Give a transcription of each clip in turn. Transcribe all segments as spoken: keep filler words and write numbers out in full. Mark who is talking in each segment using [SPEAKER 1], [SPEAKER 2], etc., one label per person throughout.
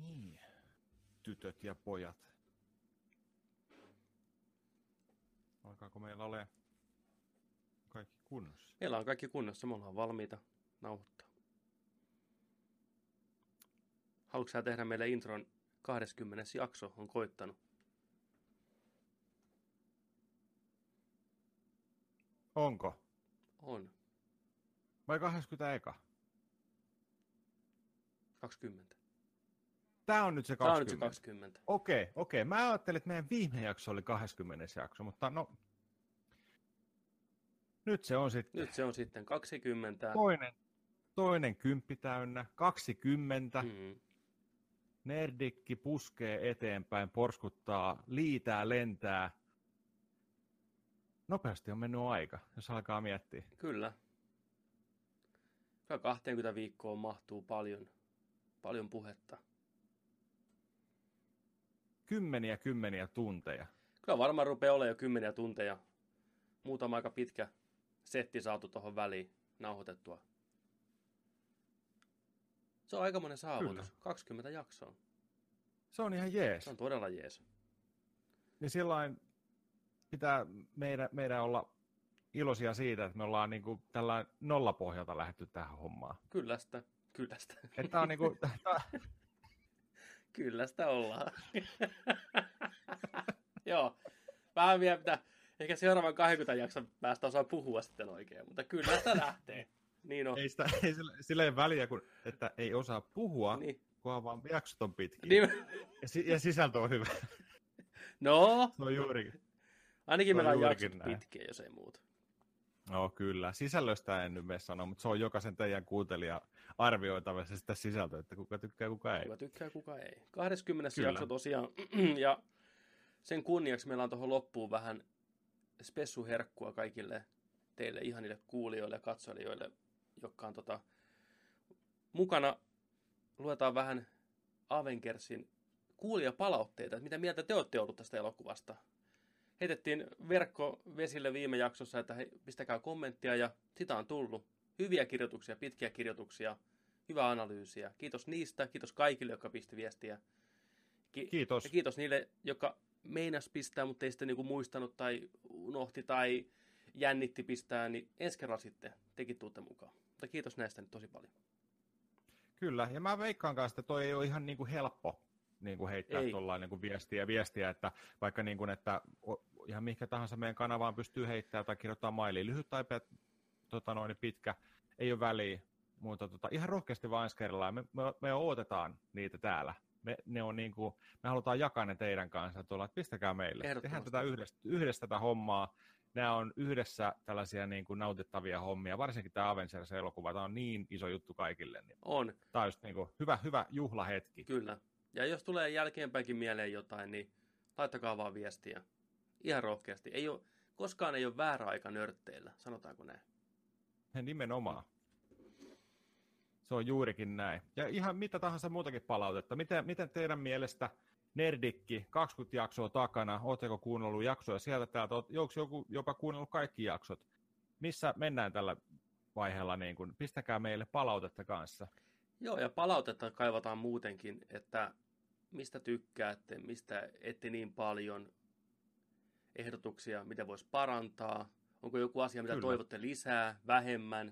[SPEAKER 1] niin, tytöt ja pojat. Alkaako meillä ole kaikki kunnossa?
[SPEAKER 2] Meillä on kaikki kunnossa, me ollaan valmiita nauhoittaa. Haluatko sä tehdä meille intron kahdeskymmenes jakso on koittanut?
[SPEAKER 1] Onko?
[SPEAKER 2] On.
[SPEAKER 1] Vai kaksikymmentä eka?
[SPEAKER 2] kaksikymmentä.
[SPEAKER 1] Tää on nyt se kaksikymmentä.
[SPEAKER 2] Tää on nyt se kaksikymmentä.
[SPEAKER 1] Okei, okei. Mä ajattelin, että meidän viime jakso oli kaksikymmentä jakso, mutta no... Nyt se on sitten.
[SPEAKER 2] Nyt se on sitten kaksikymmentä.
[SPEAKER 1] Toinen, toinen kymppi täynnä, kaksikymmentä.
[SPEAKER 2] Mm.
[SPEAKER 1] Nerdikki puskee eteenpäin, porskuttaa, liitää, lentää. Nopeasti on mennyt aika, jos alkaa miettiä.
[SPEAKER 2] Kyllä. Kyllä kaksikymmentä viikkoa mahtuu paljon, paljon puhetta.
[SPEAKER 1] Kymmeniä, kymmeniä tunteja.
[SPEAKER 2] Kyllä varmaan rupeaa olemaan jo kymmeniä tunteja. Muutama aika pitkä setti saatu tuohon väliin nauhoitettua. Se on aikamoinen saavutus. Kyllä. kaksikymmentä jaksoa.
[SPEAKER 1] Se on ihan jees.
[SPEAKER 2] Se on todella jees.
[SPEAKER 1] Ja sillain pitää meidän, meidän olla iloisia siitä, että me ollaan niinku tällä nollapohjalta lähdetty tähän hommaan.
[SPEAKER 2] Kyllä sitä. Kyllä sitä.
[SPEAKER 1] Että on niinku...
[SPEAKER 2] Kyllä sitä ollaan. Joo. Vähän vielä pitää... Ehkä seuraavan kaksikymmentä jakson päästä osaa puhua sitten oikein, mutta kyllä sitä lähtee. Niin on.
[SPEAKER 1] Ei, sitä, ei sillä, sillä ei väliä, kun, että ei osaa puhua,
[SPEAKER 2] niin.
[SPEAKER 1] kunhan vaan jaksot on pitkiä.
[SPEAKER 2] Niin.
[SPEAKER 1] Ja, ja sisältö on hyvä.
[SPEAKER 2] No.
[SPEAKER 1] Se on juurikin.
[SPEAKER 2] Ainakin meillä on jaksot
[SPEAKER 1] näin.
[SPEAKER 2] pitkiä, jos ei muuta.
[SPEAKER 1] No kyllä. Sisällöstä en nyt mene sanoa, mutta se on jokaisen teidän kuuntelija arvioitavassa sitä sisältöä, että kuka tykkää, kuka ei.
[SPEAKER 2] Kuka tykkää, kuka ei. kahdeskymmenes jakso tosiaan. Ja sen kunniaksi meillä on tuohon loppuun vähän spessuherkkua kaikille teille ihanille kuulijoille ja katsojille, jotka on tota, mukana. Luetaan vähän Avengersin kuulijapalautteita, että mitä mieltä te olette ollut tästä elokuvasta. Heitettiin verkko vesille viime jaksossa, että hei, pistäkää kommenttia ja sitä on tullut. Hyviä kirjoituksia, pitkiä kirjoituksia, hyvää analyysiä. Kiitos niistä, kiitos kaikille, jotka pisti viestiä. Ki-
[SPEAKER 1] kiitos.
[SPEAKER 2] Ja kiitos niille, jotka meinas pistää, mutta ei sitten niinku muistanut tai unohti tai jännitti pistää, niin ensi kerralla sitten tekin tuutte mukaan. Mutta kiitos näistä nyt tosi paljon.
[SPEAKER 1] Kyllä, ja mä veikkaan kanssa, että toi ei ole ihan niin kuin helppo niin kuin heittää tuollain niin kuin viestiä, viestiä, että vaikka niin kuin, että ihan mihinkä tahansa meidän kanavaan pystyy heittämään tai kirjoittaa mailiin, lyhyt tai pet, tota noin, pitkä, ei ole väliä, mutta tota, ihan rohkeasti vaan ensi kerralla, me, me, me odotetaan niitä täällä. Me, ne on niin kuin, me halutaan jakaa ne teidän kanssa, tuolla, että pistäkää meille. Tehdään tätä yhdessä, yhdessä tätä hommaa. Nämä on yhdessä tällaisia niin kuin nautittavia hommia, varsinkin tämä Avengers-elokuva, tämä on niin iso juttu kaikille. Niin
[SPEAKER 2] on.
[SPEAKER 1] Tämä on just niin kuin hyvä, hyvä juhlahetki.
[SPEAKER 2] Kyllä. Ja jos tulee jälkeenpäinkin mieleen jotain, niin laittakaa vaan viestiä. Ihan rohkeasti. Ei ole, koskaan ei ole väärä aika nörtteillä, sanotaanko näin.
[SPEAKER 1] Ja nimenomaan. Se on juurikin näin. Ja ihan mitä tahansa muutakin palautetta. Miten, miten teidän mielestä Nerdikki, kaksikymmentä jaksoa takana, ootteko kuunnellut jaksoja sieltä täältä, onko joku jopa kuunnellut kaikki jaksot? Missä mennään tällä vaiheella, niin kun, pistäkää meille palautetta kanssa.
[SPEAKER 2] Joo, ja palautetta kaivataan muutenkin, että mistä tykkäätte, mistä ette niin paljon, ehdotuksia, mitä voisi parantaa, onko joku asia, mitä Kyllä. toivotte lisää, vähemmän,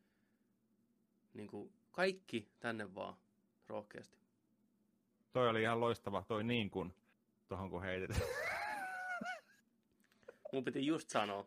[SPEAKER 2] niin kuin kaikki tänne vaan rohkeasti.
[SPEAKER 1] Toi oli ihan loistava, toi niin kuin, tohon kun heitetään.
[SPEAKER 2] Mun piti just sanoa,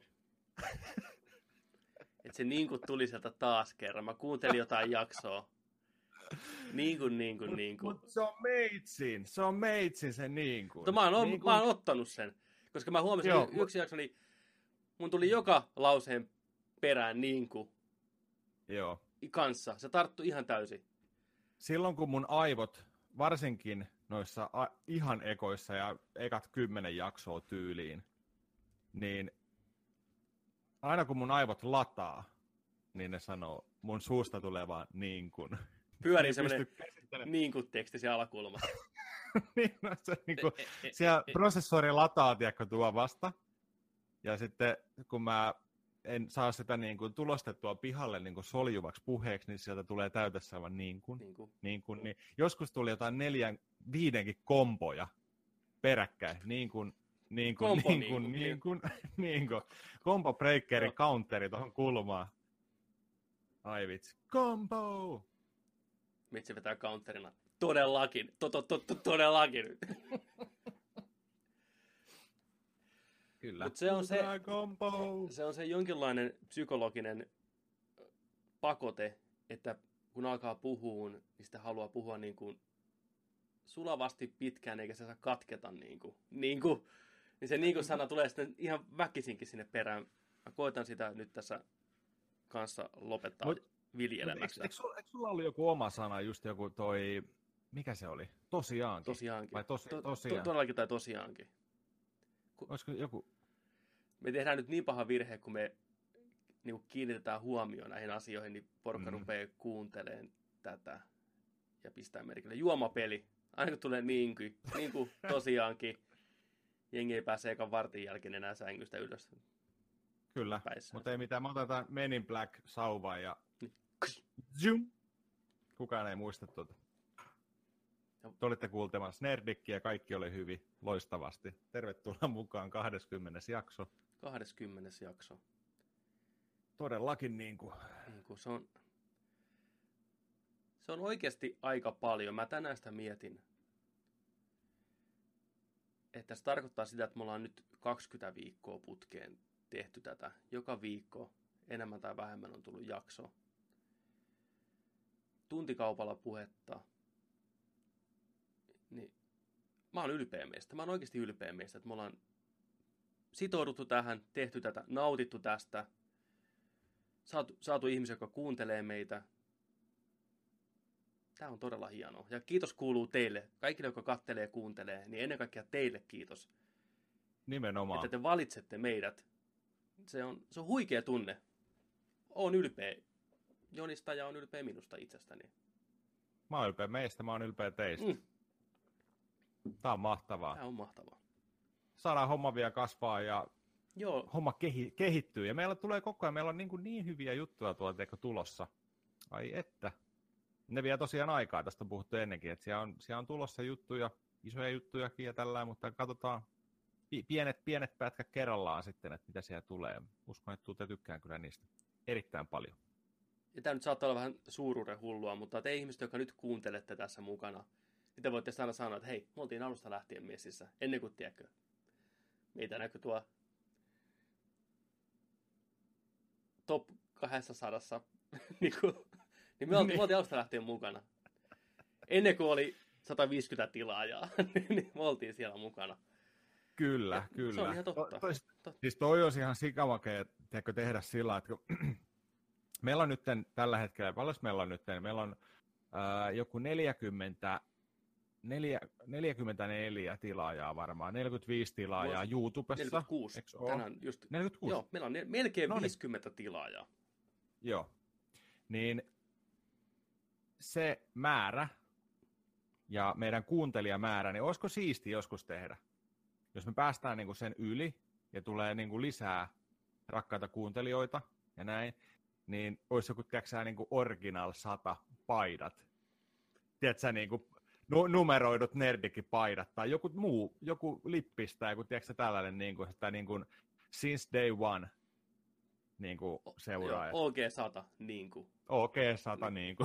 [SPEAKER 2] että se niin kuin tuli sieltä taas kerran. Mä kuuntelin jotain jaksoa. Niin kuin, niin kuin, niin kuin.
[SPEAKER 1] Mutta se on meitsin, se on meitsin se niin kuin.
[SPEAKER 2] Mutta mä oon,
[SPEAKER 1] niin kuin...
[SPEAKER 2] mä oon ottanut sen, koska mä huomasin, Joo, että yksi jakso, niin mun tuli joka lauseen perään niin kuin.
[SPEAKER 1] Joo.
[SPEAKER 2] Kanssa. Se tarttui ihan täysin.
[SPEAKER 1] Silloin kun mun aivot, varsinkin noissa a- ihan ekoissa ja ekat kymmenen jaksoa tyyliin, niin aina kun mun aivot lataa, niin ne sanoo, mun suusta tulee vaan niin kuin.
[SPEAKER 2] Pyörii semmoinen niin kuin teksti siellä alakulmassa.
[SPEAKER 1] niin, no se niin kuin, siellä prosessori lataa, tiedätkö, tuo vasta. Ja sitten kun mä en saa sitä niin kuin tulostettua pihalle niin kuin soljuvaksi puheeksi, niin sieltä tulee täytessä aivan niin kuin, niin kuin. Niin kuin, niin. Joskus tuli jotain neljän, viidenkin komboja peräkkäin, niin kuin niin kuin,
[SPEAKER 2] Kombo,
[SPEAKER 1] niin kuin, niin kuin, niin kuin, combo breakeri, no. counteri tuohon kulmaan. Ai vitsi, combo!
[SPEAKER 2] Mitsi vetää counterina. Todellakin, to, to, to, to, todellakin.
[SPEAKER 1] Kyllä.
[SPEAKER 2] Mut se on se, se on se jonkinlainen psykologinen pakote, että kun alkaa puhua, niin sitä haluaa puhua niin kuin sulavasti pitkään, eikä se saa katketa niin kuin, niin kuin, niin se niin kuin sana tulee sitten ihan väkisinkin sinne perään. Mä koitan sitä nyt tässä kanssa lopettaa mut, viljelemästä.
[SPEAKER 1] Eikö, eikö, sulla, eikö sulla ollut joku oma sana, just joku toi, mikä se oli? Tosiaankin.
[SPEAKER 2] Tosiaankin.
[SPEAKER 1] Vai tosi,
[SPEAKER 2] to,
[SPEAKER 1] tosiaan?
[SPEAKER 2] To, todellakin tai tosiaankin. Ku,
[SPEAKER 1] Olisiko joku?
[SPEAKER 2] Me tehdään nyt niin paha virhe, kun me niin kuin kiinnitetään huomioon näihin asioihin, niin porukka mm. rupeaa kuuntelemaan tätä ja pistää merkille. Juomapeli. Aina kun tulee niin kuin, niin kuin tosiaankin, jengi ei pääse ekan vartin jälkeen enää sängystä ylös.
[SPEAKER 1] Kyllä, päissä. Mutta ei mitään. Me otetaan Men in Black -sauvaa ja zoom. Kukaan ei muista tuota. Te olitte kuultemassa Nerdikkiä ja kaikki oli hyvin loistavasti. Tervetuloa mukaan kahdeskymmenes jakso.
[SPEAKER 2] kahdeskymmenes jakso.
[SPEAKER 1] Todellakin niin kuin.
[SPEAKER 2] Niin kuin se on... Se on oikeasti aika paljon. Mä tänään sitä mietin. Että se tarkoittaa sitä, että me ollaan nyt kaksikymmentä viikkoa putkeen tehty tätä. Joka viikko enemmän tai vähemmän on tullut jakso. Tuntikaupalla puhetta. Niin mä oon ylpeä meistä. Mä oon oikeasti ylpeä meistä, että me ollaan sitouduttu tähän, tehty tätä, nautittu tästä. Saatu, saatu ihmisiä, jotka kuuntelee meitä. Tämä on todella hienoa. Ja kiitos kuuluu teille. Kaikille, jotka kattelee ja kuuntelee, niin ennen kaikkea teille kiitos.
[SPEAKER 1] Nimenomaan.
[SPEAKER 2] Että te valitsette meidät. Se on, se on huikea tunne. Oon ylpeä Jonista ja on ylpeä minusta itsestäni.
[SPEAKER 1] Mä oon ylpeä meistä, mä oon ylpeä teistä. Mm. Tää on mahtavaa.
[SPEAKER 2] Tää on mahtavaa.
[SPEAKER 1] Saadaan homma vielä kasvaa ja
[SPEAKER 2] Joo.
[SPEAKER 1] homma kehi, kehittyy. Ja meillä tulee koko ajan, meillä on niin, kuin niin hyviä juttuja tuolla teko tulossa. Ai että. Ne vie tosiaan aikaa, tästä on puhuttu ennenkin, että siellä on, siellä on tulossa juttuja, isoja juttujakin ja tällä, mutta katsotaan pienet, pienet pätkät kerrallaan sitten, että mitä siellä tulee. Uskon, että tuutte tykkään kyllä niistä erittäin paljon.
[SPEAKER 2] Ja tämä nyt saattaa olla vähän suuruuden hullua, mutta te ihmiset, jotka nyt kuuntelette tässä mukana, niin te voitte aina sanoa, että hei, me oltiin alusta lähtien messissä, ennen kuin tiedätkö, meitä näkyy tuo top kaksisataa, niin, kuin, niin me oltiin, me oltiin alusta lähtien mukana. Ennen kuin oli sata viisikymmentä tilaajaa, niin me oltiin siellä mukana.
[SPEAKER 1] Kyllä,
[SPEAKER 2] ja
[SPEAKER 1] kyllä.
[SPEAKER 2] Se on ihan totta.
[SPEAKER 1] To, toi, totta. Siis toi olisi ihan sikamakea tehdä sillä, että kun meillä on nyt tällä hetkellä, paljon meillä on nyt, meillä on ää, joku neljäkymmentä, neljä, neljäkymmentäneljä tilaajaa varmaan, neljäkymmentäviisi tilaajaa Vuosi, YouTubessa.
[SPEAKER 2] neljäkymmentäkuusi. Tänään just,
[SPEAKER 1] neljäkymmentäkuusi.
[SPEAKER 2] Joo, meillä on melkein no niin. viisikymmentä tilaajaa.
[SPEAKER 1] Joo, niin se määrä ja meidän kuuntelijamäärä, niin olisiko siisti joskus tehdä? Jos me päästään niinku sen yli ja tulee niinku lisää rakkaita kuuntelijoita ja näin, niin olisi joku, tiedätkö niinku original sata paidat. Tiedätkö, niinku numeroidut Nerdikin-paidat tai joku muu, joku lippis tai joku, tiedätkö, tällainen niinku, sitä niinku since day one niinku seuraajat.
[SPEAKER 2] O G sata, niinku.
[SPEAKER 1] O G sata, niinku.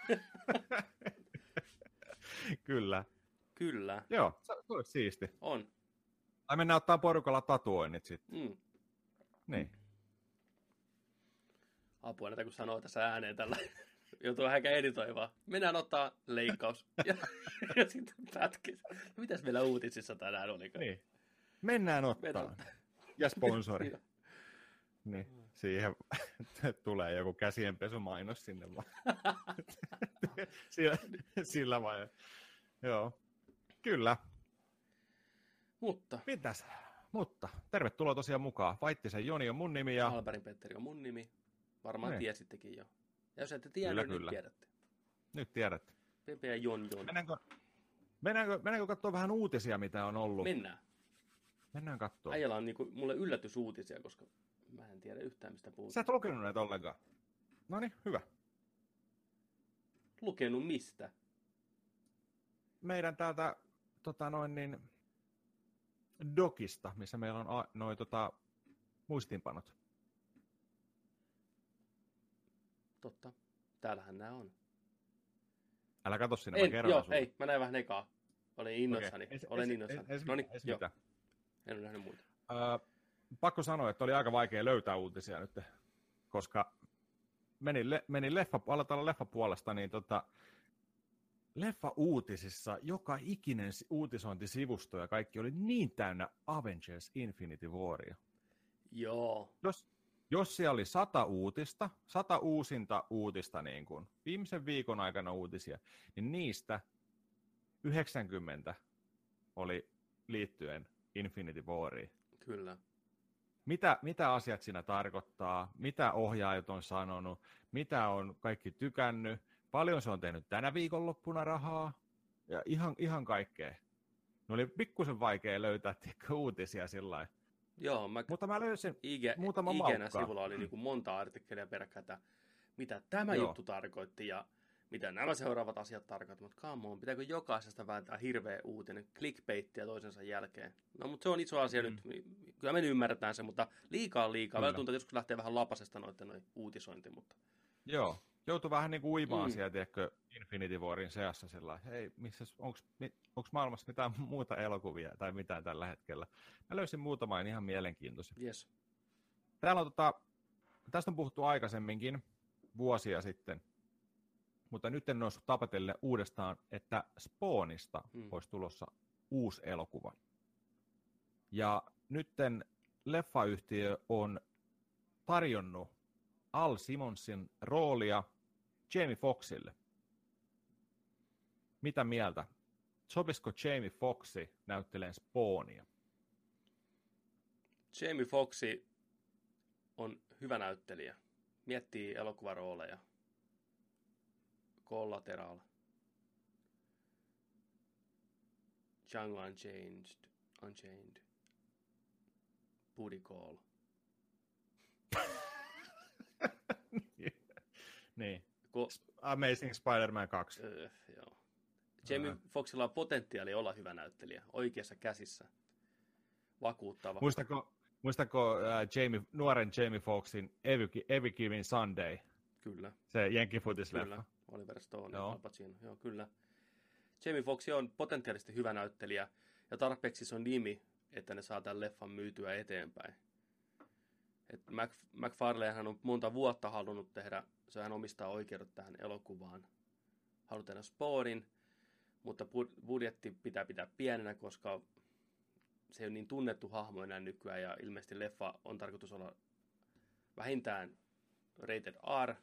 [SPEAKER 1] Kyllä.
[SPEAKER 2] Kyllä.
[SPEAKER 1] Joo, se olisi siisti.
[SPEAKER 2] On.
[SPEAKER 1] Tai mennään ottaa porukalla tatuoinnit sitten.
[SPEAKER 2] Mm.
[SPEAKER 1] Niin.
[SPEAKER 2] Apua näitä, kun sanoo tässä ääneen tällä. Joutuu vähän editoimaan. Mennään ottaa leikkaus. ja, ja sitten pätkis. Mitäs meillä uutisissa tänään olikaan?
[SPEAKER 1] Niin. Mennään ottaa. Ja sponsori. Niin. Siihen tulee joku käsienpesumainos sinne vaan. sillä, sillä vai. Joo. Kyllä.
[SPEAKER 2] Mutta.
[SPEAKER 1] Mitäs? Mutta. Tervetuloa tosiaan mukaan. Vaittisen Joni on mun nimi ja
[SPEAKER 2] Alberin Petteri on mun nimi. Varmaan niin. Tiesittekin jo. Ja jos ette tiedä,
[SPEAKER 1] kyllä,
[SPEAKER 2] niin
[SPEAKER 1] kyllä.
[SPEAKER 2] nyt tiedätte.
[SPEAKER 1] Nyt tiedätte.
[SPEAKER 2] Pepe ja Jon Jon.
[SPEAKER 1] Mennäänkö, mennäänkö, mennäänkö katsoa vähän uutisia, mitä on ollut?
[SPEAKER 2] Mennään.
[SPEAKER 1] Mennään katsoa.
[SPEAKER 2] Äijällä on niinku mulle yllätysuutisia, koska mä en tiedä yhtään, mistä puhutaan.
[SPEAKER 1] Sä et lukenut näitä ollenkaan. No niin, hyvä.
[SPEAKER 2] Lukenut mistä?
[SPEAKER 1] meidän täältä tota noin niin, dokista, missä meillä on noin tota, muistiinpanot.
[SPEAKER 2] Totta. Täällähän nämä on.
[SPEAKER 1] Älä katso sinne,
[SPEAKER 2] en,
[SPEAKER 1] mä kerron
[SPEAKER 2] joo,
[SPEAKER 1] sulle.
[SPEAKER 2] ei, mä näin vähän ekaa. Olin innoissani.
[SPEAKER 1] Okay.
[SPEAKER 2] Olen innoissani. No niin, joo.
[SPEAKER 1] Mitä?
[SPEAKER 2] En ole nähnyt muita.
[SPEAKER 1] Uh, pakko sanoa, että oli aika vaikea löytää uutisia nyt, koska menin, le- menin leffa, aloitetaan leffapuolesta, niin tota, leffa-uutisissa joka ikinen uutisointisivusto ja kaikki oli niin täynnä Avengers Infinity Waria.
[SPEAKER 2] Joo.
[SPEAKER 1] Jos, jos siellä oli sata uutista, sata uusinta uutista niin kuin viimeisen viikon aikana uutisia, niin niistä yhdeksänkymmentä oli liittyen Infinity Wariin.
[SPEAKER 2] Kyllä.
[SPEAKER 1] Mitä, mitä asiat siinä tarkoittaa, mitä ohjaajat on sanonut, mitä on kaikki tykännyt, paljon se on tehnyt tänä viikonloppuna rahaa ja ihan, ihan kaikkea. Ne oli pikkusen vaikea löytää tiedätkö, uutisia sillä lailla.
[SPEAKER 2] Joo, mä,
[SPEAKER 1] mutta mä löysin
[SPEAKER 2] IG,
[SPEAKER 1] muutaman
[SPEAKER 2] I G N
[SPEAKER 1] maukkaan.
[SPEAKER 2] sivulla oli mm. niin kuin monta artikkelia peräkkäitä, mitä tämä
[SPEAKER 1] Joo.
[SPEAKER 2] juttu tarkoitti ja mitä nämä seuraavat asiat tarkoittavat. Mutta come on, pitääkö jokaisesta vääntää hirveä uutinen, clickbaittia toisensa jälkeen? No, mutta se on iso asia mm. nyt. Kyllä me ymmärretään se, mutta liikaa on liikaa. Välillä tuntuu, että joskus lähtee vähän lapasesta noiden noi uutisointi. Mutta...
[SPEAKER 1] Joo, joutuu vähän niin kuin uimaan
[SPEAKER 2] mm.
[SPEAKER 1] siellä, tiedätkö, Infinity Warin seassa sellainen, hei, onko maailmassa mitään muuta elokuvia tai mitään tällä hetkellä. Mä löysin muutaman ihan mielenkiintoisia.
[SPEAKER 2] Yes.
[SPEAKER 1] Täällä on, tota, tästä on puhuttu aikaisemminkin, vuosia sitten, mutta nyt en noussut tapetelle uudestaan, että Spawnista hmm. olisi tulossa uusi elokuva. Ja nytten leffayhtiö on tarjonnut Al Simonsin roolia Jamie Foxxille. Mitä mieltä? Sopisiko Jamie Foxxi näyttelemään Spawnia?
[SPEAKER 2] Jamie Foxxi on hyvä näyttelijä. Miettii elokuvarooleja. Collateral. Django Unchained. Unchained. Booty Call.
[SPEAKER 1] niin.
[SPEAKER 2] Ko-
[SPEAKER 1] Amazing Spider-Man kaksi.
[SPEAKER 2] Öö, joo. Jamie uh-huh. Foxxilla on potentiaali olla hyvä näyttelijä. Oikeassa käsissä. Vakuuttava.
[SPEAKER 1] Muistako, muistako uh, Jamie, nuoren Jamie Foxxin Every, Every Given Sunday?
[SPEAKER 2] Kyllä.
[SPEAKER 1] Se jenkifutis-leffa.
[SPEAKER 2] Kyllä. Oliver Stone ja Al Pacino. Joo, kyllä. Jamie Foxx on potentiaalisesti hyvä näyttelijä ja tarpeeksi se on nimi, että ne saa tämän leffan myytyä eteenpäin. Et Mac, McFarlanehan on monta vuotta halunnut tehdä, se hän omistaa oikeudet tähän elokuvaan. Haluaa tehdä Spawnin, mutta budjetti pitää pitää pienenä, koska se on niin tunnettu hahmo enää nykyään ja ilmeisesti leffa on tarkoitus olla vähintään rated R,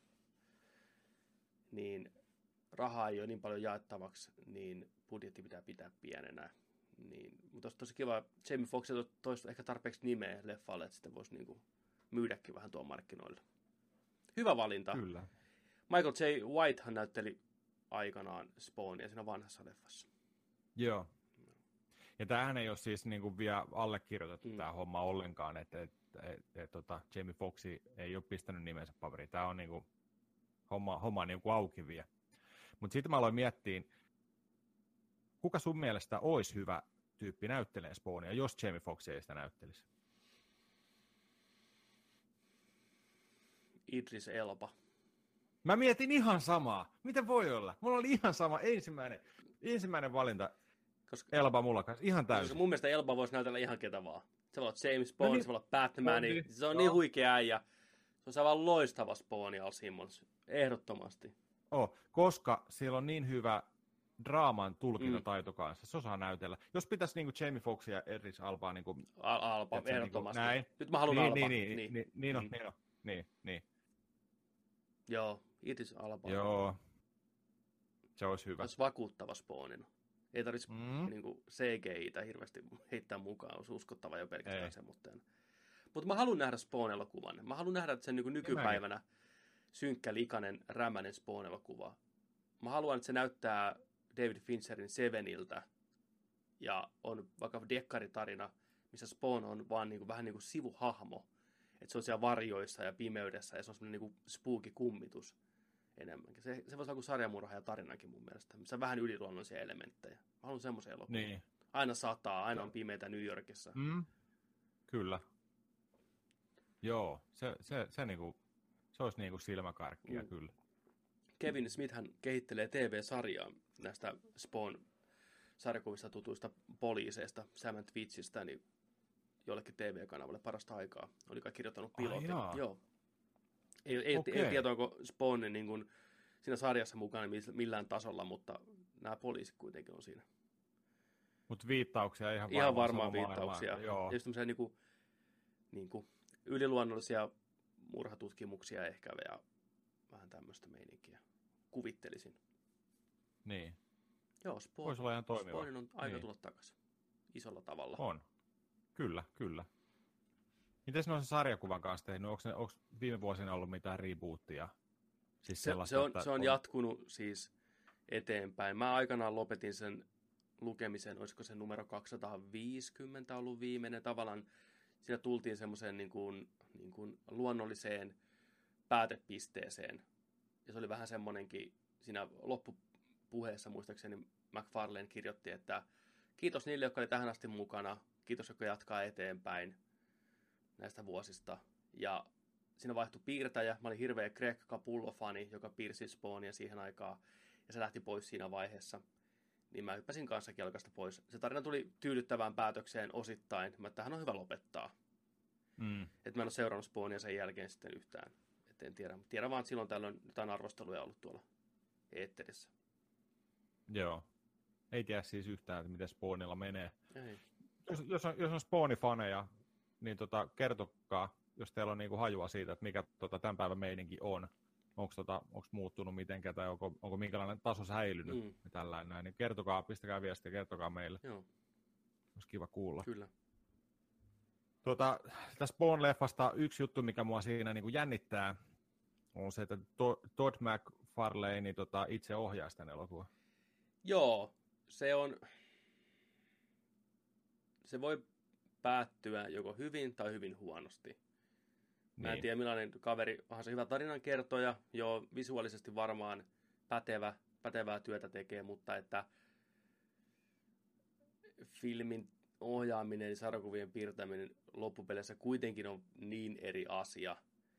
[SPEAKER 2] niin rahaa ei ole niin paljon jaettavaksi, niin budjetti pitää pitää pienenä. Niin, mutta olisi tosi kiva, Jamie Foxx toisi ehkä tarpeeksi nimeä leffalle, että sitten voisi niinku myydäkin vähän tuon markkinoille. Hyvä valinta.
[SPEAKER 1] Kyllä.
[SPEAKER 2] Michael J. Whitehan näytteli aikanaan Spawnia siinä vanhassa leffassa.
[SPEAKER 1] Joo. Ja tämähän ei ole siis niinku vielä allekirjoitettu mm. tämä homma ollenkaan, että et, et, et, tota, Jamie Foxx ei ole pistänyt nimensä paperiin. Tämä on niinku homma, homma niinku auki vielä. Mutta sitten mä aloin miettiä, kuka sun mielestä olisi hyvä tyyppi näyttelee Spawnia, jos Jamie Foxx ei sitä näyttelisi?
[SPEAKER 2] Idris Elba.
[SPEAKER 1] Mä mietin ihan samaa. Miten voi olla? Mulla oli ihan sama ensimmäinen, ensimmäinen valinta. Koska Elba mulla kanssa, ihan täysin.
[SPEAKER 2] Mun mielestä Elba voisi näytellä ihan ketä vaan. Se voi olla James Bond, no niin, se voi olla Batman.
[SPEAKER 1] Bondi,
[SPEAKER 2] se on joo. niin huikea äijä. Se on aivan loistava Spawn Al Simmons. Ehdottomasti.
[SPEAKER 1] Oh, koska siellä on niin hyvä draaman tulkintataito mm. kanssa. Se osaa näytellä. Jos pitäisi niin kuin Jamie Foxxia ja Idris Albaa niin kuin,
[SPEAKER 2] Al- Alba, ehdottomasti.
[SPEAKER 1] Niin kuin,
[SPEAKER 2] Nyt mä haluan
[SPEAKER 1] niin,
[SPEAKER 2] Alba.
[SPEAKER 1] Niin, niin, niin, niin, niin, on,
[SPEAKER 2] mm.
[SPEAKER 1] niin, on, niin, niin.
[SPEAKER 2] Joo, Idris Alba.
[SPEAKER 1] Joo, se olisi hyvä.
[SPEAKER 2] Olisi vakuuttava Spawnina. Ei tarvitsisi
[SPEAKER 1] mm.
[SPEAKER 2] niin kuin C G I-tä hirveästi heittää mukaan. Olisi uskottava jo pelkästään sen. Mutta Mut mä haluan nähdä Spawn-elokuvan. Mä haluan nähdä sen niin kuin nykypäivänä synkkä, likainen, rämänen Spawn-elokuva. Mä haluan, että se näyttää David Fincherin Seveniltä ja on vaikka dekkaritarina, missä Spawn on vaan niin kuin, vähän niin kuin sivuhahmo. Että se on siellä varjoissa ja pimeydessä ja se on semmoinen niin kuin spooky kummitus. enemmänkin. Se, se voisi olla kuin sarjamurha ja tarinankin mun mielestä, missä on vähän yliluonnollisia elementtejä. Mä haluan semmoisen elokuvan.
[SPEAKER 1] Niin.
[SPEAKER 2] Aina sataa, aina on pimeätä New Yorkissa.
[SPEAKER 1] Mm. Kyllä. Joo, se, se, se, niinku, se olisi niinku silmäkarkkia, mm. kyllä.
[SPEAKER 2] Kevin Smith hän kehittelee T V-sarjaa näistä Spawn-sarjakuvista tutuista poliiseista, Sam Twitchistä, niin jollekin T V-kanavalle parasta aikaa. Oli kai kirjoittanut pilotin.
[SPEAKER 1] Ai
[SPEAKER 2] Joo. Ei, ei,
[SPEAKER 1] okay.
[SPEAKER 2] ei tietoa, onko Spawn niin kuin siinä sarjassa mukana millään tasolla, mutta nämä poliisit kuitenkin on siinä.
[SPEAKER 1] Mutta viittauksia ihan varmaan.
[SPEAKER 2] Ihan varmaan viittauksia.
[SPEAKER 1] Joo.
[SPEAKER 2] Just tämmöisiä niin kuin, niin kuin yliluonnollisia murhatutkimuksia ehkä ja vähän tämmöistä meininkiä. Kuvittelisin.
[SPEAKER 1] Niin.
[SPEAKER 2] Joo, Spawn,
[SPEAKER 1] voisi olla ihan toimiva.
[SPEAKER 2] Spawnin on aika
[SPEAKER 1] niin.
[SPEAKER 2] tulla takaisin. Isolla tavalla.
[SPEAKER 1] On. Kyllä, kyllä. Miten ne on se sarjakuvan kanssa tehnyt? Onko, ne, onko viime vuosina ollut mitään rebootia? Siis
[SPEAKER 2] se, se, on, se on, on jatkunut siis eteenpäin. Mä aikanaan lopetin sen lukemisen, olisiko se numero kaksisataaviisikymmentä ollut viimeinen. Tavallaan siinä tultiin semmoiseen niin kuin, niin kuin luonnolliseen päätepisteeseen. Ja se oli vähän semmoinenkin, siinä loppupuheessa muistaakseni McFarlane kirjoitti, että kiitos niille, jotka oli tähän asti mukana, kiitos, jotka jatkaa eteenpäin näistä vuosista. Ja siinä vaihtui piirtäjä, mä olin hirveä Greg Capullo-fani, joka piirsi Spawnia siihen aikaan, ja se lähti pois siinä vaiheessa. Niin mä hyppäsin kanssa kelkasta pois. Se tarina tuli tyydyttävään päätökseen osittain, mutta tähän on hyvä lopettaa.
[SPEAKER 1] Mm.
[SPEAKER 2] Että mä en ole seurannut Spawnia sen jälkeen sitten yhtään. Et en tiedä. Tiedän vaan, että silloin tällöin jotain arvosteluja ollut tuolla eetterissä.
[SPEAKER 1] Joo. Ei tiedä siis yhtään, että miten Spawnilla menee.
[SPEAKER 2] Ei.
[SPEAKER 1] Jos, jos on, jos on Spawni-faneja, niin tota, kertokaa, jos teillä on niinku hajua siitä, että mikä tota, tämän päivän meininki on. Onko tota, muuttunut mitenkään tai onko, onko minkälainen taso säilynyt mm. ja tällainen näin. Niin kertokaa, pistäkää viestiä, kertokaa meille.
[SPEAKER 2] Joo.
[SPEAKER 1] Olisi kiva kuulla.
[SPEAKER 2] Kyllä.
[SPEAKER 1] Tuota, tästä Spawn-leffasta yksi juttu, mikä mua siinä niin kuin jännittää, on se, että Todd McFarlane tota, itse ohjaa sitä elokuvaa.
[SPEAKER 2] Joo, se on... Se voi päättyä joko hyvin tai hyvin huonosti. Mä en niin. tiedä, millainen kaveri, onhan se hyvä tarinankertoja, joo, visuaalisesti varmaan pätevä, pätevää työtä tekee, mutta että filmin ohjaaminen ja sarjakuvien piirtäminen loppupeleissä kuitenkin on niin eri asia,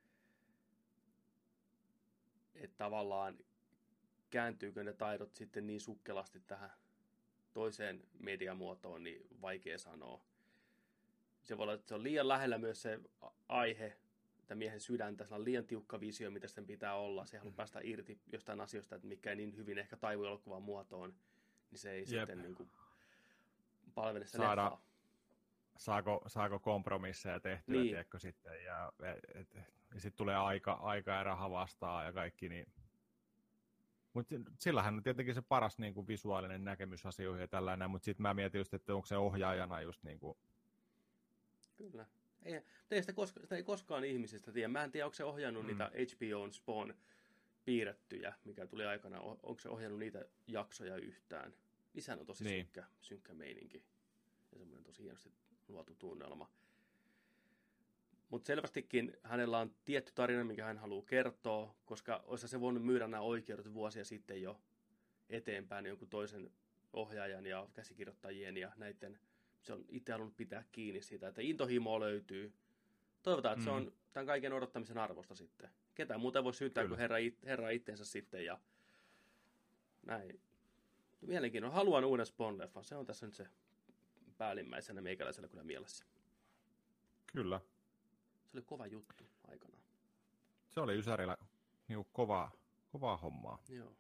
[SPEAKER 2] että tavallaan kääntyykö ne taidot sitten niin sukkelasti tähän toiseen mediamuotoon, niin vaikea sanoa. Se voi olla, että se on liian lähellä myös se aihe, että miehen sydäntä, sillä on liian tiukka visio, mitä sen pitää olla. Se haluaa päästä irti jostain asioista, että mikä ei niin hyvin ehkä taivu elokuvan muotoon, niin se ei Jep. sitten niin kuin palvele sitä
[SPEAKER 1] Saada,
[SPEAKER 2] leffaa.
[SPEAKER 1] Saako, saako kompromisseja tehtyä, niin. tiedätkö sitten, ja, ja sitten tulee aika, aika ja raha vastaan ja kaikki, niin mutta sillähän on tietenkin se paras niin kuin visuaalinen näkemys asioihin ja tällainen, mutta sitten mä mietin just, että onko se ohjaajana just niin kuin...
[SPEAKER 2] Kyllä. Ei, ei sitä, koska, sitä ei koskaan ihmisistä tiedä. Mä en tiedä, onko se ohjannut mm. niitä H B O:n Spawn piirrettyjä, mikä tuli aikana. Onko se ohjannut niitä jaksoja yhtään. Niissähän on tosi niin. synkkä, synkkä meininki. Ja semmoinen tosi hienosti luotu tunnelma. Mutta selvästikin hänellä on tietty tarina, mikä hän haluaa kertoa, koska olisi se voinut myydä nämä oikeudet vuosia sitten jo eteenpäin jonkun toisen ohjaajan ja käsikirjoittajien ja näiden. Se on itse halunnut pitää kiinni siitä, että intohimoa löytyy. Toivotaan, että mm. se on tämän kaiken odottamisen arvosta sitten. Ketään muuta voi syyttää kuin herra, it, herra itsensä sitten ja näin. Mielenkiintoinen. Haluan uuden Spawn-leffan. Se on tässä nyt se päällimmäisenä meikäläisellä kyllä mielessä.
[SPEAKER 1] Kyllä.
[SPEAKER 2] Se oli kova juttu aikanaan.
[SPEAKER 1] Se oli Ysärillä niin kovaa, kovaa hommaa.
[SPEAKER 2] Joo.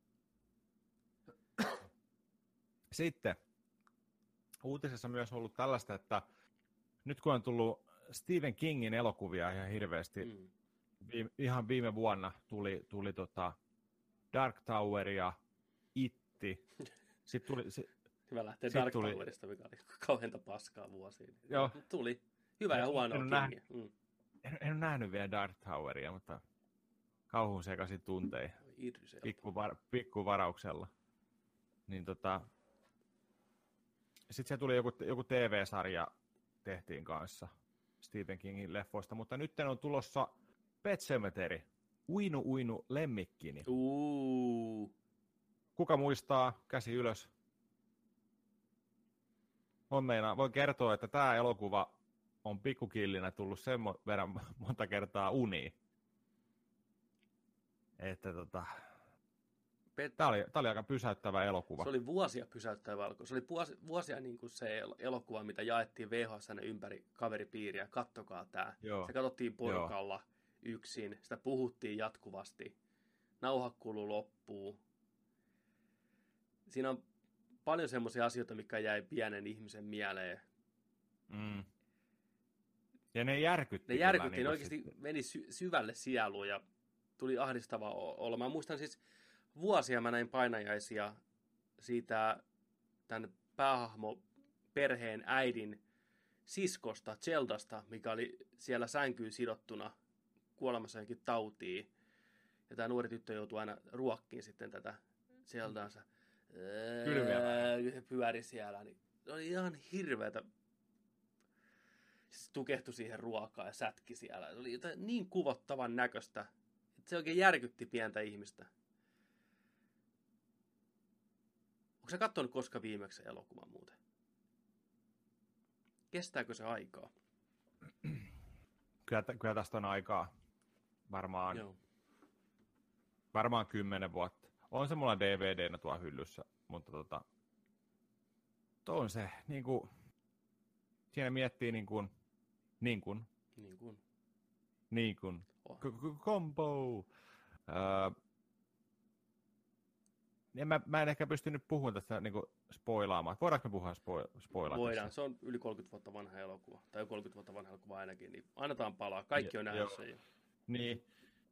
[SPEAKER 1] Sitten uutisessa myös ollut tällaista, että nyt kun on tullut Stephen Kingin elokuvia ihan hirveästi, mm. viime, ihan viime vuonna tuli, tuli tota Dark Tower ja Itti. Sitten tuli, se,
[SPEAKER 2] Hyvä lähteä Dark
[SPEAKER 1] tuli,
[SPEAKER 2] Towerista, mikä oli kauheanta paskaa vuosiin.
[SPEAKER 1] Joo.
[SPEAKER 2] Tuli. Hyvä ja huono
[SPEAKER 1] en,
[SPEAKER 2] Kingia.
[SPEAKER 1] Mm. En, en ole nähnyt vielä Dark Toweria, mutta kauhun sekaisin tuntei. Pikku, var, pikku varauksella. Niin tota... Sitten siellä tuli joku, joku T V-sarja tehtiin kanssa Stephen Kingin leffoista, mutta nyt on tulossa Pet Sematary Uinu uinu lemmikkini.
[SPEAKER 2] Uh.
[SPEAKER 1] Kuka muistaa? Käsi ylös. On meinaa. Voin kertoa, että tämä elokuva on pikkukillinä tullut sen verran monta kertaa uniin. Että tota...
[SPEAKER 2] Pet...
[SPEAKER 1] Tämä oli, tämä oli aika pysäyttävä elokuva.
[SPEAKER 2] Se oli vuosia pysäyttävä elokuva. Se oli vuosia, vuosia niin kuin se elokuva, mitä jaettiin V H S ympäri kaveripiiriä. Kattokaa tämä.
[SPEAKER 1] Joo.
[SPEAKER 2] Se katsottiin porukalla Joo. yksin. Sitä puhuttiin jatkuvasti. Nauhakulu loppuu. Siinä on paljon semmoisia asioita, mikä jäi pienen ihmisen mieleen.
[SPEAKER 1] Mm. Ja ne järkytti.
[SPEAKER 2] Ne järkytti.
[SPEAKER 1] Niin
[SPEAKER 2] ne oikeasti
[SPEAKER 1] sitten.
[SPEAKER 2] meni sy- syvälle sieluun ja tuli ahdistava olla. Mä muistan siis vuosia mä näin painajaisia siitä tämän päähahmo perheen äidin siskosta, Zeldasta, mikä oli siellä sänkyyn sidottuna kuolemassa johonkin tautiin. Ja tämä nuori tyttö joutui aina ruokkiin sitten tätä Zeldaansa.
[SPEAKER 1] Kylmiä.
[SPEAKER 2] Pyöri siellä. Niin se oli ihan hirveätä. Se tukehtui siihen ruokaan ja sätki siellä. Se oli jotain niin kuvottavan näköistä, että se oikein järkytti pientä ihmistä. Onko sä katsonut koska viimeksi elokuvan muuten? Kestääkö se aikaa?
[SPEAKER 1] Kyllä, kyllä tästä on aikaa. Varmaan,
[SPEAKER 2] Joo.
[SPEAKER 1] varmaan kymmenen vuotta. On se mulla D V D:nä tuolla hyllyssä, mutta tota, on se, niin kuin, siinä miettii niin kuin, niin kuin,
[SPEAKER 2] Niin kuin.
[SPEAKER 1] niin kuin,
[SPEAKER 2] Oh.
[SPEAKER 1] combo. Öö, ja mä, mä en ehkä pystynyt puhumaan tästä niin kuin spoilaamaan. Voidaanko me puhua spo- spoilata?
[SPEAKER 2] Voidaan, se on yli kolmekymmentä vuotta vanha elokuva, tai kolmekymmentä vuotta vanha elokuva ainakin, niin annetaan palaa. Kaikki on nähnyt sen jo.
[SPEAKER 1] Niin,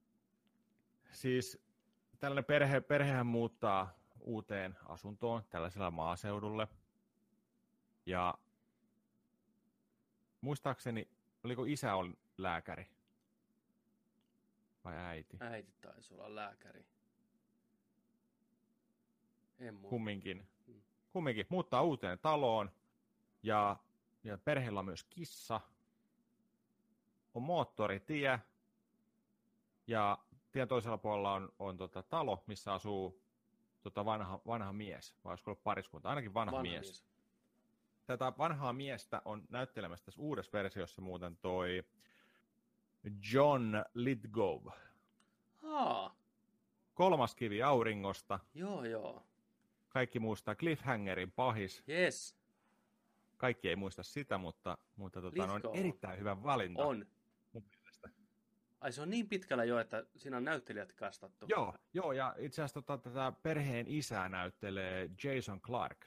[SPEAKER 1] siis tällainen perhe, perhehän muuttaa uuteen asuntoon tällaisella maaseudulle. Ja muistaakseni, oliko isä oli lääkäri? Vai äiti?
[SPEAKER 2] Äiti taisi olla lääkäri. En muuta.
[SPEAKER 1] Kumminkin.
[SPEAKER 2] Hmm.
[SPEAKER 1] Kumminkin muuttaa uuteen taloon. Ja, ja perheellä on myös kissa. On moottoritie. Ja tien toisella puolella on, on tota talo, missä asuu tota vanha, vanha mies. Vai olisiko ollut pariskunta? Ainakin vanha, vanha mies. mies. Tätä vanhaa miestä on näyttelemässä tässä uudessa versiossa muuten toi John Lithgow.
[SPEAKER 2] Aa.
[SPEAKER 1] Kolmas kivi auringosta.
[SPEAKER 2] Joo, joo.
[SPEAKER 1] Kaikki muistaa Cliffhangerin pahis.
[SPEAKER 2] Yes.
[SPEAKER 1] Kaikki ei muista sitä, mutta, mutta tota, on erittäin hyvä valinta.
[SPEAKER 2] On.
[SPEAKER 1] Mun mielestä.
[SPEAKER 2] Ai se on niin pitkällä jo, että siinä on näyttelijät kastattu.
[SPEAKER 1] Joo, joo ja itse asiassa tota, tätä perheen isää näyttelee Jason Clarke.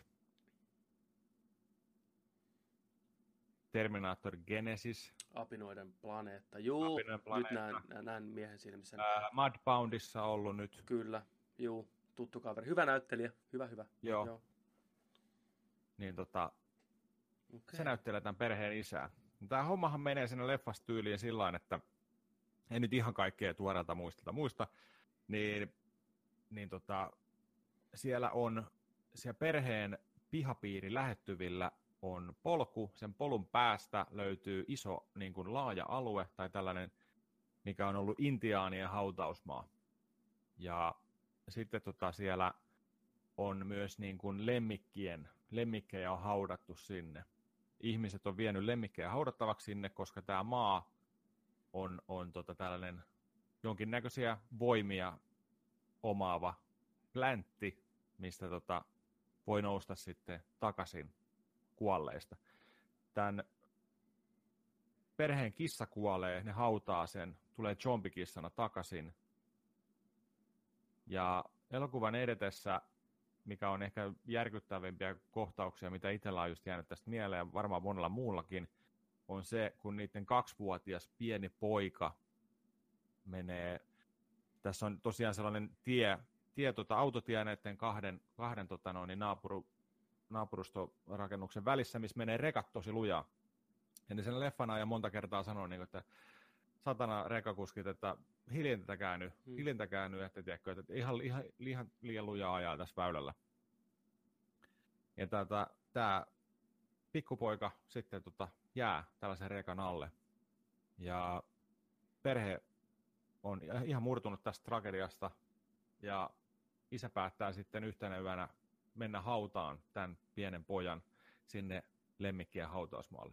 [SPEAKER 1] Terminator Genesis.
[SPEAKER 2] Apinoiden planeetta. Juu,
[SPEAKER 1] Apinoiden planeetta.
[SPEAKER 2] Nyt näen, näen miehen silmissä.
[SPEAKER 1] Ää, Mudboundissa ollut nyt.
[SPEAKER 2] Kyllä, juu, tuttu kaveri. Hyvä näyttelijä, hyvä, hyvä.
[SPEAKER 1] Joo.
[SPEAKER 2] Joo.
[SPEAKER 1] Niin tota,
[SPEAKER 2] okay.
[SPEAKER 1] Se näyttelee tämän perheen isää. Tämä hommahan menee sinne leffasta tyyliin sillain, että en nyt ihan kaikkea tuoreelta muistelta muista, niin, niin tota, siellä on siellä perheen pihapiiri lähettyvillä on polku, sen polun päästä löytyy iso niin kuin laaja alue tai tällainen, mikä on ollut intiaanien hautausmaa. Ja sitten tota, siellä on myös niin kuin lemmikkien, lemmikkejä on haudattu sinne. Ihmiset on vienyt lemmikkejä haudattavaksi sinne, koska tämä maa on, on tota tällainen jonkinnäköisiä voimia omaava pläntti, mistä tota voi nousta sitten takaisin kuolleista. Tämän perheen kissa kuolee, ne hautaa sen, tulee zombikissana takaisin. Ja elokuvan edetessä, mikä on ehkä järkyttävimpiä kohtauksia, mitä itsellä on just jäänyt tästä mieleen, varmaan monella muullakin, on se, kun niiden kaksivuotias pieni poika menee, tässä on tosiaan sellainen tie, tie tota, autotie näiden kahden, kahden tota, noin, naapuru, naapurustorakennuksen välissä, missä menee rekat tosi lujaa. Ja ne sen leffan ajan monta kertaa sanoo, niin, että satana rekakuskit, että hiljentäkää nyt, hmm. hiljentäkää nyt, että, tiedätkö, että ihan, ihan, ihan liian lujaa ajaa tässä väylällä. Ja tämä pikkupoika sitten tota, jää tällaisen rekan alle. Ja perhe on ihan murtunut tästä tragediasta, ja isä päättää sitten yhtenä yönä mennä hautaan tämän pienen pojan sinne lemmikkien hautausmaalle.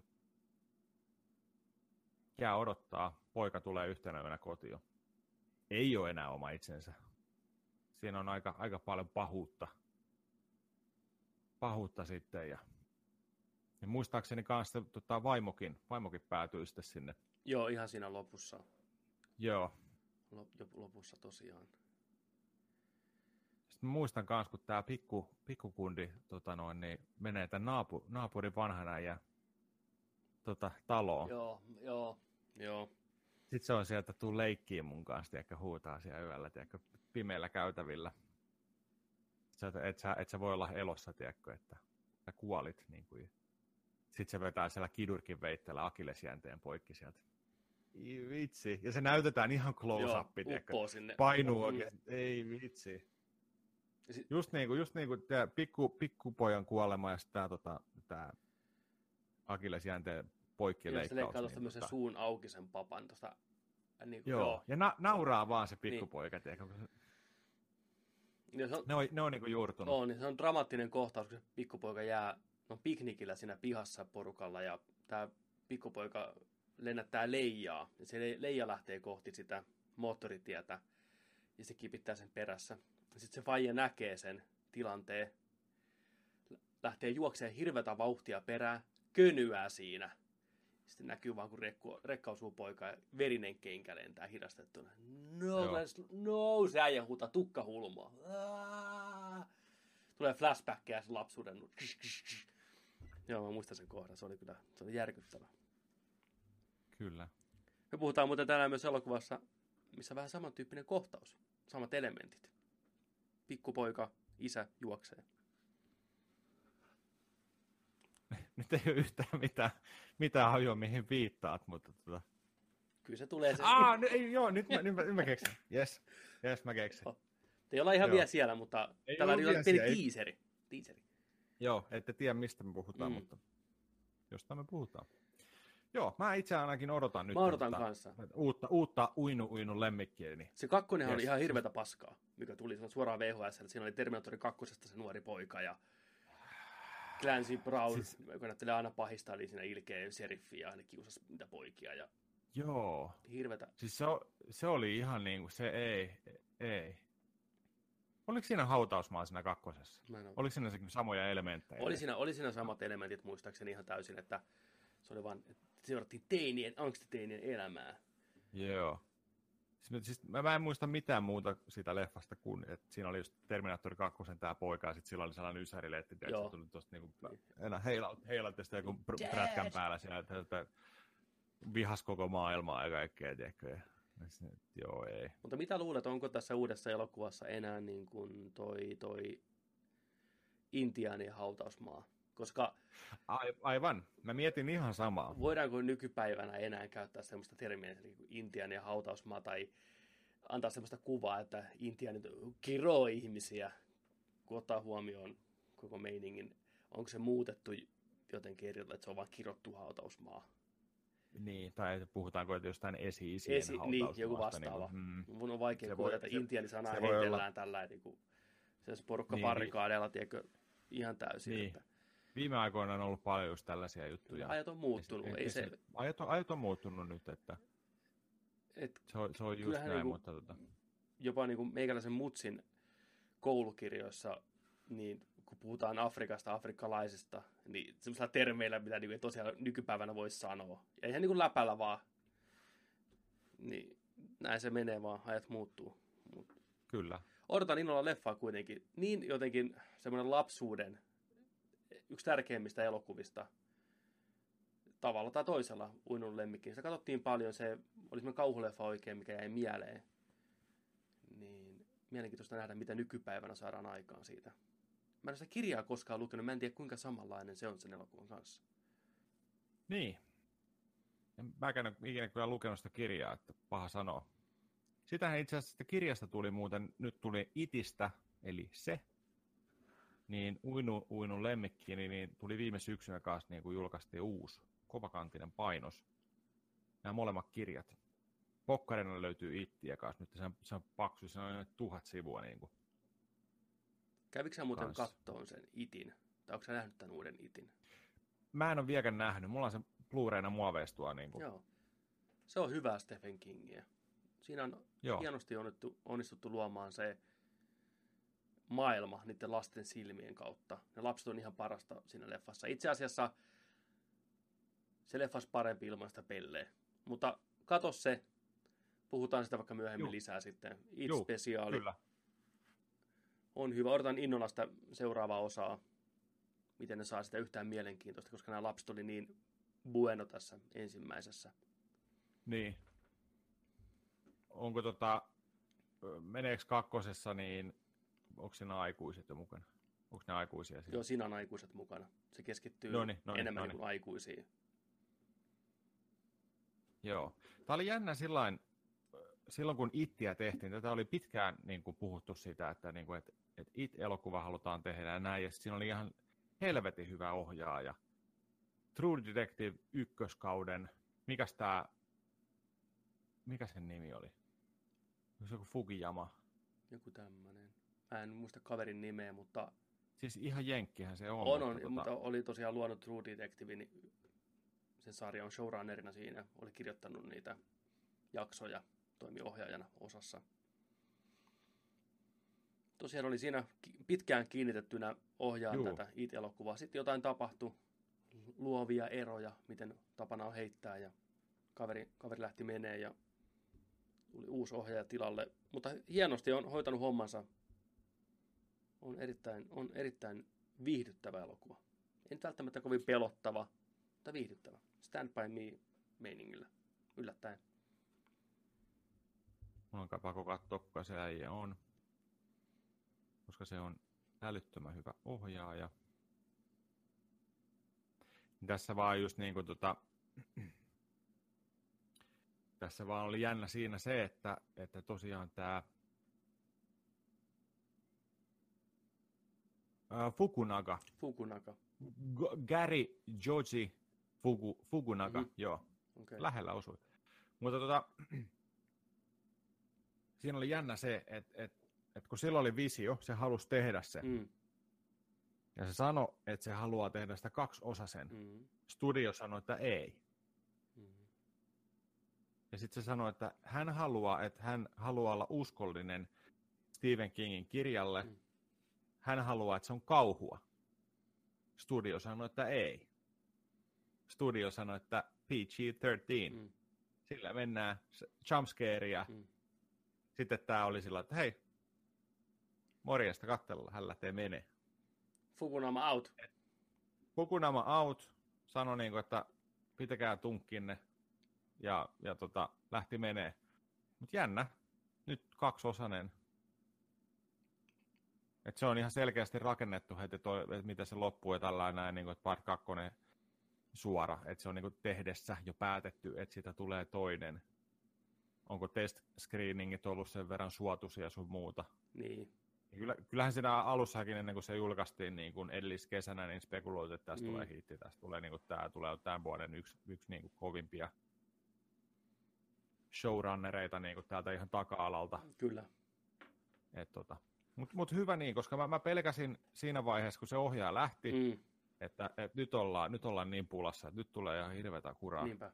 [SPEAKER 1] Jää odottaa, poika tulee yhtenä yönä kotiin. Ei ole enää oma itsensä. Siinä on aika, aika paljon pahuutta. Pahuutta sitten. Ja, ja muistaakseni kanssa tota, vaimokin, vaimokin päätyy sitten sinne.
[SPEAKER 2] Joo, ihan siinä lopussa.
[SPEAKER 1] Joo.
[SPEAKER 2] Lopussa tosiaan.
[SPEAKER 1] Sitten muistan myös, kun tämä pikku, pikkukundi tota noin, niin menee tämän naapu, naapurin vanhana ja tota, taloon.
[SPEAKER 2] Joo, joo, joo.
[SPEAKER 1] Sitten se on sieltä, että tuu leikkiin mun kanssa, tiedätkö, huutaa siellä yöllä, tiedätkö, pimeillä käytävillä. Sä, et, sä, et sä voi olla elossa, tiedätkö, että sä kuolit. Niin kuin. Sitten se vetää siellä kidurkin veitteellä akillesjänteen poikki sieltä. Ei vitsi. Ja se näytetään ihan close-up, tiedätkö. Painuu oikein. Mm. Ei vitsi. Sit... Just niin kuin, just niin kuin tämä pikku, pikkupojan kuolema ja sitten tämä tota, akillesjänteen poikki leikkaus.
[SPEAKER 2] Se leikkaa tuosta myös sen suun auki sen papan. Tosta, niin kuin,
[SPEAKER 1] joo. joo, ja na- nauraa vaan se pikkupoika. Niin.
[SPEAKER 2] Ja se on,
[SPEAKER 1] ne on, ne on niin kuin juurtunut.
[SPEAKER 2] On, niin se on dramaattinen kohtaus, kun se pikkupoika jää no, piknikillä siinä pihassa porukalla ja tämä pikkupoika lennättää leijaa. Ja se leija lähtee kohti sitä moottoritietä ja se kipittää sen perässä. Sitten se faija näkee sen tilanteen, lähtee juokseen hirveätä vauhtia perään, könyää siinä. Sitten näkyy vaan, kun rekku, rekka osuu poikaan ja verinen kenkä lentää hidastettuna. No, no, se äijä huutaa tukkahulmoa. Tulee flashbackkejä sen lapsuuden. Joo, mä muistan sen kohdan. Se oli kyllä se oli järkyttävä.
[SPEAKER 1] Kyllä.
[SPEAKER 2] Me puhutaan muuten tänään myös elokuvassa, missä on vähän samantyyppinen kohtaus. Samat elementit. Pikkupoika, isä juoksee.
[SPEAKER 1] Nyt ei ole yhtään mitään, mitään hajoa, mihin viittaat, mutta tota...
[SPEAKER 2] Kyllä se tulee se...
[SPEAKER 1] Aa, n- ei, joo, nyt mä, nyt mä, nyt mä keksin. Jes, jes, mä keksin.
[SPEAKER 2] Oh. Te ollaan ihan joo. vielä siellä, mutta ei tällä on pieni tiiseri. tiiseri.
[SPEAKER 1] Joo, ette tiedä mistä me puhutaan, mm. mutta jostain me puhutaan. Joo, mä itse ainakin odotan nyt
[SPEAKER 2] mä odotan kanssa.
[SPEAKER 1] Uutta, uutta uinu uinu lemmikkiä. Niin...
[SPEAKER 2] Se kakkonen yes. on ihan hirveätä paskaa, mikä tuli suoraan V H S. Siinä oli Terminator kakkosesta se nuori poika ja Clancy Brown, siis... joka näyttelee aina pahista, eli siinä ilkeä seriffi ja ne kiusasi niitä poikia. Ja...
[SPEAKER 1] Joo.
[SPEAKER 2] Hirvetä.
[SPEAKER 1] Siis se, se oli ihan niin kuin se ei, ei. Oliko siinä hautausmaa siinä kakkosessa? Oliko siinä samoja elementtejä?
[SPEAKER 2] Oli siinä, oli siinä samat elementit muistaakseni ihan täysin, että se oli vaan, että seurattiin teinien, angstiteinien elämää.
[SPEAKER 1] Joo. Siis, mä, mä en muista mitään muuta siitä leffasta kuin, että siinä oli just Terminator kaksi tämä poika ja sitten sillä oli sellainen ysärileetti, että se tuli tuosta niinku, enää heilatte sitä joku prätkän päällä siellä, että, että vihas koko maailmaa ja kaikkea, tiedätkö. Ja, joo, ei.
[SPEAKER 2] Mutta mitä luulet, onko tässä uudessa elokuvassa enää niin kuin toi, toi Intiaanien hautausmaa? Koska
[SPEAKER 1] aivan, mä mietin ihan samaa.
[SPEAKER 2] Voidaanko nykypäivänä enää käyttää semmoista termiä niin kuin Intiaanien hautausmaa tai antaa semmoista kuvaa, että Intiaanit kiroo ihmisiä, kun ottaa huomioon koko meiningin. Onko se muutettu jotenkin eri, että se on vaan kirottu hautausmaa?
[SPEAKER 1] Niin, tai puhutaanko jostain esi-isien
[SPEAKER 2] Esi-
[SPEAKER 1] hautausmaasta.
[SPEAKER 2] Niin, joku vastaava.
[SPEAKER 1] Niin, mm.
[SPEAKER 2] Mun on vaikea kuulla, että Intiaani-sanaa
[SPEAKER 1] se
[SPEAKER 2] heitellään
[SPEAKER 1] olla...
[SPEAKER 2] tällä, niin kuin se porukka
[SPEAKER 1] niin,
[SPEAKER 2] barrikaadeilla, tiedätkö, ihan täysin.
[SPEAKER 1] Niin.
[SPEAKER 2] Että...
[SPEAKER 1] Viime aikoina on ollut paljon just tällaisia juttuja.
[SPEAKER 2] Ajat on muuttunut. Ei se...
[SPEAKER 1] Se... Ajat, on, ajat on muuttunut nyt, että
[SPEAKER 2] Et...
[SPEAKER 1] se, on, se on just näin, niinku... mutta... Tota...
[SPEAKER 2] Jopa niin kuin meikäläisen mutsin koulukirjoissa, niin kun puhutaan Afrikasta, afrikkalaisista, niin semmoisilla termeillä, mitä niin tosiaan nykypäivänä voisi sanoa. Ja ihan niin kuin läpällä vaan. Niin näin se menee vaan, ajat muuttuu. Mut
[SPEAKER 1] kyllä.
[SPEAKER 2] Odotan innolla leffaa kuitenkin. Niin jotenkin semmoinen lapsuuden, yksi tärkeimmistä elokuvista, tavalla tai toisella uinun lemmikki. Sitä katsottiin paljon, se oli semmoinen kauhuleffa oikein, mikä jäi mieleen. Niin mielenkiintoista nähdä, mitä nykypäivänä saadaan aikaan siitä. Mä en ole sitä kirjaa koskaan lukenut, mä en tiedä kuinka samanlainen se on sen elokuvan kanssa.
[SPEAKER 1] Niin. Mä en ikinä kyllä lukenut sitä kirjaa, että paha sanoa. Sitähän itse asiassa kirjasta tuli muuten, nyt tuli Itistä, eli se, niin Uinu, Uinun lemmikki, niin, niin tuli viime syksynä kanssa, niin kun julkaistiin uusi kovakantinen painos. Nämä molemmat kirjat. Pokkarina löytyy Ittiä kanssa. Nyt se on, se on paksu, se on tuhat sivua. Niin kuin.
[SPEAKER 2] Kävikö sä muuten kattoon sen Itin? Tai onko sä nähnyt tämän uuden Itin?
[SPEAKER 1] Mä en ole vieläkään nähnyt. Mulla on se Blu-rayna muoveistua. Niin kuin.
[SPEAKER 2] Joo. Se on hyvää Stephen Kingiä. Siinä on Joo. hienosti onnistuttu, onnistuttu luomaan se maailma niiden lasten silmien kautta. Ne lapset on ihan parasta siinä leffassa. Itse asiassa se leffas parempi ilman sitä pelleä. Mutta kato se. Puhutaan sitä vaikka myöhemmin Juh. lisää sitten. It-spesiaali on hyvä. Odotan innolla sitä seuraavaa osaa. Miten ne saa sitä yhtään mielenkiintoista, koska nämä lapset oli niin bueno tässä ensimmäisessä.
[SPEAKER 1] Niin. Onko tota, meneekö kakkosessa, niin onko siinä aikuiset jo mukana? Onko ne aikuisia siinä?
[SPEAKER 2] Joo, siinä on aikuiset mukana. Se keskittyy noniin, noniin, enemmän noniin. kuin aikuisiin.
[SPEAKER 1] Joo. Tämä oli jännä sillain, silloin, kun Ittiä tehtiin. Tätä oli pitkään niin kuin puhuttu siitä, että, niin kuin, että, että It-elokuva halutaan tehdä ja näin. Ja siinä oli ihan helvetin hyvä ohjaaja. True Detective ykköskauden. Mikäs tää, mikä sen nimi oli? Se joku Fukuyama.
[SPEAKER 2] Joku tämmönen. Mä en muista kaverin nimeä, mutta...
[SPEAKER 1] Siis ihan jenkkihän se on.
[SPEAKER 2] On, on, mutta, mutta oli tosiaan luonut True Detectivein. Sen sarja on showrunnerina siinä. Oli kirjoittanut niitä jaksoja, toimi ohjaajana osassa. Tosiaan oli siinä pitkään kiinnitettynä ohjaan Juu. tätä It-elokuvaa. Sitten jotain tapahtui, luovia eroja, miten tapana on heittää, ja kaveri, kaveri lähti menee ja tuli uusi ohjaaja tilalle. Mutta hienosti on hoitanut hommansa. On erittäin, on erittäin viihdyttävä elokuva. En välttämättä kovin pelottava, mutta viihdyttävä. Stand by me meiningillä. Yllättäen.
[SPEAKER 1] Mulla on pakko katsoa, kuka se äijä on. Koska se on älyttömän hyvä ohjaaja. Tässä vaan just niin kuin tota, tässä vaan oli jännä siinä se, että, että tosiaan tämä ää, Fukunaga.
[SPEAKER 2] Fukunaga.
[SPEAKER 1] G- Gary Joji Fuku, Fukunaga, mm-hmm. joo. Okay. Lähellä osui. Mutta tota, siinä oli jännä se, että, että, että kun sillä oli visio, se halusi tehdä sen. Mm. Ja se sanoi, että se haluaa tehdä sitä kaksiosaisen. Mm. Studio sanoi, että ei. Mm. Ja sitten se sanoi, että hän haluaa, että hän haluaa olla uskollinen Stephen Kingin kirjalle. Mm. Hän haluaa, että se on kauhua. Studio sanoi, että ei. Studio sanoi, että P G thirteen. Mm. Sillä mennään jumpscarea. Mm. Sitten tämä oli sillä, että hei, morjesta katsella, hän lähtee menee.
[SPEAKER 2] Fukunama out.
[SPEAKER 1] Fukunama out. Sanoi, niin kuin, että pitäkää tunkkinne. Ja, ja tota, lähti menee. Mutta jännä. Nyt kaksiosainen. Et se on ihan selkeästi rakennettu heti, toi, että miten se loppuu ja tällainen näin, niin kuin, että part kakkonen suora. Että se on niin kuin tehdessä jo päätetty, että siitä tulee toinen. Onko test-screeningit ollut sen verran suotuisia sun muuta?
[SPEAKER 2] Niin.
[SPEAKER 1] Kyllä, kyllähän siinä alussakin, ennen kuin se julkaistiin niin kuin edelliskesänä, niin spekuloitiin, että tästä mm. tulee hitti. Tästä tulee, niin kuin, tämä tulee tämän vuoden yksi, yksi niin kuin kovimpia showrunnereita niin kuin täältä ihan taka-alalta.
[SPEAKER 2] Kyllä.
[SPEAKER 1] Tota. Mutta mut hyvä niin, koska mä, mä pelkäsin siinä vaiheessa, kun se ohjaaja lähti, mm. että, että nyt, ollaan, nyt ollaan niin pulassa, että nyt tulee ihan hirveätä kuraa.
[SPEAKER 2] Niinpä.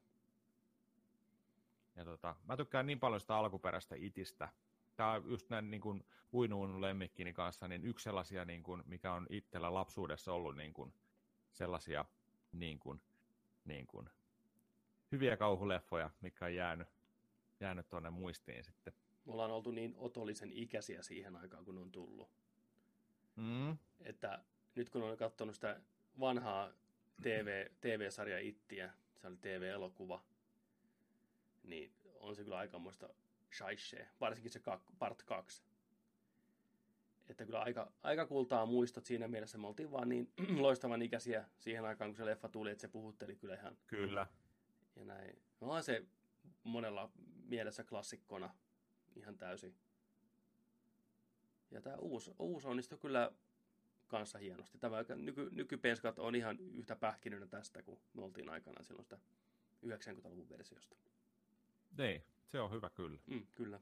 [SPEAKER 1] Ja tota, mä tykkään niin paljon sitä alkuperäistä Itistä. Tämä on just näin niin kuin uinuun lemmikkini kanssa, niin yksi sellaisia, niin kuin, mikä on itsellä lapsuudessa ollut niin kuin, sellaisia niin kuin, niin kuin, hyviä kauhuleffoja, mikä on jäänyt, jäänyt tuonne muistiin sitten.
[SPEAKER 2] Me ollaan oltu niin otollisen ikäisiä siihen aikaan, kun on tullut.
[SPEAKER 1] Mm.
[SPEAKER 2] Että nyt kun olen katsonut sitä vanhaa T V, T V-sarjaa Ittiä, se oli T V-elokuva, niin on se kyllä aikamoista shaishee, varsinkin se kak, part kaksi. Että kyllä aika, aika kultaa muistot siinä mielessä. Me oltiin vaan niin loistavan ikäisiä siihen aikaan, kun se leffa tuli, että se puhutteli kyllä ihan.
[SPEAKER 1] Kyllä.
[SPEAKER 2] Ja näin. No on se monella mielessä klassikkona ihan täysin. Ja tämä uusi, uusi onnistui kyllä kanssa hienosti. Tämä nyky, nykypenskat on ihan yhtä pähkinönä tästä, kuin me oltiin aikanaan silloin sitä yhdeksänkymmentäluvun versiosta.
[SPEAKER 1] Niin, se on hyvä kyllä.
[SPEAKER 2] Mm, kyllä.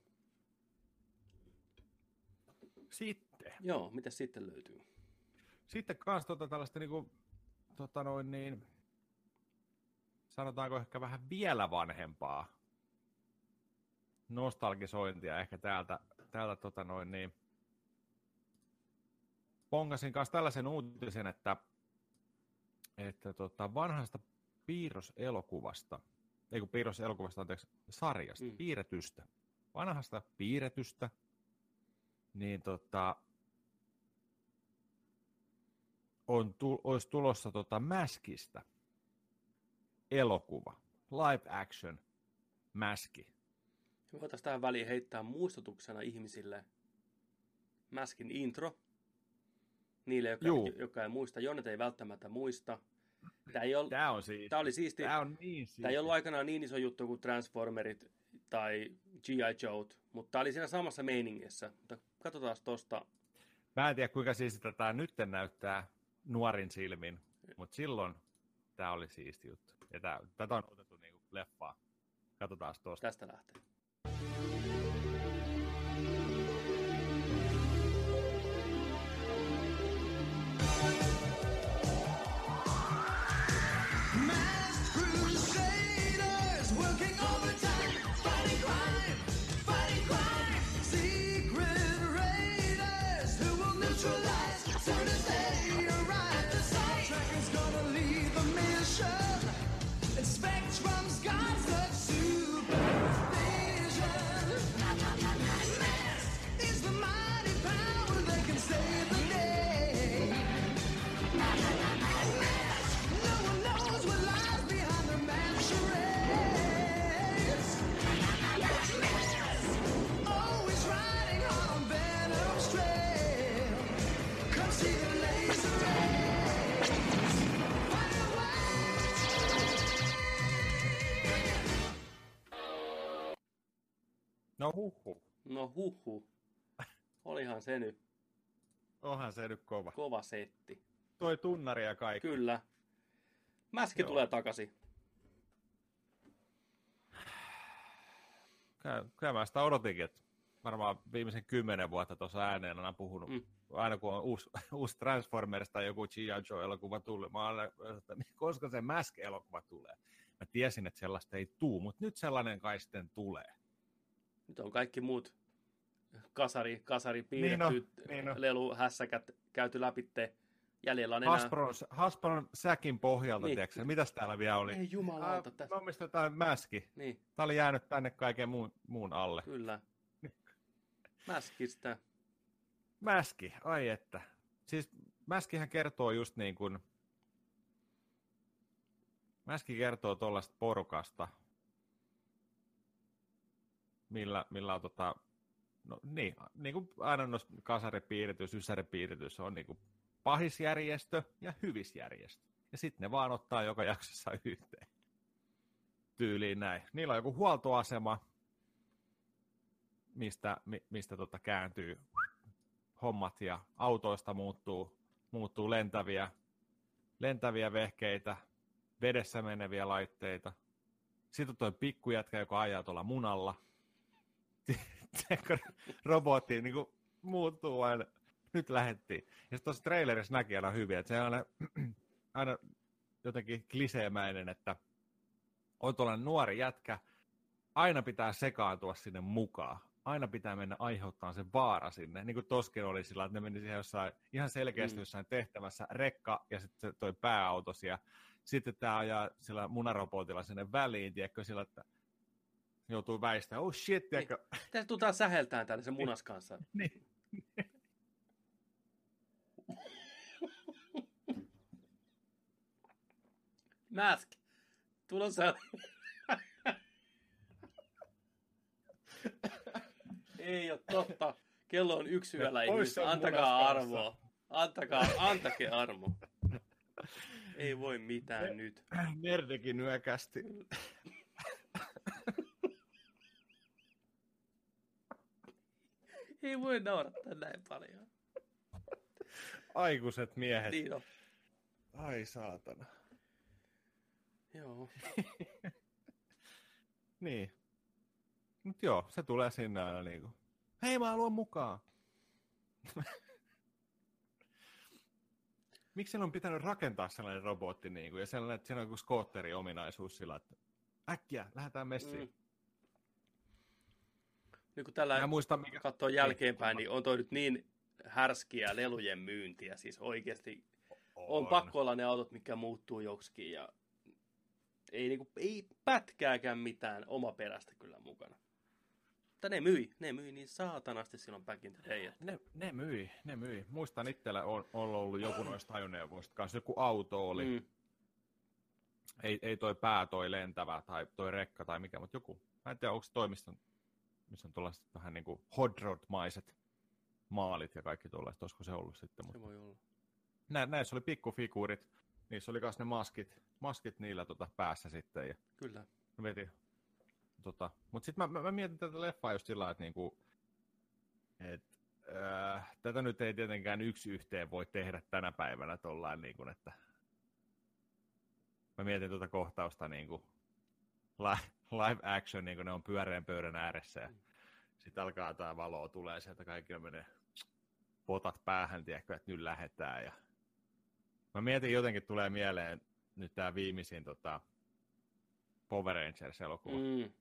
[SPEAKER 1] Sitten.
[SPEAKER 2] Joo, mitä sitten löytyy?
[SPEAKER 1] Sitten kans tota tällaista niinku, tota noin niin, sanotaanko ehkä vähän vielä vanhempaa nostalgisointia ehkä täältä, täältä tota noin niin, pongasin kanssa tällaisen uutisen, että, että tota vanhasta piirroselokuvasta, ei kun piirroselokuvasta, anteeksi, sarjasta, mm. piirretystä, vanhasta piirretystä, niin tota, on tu, olisi tulossa tota Mäskistä elokuva, live action Mäski.
[SPEAKER 2] Me voitaisiin tähän väliin heittää muistutuksena ihmisille Mäskin intro. Niille, jotka, jotka ei muista. Jonnet ei välttämättä muista. Tämä, ei ole,
[SPEAKER 1] Tämä on siisti.
[SPEAKER 2] Tämä oli siisti.
[SPEAKER 1] Tämä on niin siisti.
[SPEAKER 2] Tämä ei ollut aikanaan niin iso juttu kuin Transformerit tai G I. Joe, mutta tämä oli siinä samassa meiningissä. Mutta katsotaan tosta.
[SPEAKER 1] Mä en tiedä, kuinka siisti tämä nyt näyttää nuorin silmin, mutta silloin tämä oli siisti juttu. Ja tämä, tätä on otettu niin kuin leffaa. Katsotaan tuosta.
[SPEAKER 2] Tästä lähtee.
[SPEAKER 1] No huhhuh.
[SPEAKER 2] No huhhuh. Olihan se nyt.
[SPEAKER 1] Onhan se nyt kova.
[SPEAKER 2] Kova setti.
[SPEAKER 1] Toi tunnari ja kaikki.
[SPEAKER 2] Kyllä. Mäski Joo. tulee takaisin.
[SPEAKER 1] Kyllä mä sitä odotinkin, että varmaan viimeisen kymmenen vuotta tuossa ääneen on puhunut. Mm. Aina kun on uusi, uusi Transformers tai joku G I. Joe-elokuva tullut, mä olen, että koska se Mask-elokuva tulee. Mä tiesin, että sellaista ei tuu, mutta nyt sellainen kai sitten tulee.
[SPEAKER 2] Nyt on kaikki muut kasari, kasari piirretty, niin no, lelu, hässäkät käyty läpitte. Jäljellä on enää...
[SPEAKER 1] Hasbron, Hasbron säkin pohjalta, niin. Tiedätkö, mitäs täällä vielä oli?
[SPEAKER 2] Ei jumalauta. Tässä.
[SPEAKER 1] Me omistetaan Mäski.
[SPEAKER 2] Niin.
[SPEAKER 1] Tää oli jäänyt tänne kaiken muun, muun alle.
[SPEAKER 2] Kyllä. Mäskistä.
[SPEAKER 1] Mäski, ai että. Siis Mäskihän kertoo just niin kuin... Mäski kertoo tuollaista porukasta, millä, millä on tota... No niin, niin kuin aina noissa kasaripiiritys, ysäripiiritys on niin kuin pahisjärjestö ja hyvisjärjestö. Ja sitten ne vaan ottaa joka jaksossa yhteen. Tyyliin näin. Niillä on joku huoltoasema, mistä, mi, mistä tota kääntyy hommat ja autoista muuttuu, muuttuu lentäviä, lentäviä vehkeitä, vedessä meneviä laitteita. Sitten on toi pikkujätkä, joka ajaa tuolla munalla. Robotti niin kuin muuttuu aina. Nyt lähettiin. Ja sitten tuossa trailerissa näki aina hyvin, että se on aina, aina jotenkin kliseemäinen, että on tuollainen nuori jätkä, aina pitää sekaantua sinne mukaan. Aina pitää mennä aiheuttamaan se vaara sinne. Niin kuin toskin oli sillä, että ne meni siihen jossain, ihan selkeästi mm. jossain tehtävässä rekka ja sitten toi pääauto siellä. Sitten tämä ajaa sillä munarobotilla sinne väliin, tiedätkö, sillä, että joutuu väistämään. Oh shit, tiedätkö.
[SPEAKER 2] Niin. Tässä tutaan säheltään täällä sen munas kanssa.
[SPEAKER 1] Niin.
[SPEAKER 2] Mask. Tulossa. Ei ole totta. Kello on yksi yöllä ihmistä. Antakaa armoa. Antakaa, antake armo. Ei voi mitään nyt.
[SPEAKER 1] Nerdekin nyökästi.
[SPEAKER 2] Ei voi naurattaa näin paljon.
[SPEAKER 1] Aikuiset miehet.
[SPEAKER 2] Niin on.
[SPEAKER 1] Ai saatana.
[SPEAKER 2] Joo.
[SPEAKER 1] Niin. Mut joo, se tulee sinne aina niinku, hei mä haluan mukaan. Miksi siellä on pitänyt rakentaa sellainen robotti niinku, ja sellainen, että siellä on joku skootteri-ominaisuus sillä, että äkkiä, lähdetään messiin. Mm.
[SPEAKER 2] Niin kun tällä muista, mikä... katsoo jälkeenpäin, niin on toi nyt niin härskiä lelujen myyntiä, siis oikeasti on, on pakko olla ne autot, mikä muuttuu joksikin, ja ei, niinku, ei pätkääkään mitään omaperäistä kyllä mukana. Mutta ne myi, ne myi niin saatanasti silloin back in the day.
[SPEAKER 1] Ne, ne myi, ne myi. Muistan itsellä on, on ollut joku noista ajoneuvoista kanssa, joku auto oli. Mm. Ei, ei toi pää, toi lentävä tai toi rekka tai mikä, mutta joku. Mä en tiedä, onko se toimiston, missä on tuollaiset vähän niin kuin hot rod-maiset maalit ja kaikki tuollaiset. Olisiko se ollut sitten?
[SPEAKER 2] Se voi olla.
[SPEAKER 1] Nä, näissä oli pikkufiguurit. Niissä oli myös ne maskit, maskit niillä tota, päässä sitten. Ja
[SPEAKER 2] kyllä.
[SPEAKER 1] Veti. Tota, mutta sitten mä, mä, mä mietin tätä leffaa just sillä, että niinku, et, äh, tätä nyt ei tietenkään yksi yhteen voi tehdä tänä päivänä tollain, niinku, että mä mietin tuota kohtausta niinku, live action, niin kuin ne on pyöreän pöydän ääressä ja sitten alkaa tämä valoa tulee sieltä, kaikilla menee potat päähän, tiedätkö, että nyt lähdetään. Ja mä mietin, jotenkin tulee mieleen nyt tämä viimeisin tota, Power Rangers-elokuva. Mm.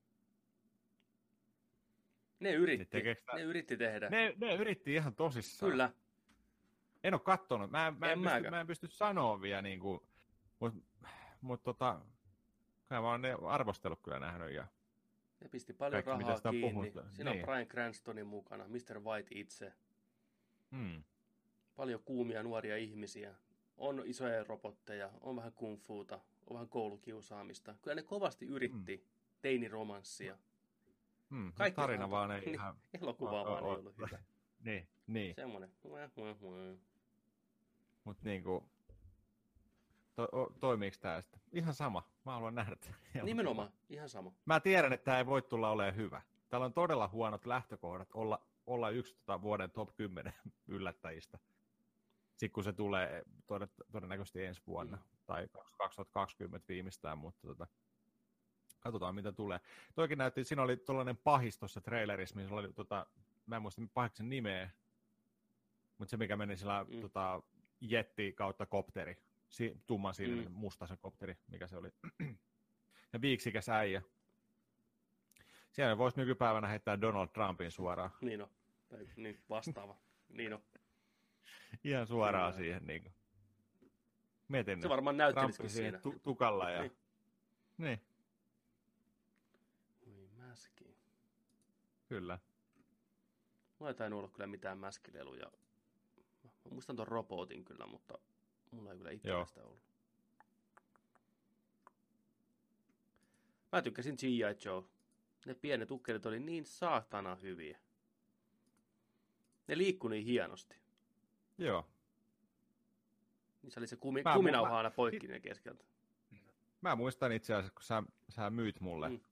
[SPEAKER 2] Ne yritti, niin ne yritti tehdä.
[SPEAKER 1] Ne, ne yritti ihan tosissaan.
[SPEAKER 2] Kyllä.
[SPEAKER 1] En ole kattonut, mä, mä, en, en, pysty, mä en pysty sanoa vielä, niin kuin, mutta mut, tota, kyllä mä oon ne arvostellut kyllä nähnyt. Ja
[SPEAKER 2] ne pisti paljon kaikki, rahaa kiinni. Siinä niin. on Bryan Cranstonin mukana, mister White itse. Hmm. Paljon kuumia nuoria ihmisiä. On isoja robotteja, on vähän kung fuuta, on vähän koulukiusaamista. Kyllä ne kovasti yritti hmm. teiniromanssia.
[SPEAKER 1] Hmm. Tarina on, vaan ei niin, ihan...
[SPEAKER 2] Elokuva vaan ei ollut hyvä.
[SPEAKER 1] Niin, niin.
[SPEAKER 2] Semmoinen.
[SPEAKER 1] Mut niinku... To, toimiiko tää sitten? Ihan sama. Mä haluan nähdä tämän.
[SPEAKER 2] Nimenomaan, ihan sama.
[SPEAKER 1] Mä tiedän, että tää ei voi tulla olemaan hyvä. Täällä on todella huonot lähtökohdat olla, olla yksi tota vuoden top kymmenen yllättäjistä. Sitten kun se tulee todennäköisesti ensi vuonna, mm. tai kaksituhattakaksikymmentä viimeistään, mutta tota, katsotaan mitä tulee. Toikin näytti, siinä oli tuollainen pahis tuossa trailerissa, missä oli, tota, mä en muista pahiksen nimeä, mutta se mikä meni sillä mm. tota, jetti kautta kopteri. Si- tumman silmin, mm. mustaisen kopteri, mikä se oli. Ja viiksikäs äijä. Siellä voisi nykypäivänä heittää Donald Trumpin suoraan.
[SPEAKER 2] Niin on. Tai niin, vastaava. Niin on.
[SPEAKER 1] Ihan suoraan Kyllä. siihen. Niin kuin. Mietin
[SPEAKER 2] se varmaan näyttelisikin siinä.
[SPEAKER 1] Tu- tukalla. Ja...
[SPEAKER 2] Niin.
[SPEAKER 1] niin.
[SPEAKER 2] Oi mäski.
[SPEAKER 1] Kyllä.
[SPEAKER 2] Mulla ei tainnut olla kyllä mitään mäskileluja. Mä muistan ton robotin kyllä, mutta... Mulla ei kyllä itsellä sitä ollut. Mä tykkäsin G I. Joe. Ne pienet ukkelit oli niin saatana hyviä. Ne liikkui niin hienosti.
[SPEAKER 1] Joo.
[SPEAKER 2] Niissä oli se kumi, kuminauha aina poikki ne keskeltä.
[SPEAKER 1] Mä muistan itse asiassa, kun sä, sä myyt mulle mm.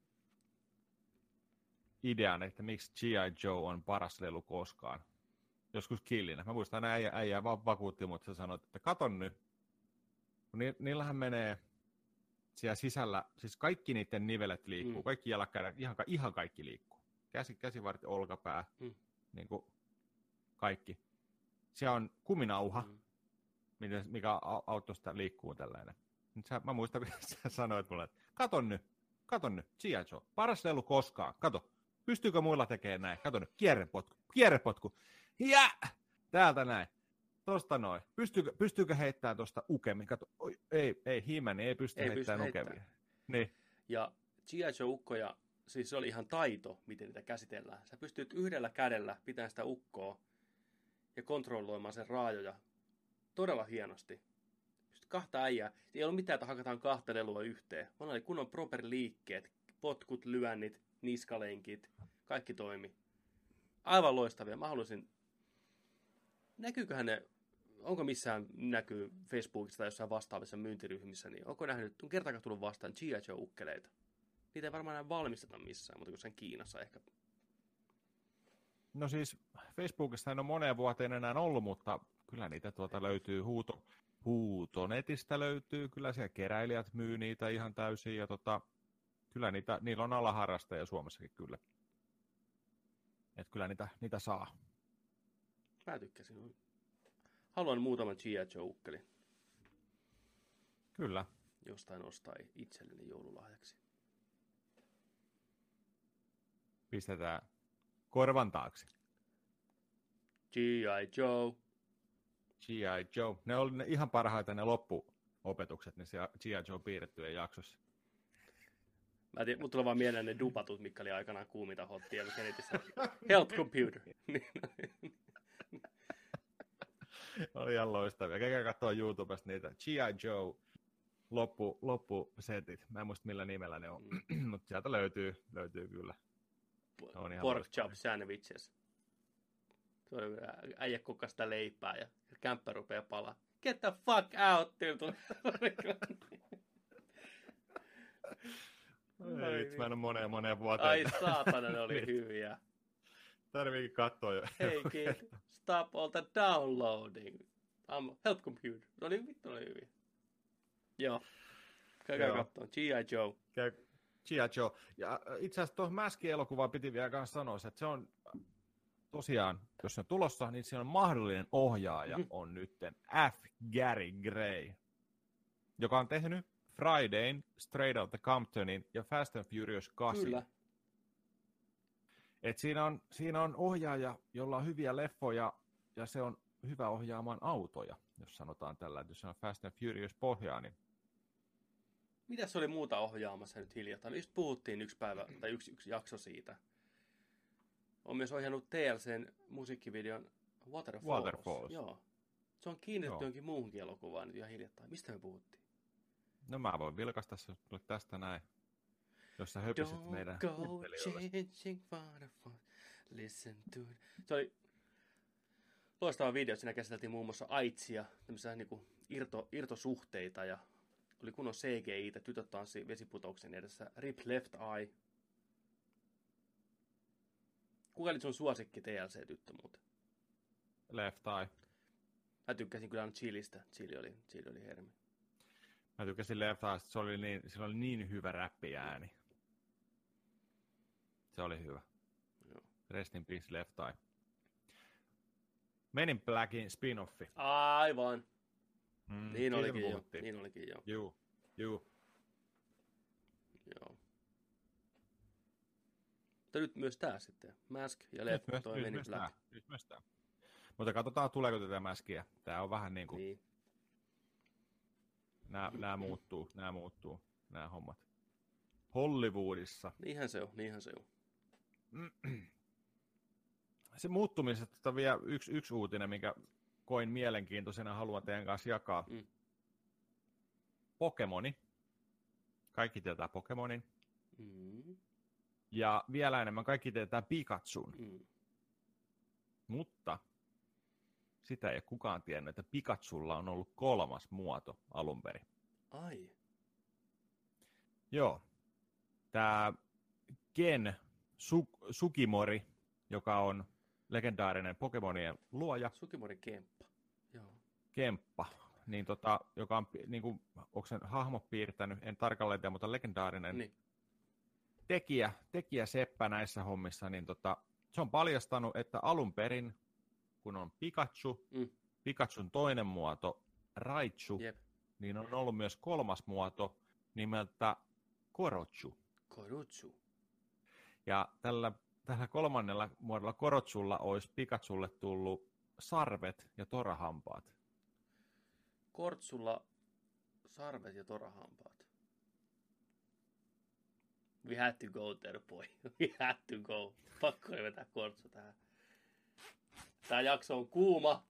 [SPEAKER 1] idean, että miksi G I. Joe on paras lelu koskaan. Joskus killinä. Mä muistan, että äijä, äijä vaan vakuutti, mutta sä sanoit, että katon nyt. Ni, niillähän menee siellä sisällä, siis kaikki niiden nivelet liikkuu, mm. kaikki jalakkäiden, ihan, ihan kaikki liikkuu. Käsi, käsivarti, olkapää, mm. niin kuin kaikki. Siellä on kuminauha, mm. mikä autosta liikkuu tällainen. Nyt sä, mä muistan, kun sä sanoit mulle, että katon nyt, katon nyt, G I. Joe, paras lelu koskaan, kato. Pystyykö muilla tekemään näin? Kato nyt, kierrepotku, kierrepotku. Ja täältä näin. Tosta noin. Pystyykö, pystyykö heittämään tuosta ukemmin? Kato, oi, ei, ei, He-Man ei pysty ei heittämään pysty ukemmin. Niin.
[SPEAKER 2] Ja G I. Joe-ukkoja, siis se oli ihan taito, miten niitä käsitellään. Sä pystyt yhdellä kädellä pitämään sitä ukkoa ja kontrolloimaan sen raajoja todella hienosti. Pystyt kahta äijää. Ei ollut mitään, että hakataan kahta lelua yhteen. Vaan oli kunnon proper liikkeet, potkut, lyönnit, niskalenkit, kaikki toimi. Aivan loistavia. Mä haluaisin... Näkyyköhän ne... Onko missään näkyy Facebookissa tai jossain vastaavissa myyntiryhmissä, niin onko nähnyt, on kertaakaan tullut vastaan G I. Joe-ukkeleita? Niitä ei varmaan enää valmisteta missään, mutta jossain Kiinassa ehkä.
[SPEAKER 1] No siis Facebookissa en ole moneen vuoteen enää ollut, mutta kyllä niitä tuolta löytyy huuto, huutonetistä löytyy, kyllä siellä keräilijät myy niitä ihan täysin ja tota, kyllä niitä, niillä on alaharrastaja Suomessakin kyllä. Että kyllä niitä, niitä saa.
[SPEAKER 2] Mä tykkäsin. Haluan muutaman G I. Joe-ukkelin.
[SPEAKER 1] Kyllä.
[SPEAKER 2] Jostain ostaa itselleni joululahjaksi.
[SPEAKER 1] Pistetään korvan taakse.
[SPEAKER 2] G I. Joe.
[SPEAKER 1] G I. Joe. Ne oli ne ihan parhaita ne loppuopetukset, ne G I. Joe piirrettyjen jaksossa.
[SPEAKER 2] Mä tiedän, mut tulee vaan mieleen ne dupatut, mitkä oli aikanaan kuuminta hottia, mikä netissä Help Computer.
[SPEAKER 1] Oli ihan loistavia. Käykää katsoa YouTubesta niitä G I. Joe loppu, loppusetit. Mä en muista millä nimellä ne on, mm. mutta sieltä löytyy, löytyy kyllä.
[SPEAKER 2] Pork chop sandwiches. Se oli äijä kokkaa sitä leipää ja kämppä rupeaa palaa. Get the fuck out!
[SPEAKER 1] Ei vitsi, mä en ole moneen moneen vuoteen.
[SPEAKER 2] Ai saatana, ne oli hyviä.
[SPEAKER 1] Tarviikin katsoa jo.
[SPEAKER 2] Hey kid, stop all the downloading. I'm help computer. No niin, vittu oli hyviä. Joo. Käykää katsoa. G I. Joe.
[SPEAKER 1] Käy G I. Joe. Ja itse asiassa tuohon Maskin elokuvaan piti vielä kanssa sanoa, että se on tosiaan, jos se on tulossa, niin siinä on mahdollinen ohjaaja mm-hmm. on nytten F. Gary Gray, joka on tehnyt Fridayn, Straight Outta Comptonin ja Fast and Furious kahdeksan.
[SPEAKER 2] Kyllä.
[SPEAKER 1] Et siinä, on, siinä on ohjaaja, jolla on hyviä leffoja, ja se on hyvä ohjaamaan autoja, jos sanotaan tällä, että jos se on Fast and Furious pohjaa, niin...
[SPEAKER 2] Mitäs oli muuta ohjaamassa nyt hiljattain? Just puhuttiin yksi päivä, tai yksi, yksi jakso siitä. On myös ohjannut T L C:n musiikkivideon Waterfalls.
[SPEAKER 1] Waterfalls.
[SPEAKER 2] Joo. Se on kiinnitetty jonkin muuhunkin elokuvaan nyt ihan hiljattain. Mistä me puhuttiin?
[SPEAKER 1] No mä voin vilkaista tästä näin, jos sä höpisit Don't meidän kuuntelijoille.
[SPEAKER 2] Listen to it. Se oli loistava video, siinä käsiteltiin muun muassa aitsia, tämmöisiä niin kuin irto, irtosuhteita ja oli kunnon C G I-tä, tytöt tanssi vesiputouksen edessä, Rip Left Eye. Kuka oli sun suosikki T L C-tyttö muuten?
[SPEAKER 1] Left Eye.
[SPEAKER 2] Mä tykkäsin kyllä Chilistä, Chili oli, Chili oli hermi.
[SPEAKER 1] Mä tykkäsin Left Eye, se oli niin, sillä oli niin hyvä räppiääni. Se oli hyvä.
[SPEAKER 2] Joo.
[SPEAKER 1] Rest in peace Left Eye. Men in Blackin spin-offi.
[SPEAKER 2] Aivan.
[SPEAKER 1] Mm,
[SPEAKER 2] niin olikin jo. Niin olikin jo.
[SPEAKER 1] Juu, juu.
[SPEAKER 2] Joo. Mutta nyt myös tää sitten. Mask ja Left toi Men in Black.
[SPEAKER 1] Nyt myös tää. Mutta katsotaan, tuleeko tätä Maskia. Tää on vähän niin kuin... Niin. Nää, nää muuttuu, nää muuttuu, nää hommat. Hollywoodissa.
[SPEAKER 2] Niinhän se on, niinhän se on.
[SPEAKER 1] Se muuttumisesta vielä yksi, yksi uutinen, minkä koin mielenkiintoisena, haluan teidän kanssa jakaa. Mm. Pokemoni. Kaikki tietää Pokemonin. Mm. Ja vielä enemmän kaikki tietää Pikachun. Mm. Mutta sitä ei ole kukaan tiennyt, että Pikachulla on ollut kolmas muoto alun perin.
[SPEAKER 2] Ai.
[SPEAKER 1] Joo. Tämä Ken Su- Sugimori, joka on legendaarinen Pokemonien luoja.
[SPEAKER 2] Sugimori Kemppa. Joo.
[SPEAKER 1] Kemppa. Niin tota, joka on, niin kuin, onko sen hahmo piirtänyt, en tarkalleen tiedä, mutta legendaarinen
[SPEAKER 2] niin.
[SPEAKER 1] tekijä, tekijä seppä näissä hommissa, niin tota, se on paljastanut, että alun perin, kun on Pikachu, mm. Pikachun toinen muoto, Raichu, Jep. niin on ollut myös kolmas muoto nimeltä Korochu.
[SPEAKER 2] Korochu.
[SPEAKER 1] Ja tällä, tällä kolmannella muodolla Korochulla olisi Pikachulle tullut sarvet ja torahampaat.
[SPEAKER 2] Kortsulla sarvet ja torahampaat. We had to go there, boy. We had to go. Pakko ei vetää Kortsu tähän. Tää jakso on kuuma.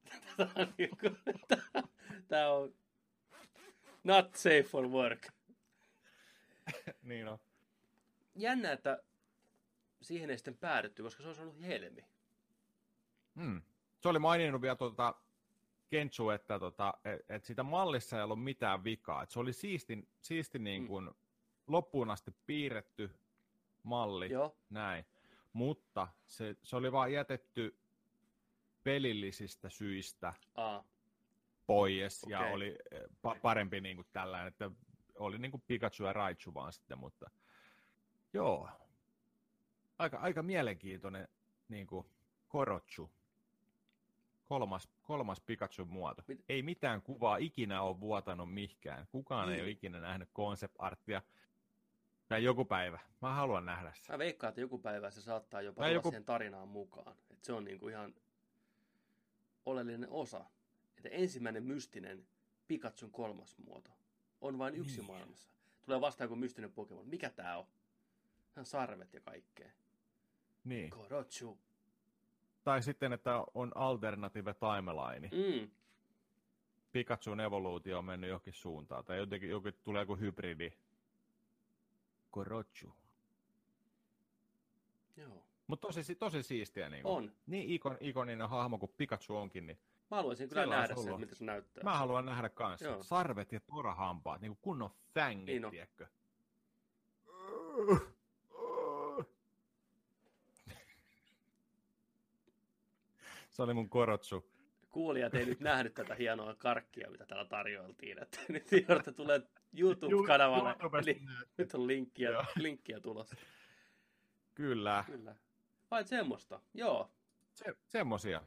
[SPEAKER 2] Tää on not safe for work.
[SPEAKER 1] Niin on.
[SPEAKER 2] Jännä, että siihen ei sitten päädytty, koska se olisi ollut helmi.
[SPEAKER 1] Hmm. Se oli maininnut vielä tuota Kentsu, että tota, et, et sitä mallissa ei ollut mitään vikaa. Et se oli siisti, siisti niin kuin mm. loppuun asti piirretty malli.
[SPEAKER 2] Joo.
[SPEAKER 1] Näin. Mutta se, se oli vaan jätetty pelillisistä syistä
[SPEAKER 2] Aa.
[SPEAKER 1] pois
[SPEAKER 2] okay.
[SPEAKER 1] ja oli pa- parempi niin kuin tällainen, että oli niin kuin Pikachu ja Raichu vaan sitten, mutta joo, aika, aika mielenkiintoinen niin kuin Korochu. Kolmas, kolmas Pikachun muoto.
[SPEAKER 2] Mit?
[SPEAKER 1] Ei mitään kuvaa ikinä ole vuotanut mihkään. Kukaan
[SPEAKER 2] niin.
[SPEAKER 1] ei ole ikinä nähnyt concept-arttia. Tai joku päivä. Mä haluan nähdä sen.
[SPEAKER 2] Mä veikkaan, että joku päivä se saattaa jopa
[SPEAKER 1] tai
[SPEAKER 2] tulla
[SPEAKER 1] joku...
[SPEAKER 2] siihen tarinaan mukaan. Että se on niinku ihan oleellinen osa. Että ensimmäinen mystinen Pikachun kolmas muoto on vain yksi niin. maailmassa. Tulee vastaan joku mystinen Pokemon. Mikä tää on? Hän sarvet ja kaikkea.
[SPEAKER 1] Niin.
[SPEAKER 2] Korochu.
[SPEAKER 1] Tai sitten, että on alternative timeline.
[SPEAKER 2] Mm.
[SPEAKER 1] Pikachun evoluutio on mennyt johonkin suuntaan. Tai jotenkin, jokin, tulee joku hybridi. Korochu.
[SPEAKER 2] Joo.
[SPEAKER 1] Mutta tosi, tosi siistiä. Niin,
[SPEAKER 2] on.
[SPEAKER 1] Niin ikon, ikoninen hahmo kuin Pikachu onkin. Niin
[SPEAKER 2] mä haluaisin kyllä nähdä sen, että mitä se näyttää.
[SPEAKER 1] Mä haluan nähdä kanssa.
[SPEAKER 2] Joo.
[SPEAKER 1] Sarvet ja torahampaat, niin kuin kunnon fängit, niin no. tiedätkö? Se oli mun Korotsu.
[SPEAKER 2] Kuulijat ei nyt nähnyt tätä hienoa karkkia, mitä täällä tarjoiltiin. Että nyt tiedät, tulee YouTube-kanavalle. Eli nyt on linkkiä, linkkiä tulossa.
[SPEAKER 1] Kyllä.
[SPEAKER 2] Kyllä. Vai semmoista, joo.
[SPEAKER 1] Se, semmosia.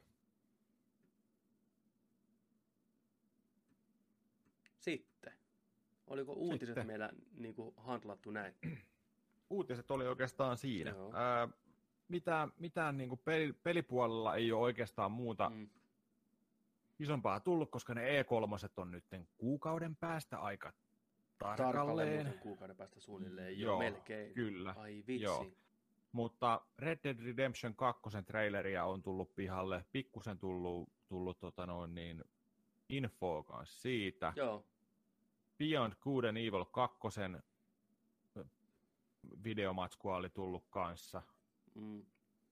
[SPEAKER 2] Sitten. Oliko uutiset
[SPEAKER 1] Sitten.
[SPEAKER 2] meillä niin kuin handlattu näin?
[SPEAKER 1] Uutiset oli oikeastaan siinä. Ää, mitään mitään niin kuin peli, pelipuolella ei ole oikeastaan muuta mm. isompaa tullut, koska ne E kolme on nyt kuukauden päästä aika tarkalleen.
[SPEAKER 2] Tarkalleen kuukauden päästä suunnilleen, jo
[SPEAKER 1] joo,
[SPEAKER 2] melkein.
[SPEAKER 1] Kyllä.
[SPEAKER 2] Ai vitsi.
[SPEAKER 1] Joo. Mutta Red Dead Redemption kaksi traileria on tullut pihalle, pikkusen tullut, tullut tota noin niin, infoa kanssa siitä.
[SPEAKER 2] Joo.
[SPEAKER 1] Beyond Good and Evil kaksi videomatskua oli tullut kanssa.
[SPEAKER 2] Mm.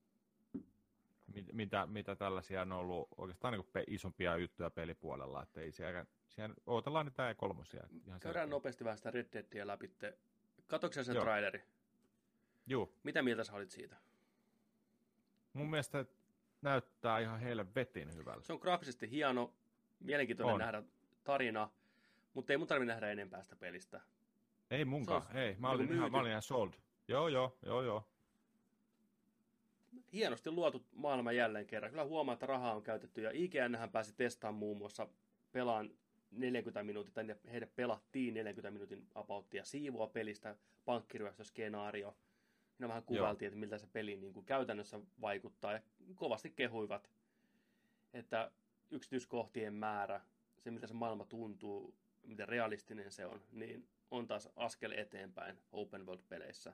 [SPEAKER 1] Mitä, mitä tällaisia on ollut oikeastaan niin kuin isompia juttuja pelipuolella, että ei siellä, siellä odotellaan niitä E kolme. Käydään
[SPEAKER 2] selkeä. Nopeasti vähän sitä Red Deadia läpi. Katsoitko sen
[SPEAKER 1] Joo.
[SPEAKER 2] traileri?
[SPEAKER 1] Joo.
[SPEAKER 2] Mitä mieltä sä olit siitä?
[SPEAKER 1] Mun mielestä näyttää ihan helvetin hyvältä.
[SPEAKER 2] Se on graafisesti hieno, mielenkiintoinen on. Nähdä tarina, mutta ei mun tarvitse nähdä enempää sitä pelistä.
[SPEAKER 1] Ei munkaan, on, ei. Mä olin, niin ihan, mä olin ihan sold. Joo, joo, joo, joo.
[SPEAKER 2] Hienosti luotu maailma jälleen kerran. Kyllä huomaa, että rahaa on käytetty, ja I G N:hän pääsi testaamaan muun muassa pelaan neljäkymmentä minuutin, tai heidät pelattiin neljänkymmenen minuutin apauttia siivua pelistä, pankkiryöstöskenaario. Minä vähän kuvailtiin, että miltä se peli niin kuin käytännössä vaikuttaa, ja kovasti kehuivat, että yksityiskohtien määrä, se miltä se maailma tuntuu, miten realistinen se on, niin on taas askel eteenpäin open world-peleissä.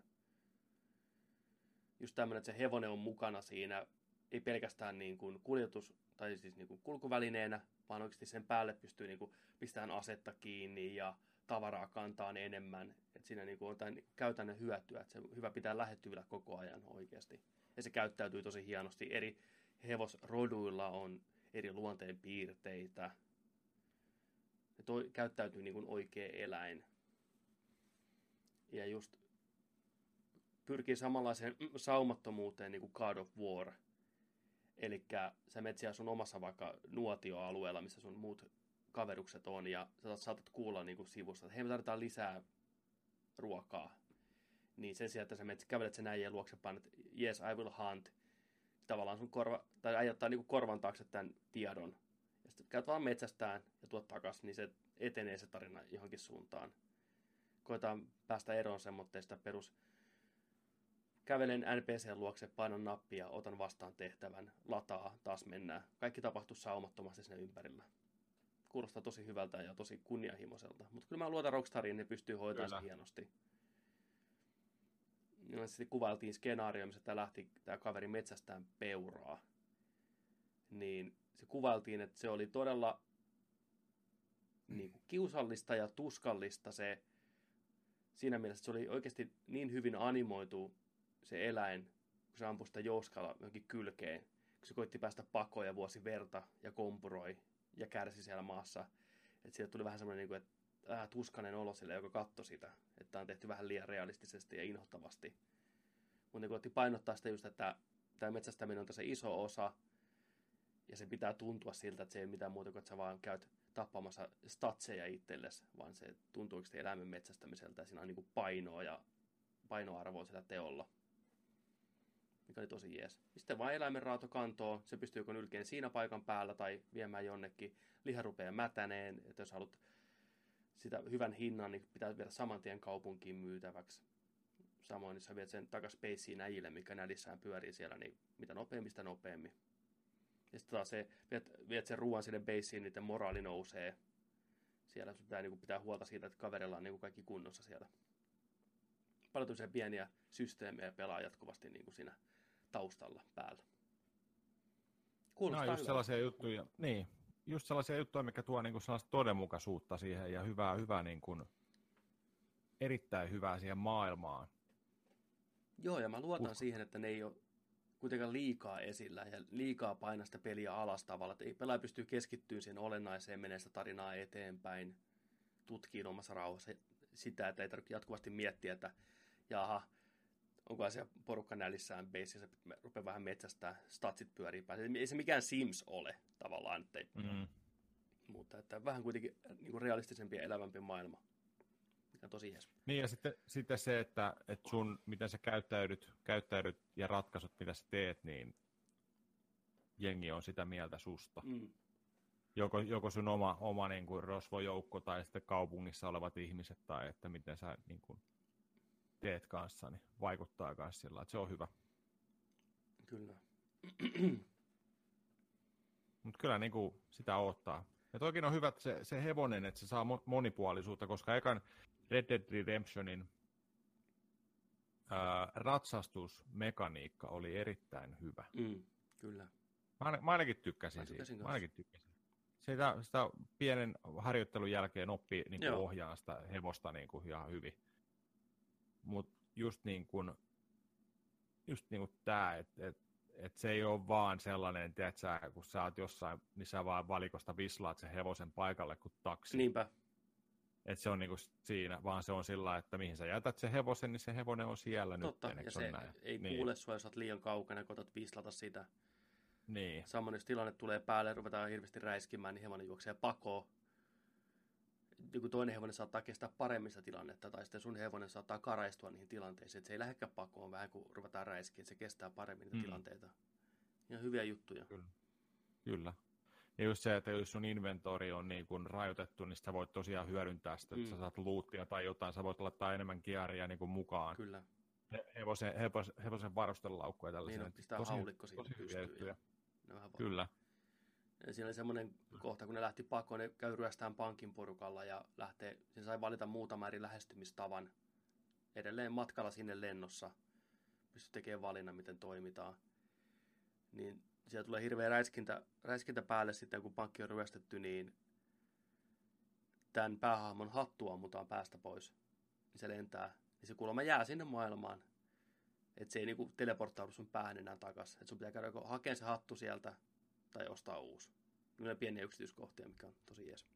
[SPEAKER 2] Just tämmöinen, että se hevonen on mukana siinä, ei pelkästään niin kuin kuljetus, tai siis niin kuin kulkuvälineenä, vaan oikeasti sen päälle pystyy niin kuin pistämään asetta kiinni ja tavaraa kantaan enemmän. Että siinä niin kuin on tämän käytännön hyötyä, että se on hyvä pitää lähettyvillä koko ajan oikeasti. Ja se käyttäytyy tosi hienosti. Eri hevosroduilla on eri luonteen piirteitä. Se toi, käyttäytyy niin kuin oikea eläin. Ja just pyrkii samanlaiseen saumattomuuteen niin kuin God of War. Eli sä menet siellä sun omassa vaikka nuotioalueella, missä sun muut kaverukset on, ja sä saatat kuulla niin kuin sivusta, että hei, me tarvitaan lisää ruokaa. Niin sen sijaan, että sä menet, kävelet sen äijän luokse, painat yes, I will hunt. Tavallaan sun korva, tai äijättää niin kuin korvan taakse tämän tiedon. Ja sitten käyt vaan metsästään ja tuot takaisin, niin se etenee se tarina johonkin suuntaan. Koetaan päästä eroon semmoitteista perus kävelen N P C:n luokse, painan nappia, otan vastaan tehtävän, lataa, taas mennään. Kaikki tapahtuu saumattomasti siinä ympärillä. Kuulostaa tosi hyvältä ja tosi kunnianhimoiselta. Mutta kyllä mä luotan Rockstariin, ne pystyy hoitamaan sen hienosti. Ja sitten kuvailtiin skenaario, missä tämä lähti tämä kaveri metsästään peuraa. Niin se kuvailtiin, että se oli todella niin kuin kiusallista ja tuskallista se siinä mielessä, että se oli oikeasti niin hyvin animoitu se eläin, kun se ampui sitä jouskalla johonkin kylkeen, kun se koitti päästä pakoon ja vuosi verta ja kompuroi ja kärsi siellä maassa. Että siitä tuli vähän semmoinen, niin että äh, tuskainen olo sille, joka katsoi sitä. Että on tehty vähän liian realistisesti ja inhottavasti. Mutta kun otti painottaa sitä just, että tämä metsästäminen on tässä iso osa, ja se pitää tuntua siltä, että se ei ole mitään muuta kuin, että sä vaan käyt tappamassa statseja itsellesi, vaan se tuntuu oikeasti eläimen metsästämiseltä, ja siinä on niin kuin painoa ja painoarvoa sillä teolla. mikä oli tosi jees. Sitten vaan eläimen raato kantoo, se pystyy joko nylkeen siinä paikan päällä tai viemään jonnekin. Liha rupeaa mätäneen, että jos haluat sitä hyvän hinnan, niin pitää viedä saman tien kaupunkiin myytäväksi. Samoin, jos sä viet sen takas spaceen äijille, mikä nälissään pyörii siellä, niin mitä nopeammin, sitä nopeammin. Ja sitten taas se, viet, viet sen ruoan sinne baseen, niin moraali nousee. Siellä pitää niin kuin, pitää huolta siitä, että kaverilla on niin kuin kaikki kunnossa siellä. Paljon tosiaan pieniä systeemejä pelaa jatkuvasti niin kuin siinä taustalla päällä.
[SPEAKER 1] Kuulostaa no, just sellaisia juttuja, niin, just sellaisia juttuja, mikä tuo niin kuin sellaista todenmukaisuutta siihen ja hyvää, hyvää niin kuin, erittäin hyvää siihen maailmaan.
[SPEAKER 2] Joo, ja mä luotan
[SPEAKER 1] Usko.
[SPEAKER 2] siihen, että ne ei ole kuitenkaan liikaa esillä ja liikaa painaa sitä peliä alas tavalla, että pelaaja pystyy keskittymään siihen olennaiseen, menee sitä tarinaa eteenpäin, tutkii omassa rauhassa sitä, että ei tarvitse jatkuvasti miettiä, että jaha, onko se porukka nälissään basessa, rupeaa vähän metsästää, statsit pyörii päälle. Ei se mikään Sims ole tavallaan, että ei, mm. mutta että vähän kuitenkin niin kuin realistisempi ja elävämpi maailma. Mikä on tosi jees.
[SPEAKER 1] Niin ja sitten, sitten se, että, että sun, miten sä käyttäydyt, käyttäydyt ja ratkaisut, mitä sä teet, niin jengi on sitä mieltä susta. Mm. Joko, joko sun oma, oma niin kuin rosvojoukko tai sitten kaupungissa olevat ihmiset tai että miten sä niin kuin teet kanssa, niin vaikuttaa kanssa sillä, että se on hyvä.
[SPEAKER 2] Kyllä.
[SPEAKER 1] Mutta kyllä niin kuin sitä odottaa. Ja toikin on hyvä se, se hevonen, että se saa monipuolisuutta, koska ekan Red Dead Redemptionin ää, ratsastusmekaniikka oli erittäin hyvä.
[SPEAKER 2] Mm, kyllä.
[SPEAKER 1] Mä, mä ainakin tykkäsin mä siitä. Mä ainakin tykkäsin. Sitä, sitä pienen harjoittelun jälkeen oppii niin ohjaa sitä hevosta niin kuin ihan hyvin. Mutta just niin kuin just niin kuin tää, että et, et se ei ole vaan sellainen, että sä, kun sä oot jossain, niin sä vaan valikosta vislaat sen hevosen paikalle kuin taksi.
[SPEAKER 2] Niinpä.
[SPEAKER 1] Että se on niinku siinä, vaan se on sillä, että mihin sä jätät sen hevosen, niin se hevonen on siellä.
[SPEAKER 2] Totta,
[SPEAKER 1] nyt.
[SPEAKER 2] Ja se
[SPEAKER 1] näin?
[SPEAKER 2] ei niin. kuule sua, jos oot liian kaukana, kun otat vislata sitä.
[SPEAKER 1] Niin.
[SPEAKER 2] Samoin, jos tilanne tulee päälle ja ruvetaan hirveästi räiskimään, niin hevonen juoksee pakoon. Joku toinen hevonen saattaa kestää paremmin sitä tilannetta, tai sitten sun hevonen saattaa karaistua niihin tilanteisiin, että se ei lähdekään pakoon vähän, kun ruvetaan räiskiä, että se kestää paremmin niitä mm. tilanteita. Ja hyviä juttuja.
[SPEAKER 1] Kyllä. Kyllä. Ja just se, että jos sun inventori on niin kuin rajoitettu, niin sä voit tosiaan hyödyntää sitä, että mm. sä saat luuttia tai jotain, sä voit laittaa enemmän gearia niin kuin mukaan.
[SPEAKER 2] Kyllä.
[SPEAKER 1] Hevosen, hevosen, hevosen varustelalaukkuja tällaisia.
[SPEAKER 2] Niin, no, pistää tosi, haulikko siitä pystyyn.
[SPEAKER 1] Kyllä.
[SPEAKER 2] Ja siinä oli semmoinen kohta, kun ne lähti pakoon, ne käy ryöstään pankin porukalla ja lähtee, siinä sai valita muutama eri lähestymistavan. Edelleen matkalla sinne lennossa pystyi tekemään valinnan, miten toimitaan. Niin siellä tulee hirveä räiskintä, räiskintä päälle sitten, kun pankki on ryöstetty, niin tämän päähahmon hattu ammutaan päästä pois. Niin se lentää. Niin se kuulemma jää sinne maailmaan. Että se ei niinku teleporttaudu sun päähän enää takaisin. Että sun pitää käydä hakemaan se hattu sieltä tai ostaa uusi. Niin on pieniä yksityiskohtia, mikä on tosi jees.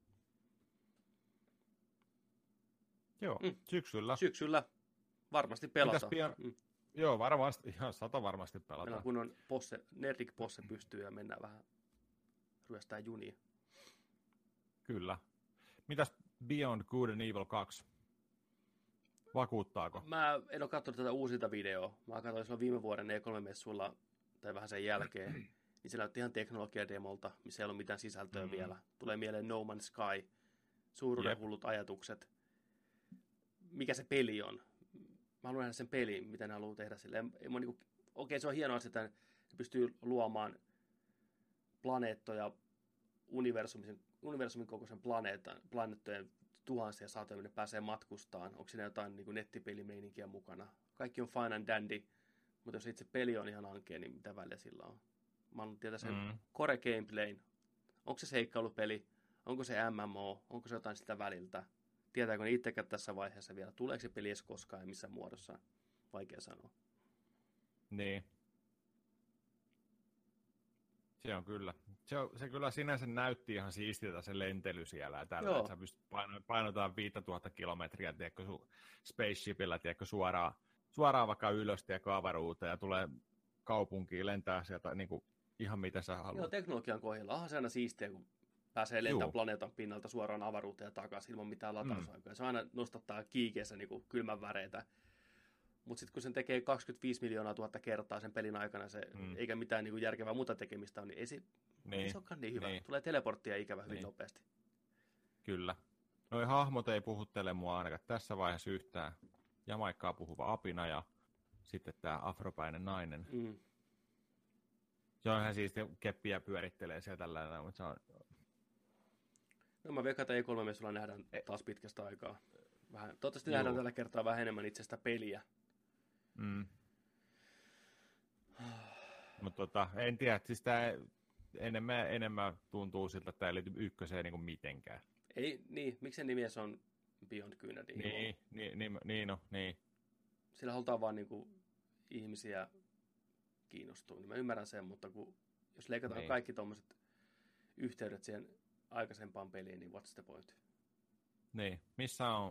[SPEAKER 1] Joo, mm. syksyllä.
[SPEAKER 2] Syksyllä varmasti pelataan.
[SPEAKER 1] Pian... Mm. Joo, varmasti, ihan sata varmasti pelataan.
[SPEAKER 2] Meillä kun on posse, Nerdik posse pystyy ja mennään vähän ryöstää junia.
[SPEAKER 1] Kyllä. Mitäs Beyond Good and Evil kaksi? Vakuuttaako?
[SPEAKER 2] Mä en ole katsonut tätä uusinta videoa. Mä katsoin silloin viime vuoden E kolme -messuilla tai vähän sen jälkeen. Niin se näytti ihan teknologiademolta, missä ei ollut mitään sisältöä mm. vielä. Tulee mieleen No Man's Sky, suuruuden yep. hullut ajatukset. Mikä se peli on? Mä haluan nähdä sen pelin, mitä ne haluaa tehdä silleen. Niin okei, se on hieno asia, että ne pystyy luomaan planeettoja, universumin, universumin kokoisen planeetan, planeettojen tuhansia satoja, minne pääsee matkustaan. Onko siinä jotain niin kuin nettipelimeininkiä mukana? Kaikki on fine and dandy, mutta jos itse peli on ihan ankea, niin mitä väliä sillä on? Mä haluan tietää sen mm. core gameplayn. Onko se seikkailupeli? Onko se M M O? Onko se jotain sitä väliltä? Tietääkö ne itsekään tässä vaiheessa vielä? Tuleeko se peli edes koskaan ja missä muodossa? Vaikea sanoa.
[SPEAKER 1] Niin. Se on kyllä. Se, on, se kyllä sinänsä näytti ihan siistiltä se lentely siellä. Tällä, että sä pystyt paino, painotaan viisituhatta kilometriä tiedätkö, su, spaceshipillä tiedätkö, suoraan, suoraan vaikka ylös tiedätkö, avaruuteen ja tulee kaupunkiin, lentää sieltä niin kuin, ihan mitä sä haluat.
[SPEAKER 2] Joo, teknologian kohdalla. Onhan se aina siistiä, kun pääsee lentämään planeetan pinnalta suoraan avaruuteen ja takaisin ilman mitään latausaikaa. Mm. Se aina nostattaa kiikeessä niin kuin kylmän väreitä. Mutta sitten kun sen tekee kaksikymmentäviisi miljoonaa tuhatta kertaa sen pelin aikana, se, mm. eikä mitään niin kuin järkevää muuta tekemistä on, niin ei se, niin. ei se olekaan niin hyvä. Niin. Tulee teleporttia ikävä hyvin niin. nopeasti.
[SPEAKER 1] Kyllä. Noi hahmot ei puhuttele mua ainakaan tässä vaiheessa yhtään. Jamaikkaa puhuva apina ja sitten tämä afropäinen nainen. Mm. Se on ihan siisti, keppiä pyörittelee siellä tällainen, mutta se on...
[SPEAKER 2] No mä veikkaan, että E kolme-messuilla nähdään taas pitkästä aikaa. Vähän, toivottavasti Joo. nähdään tällä kertaa vähän enemmän itse sitä peliä.
[SPEAKER 1] Mm. Mutta tota, en tiedä, siis tää enemmän, enemmän tuntuu siltä, että tämä ei liity ykköseen niin kuin mitenkään.
[SPEAKER 2] Ei, niin, miksi sen nimi on Beyond Good and Evil?
[SPEAKER 1] Niin, niin, niin, niin, no, niin.
[SPEAKER 2] Sillä halutaan vaan niin kuin ihmisiä kiinnostua, niin mä ymmärrän sen, mutta kun, jos leikataan niin. kaikki tuommoiset yhteydet siihen aikaisempaan peliin, niin what's the point?
[SPEAKER 1] Niin, missä on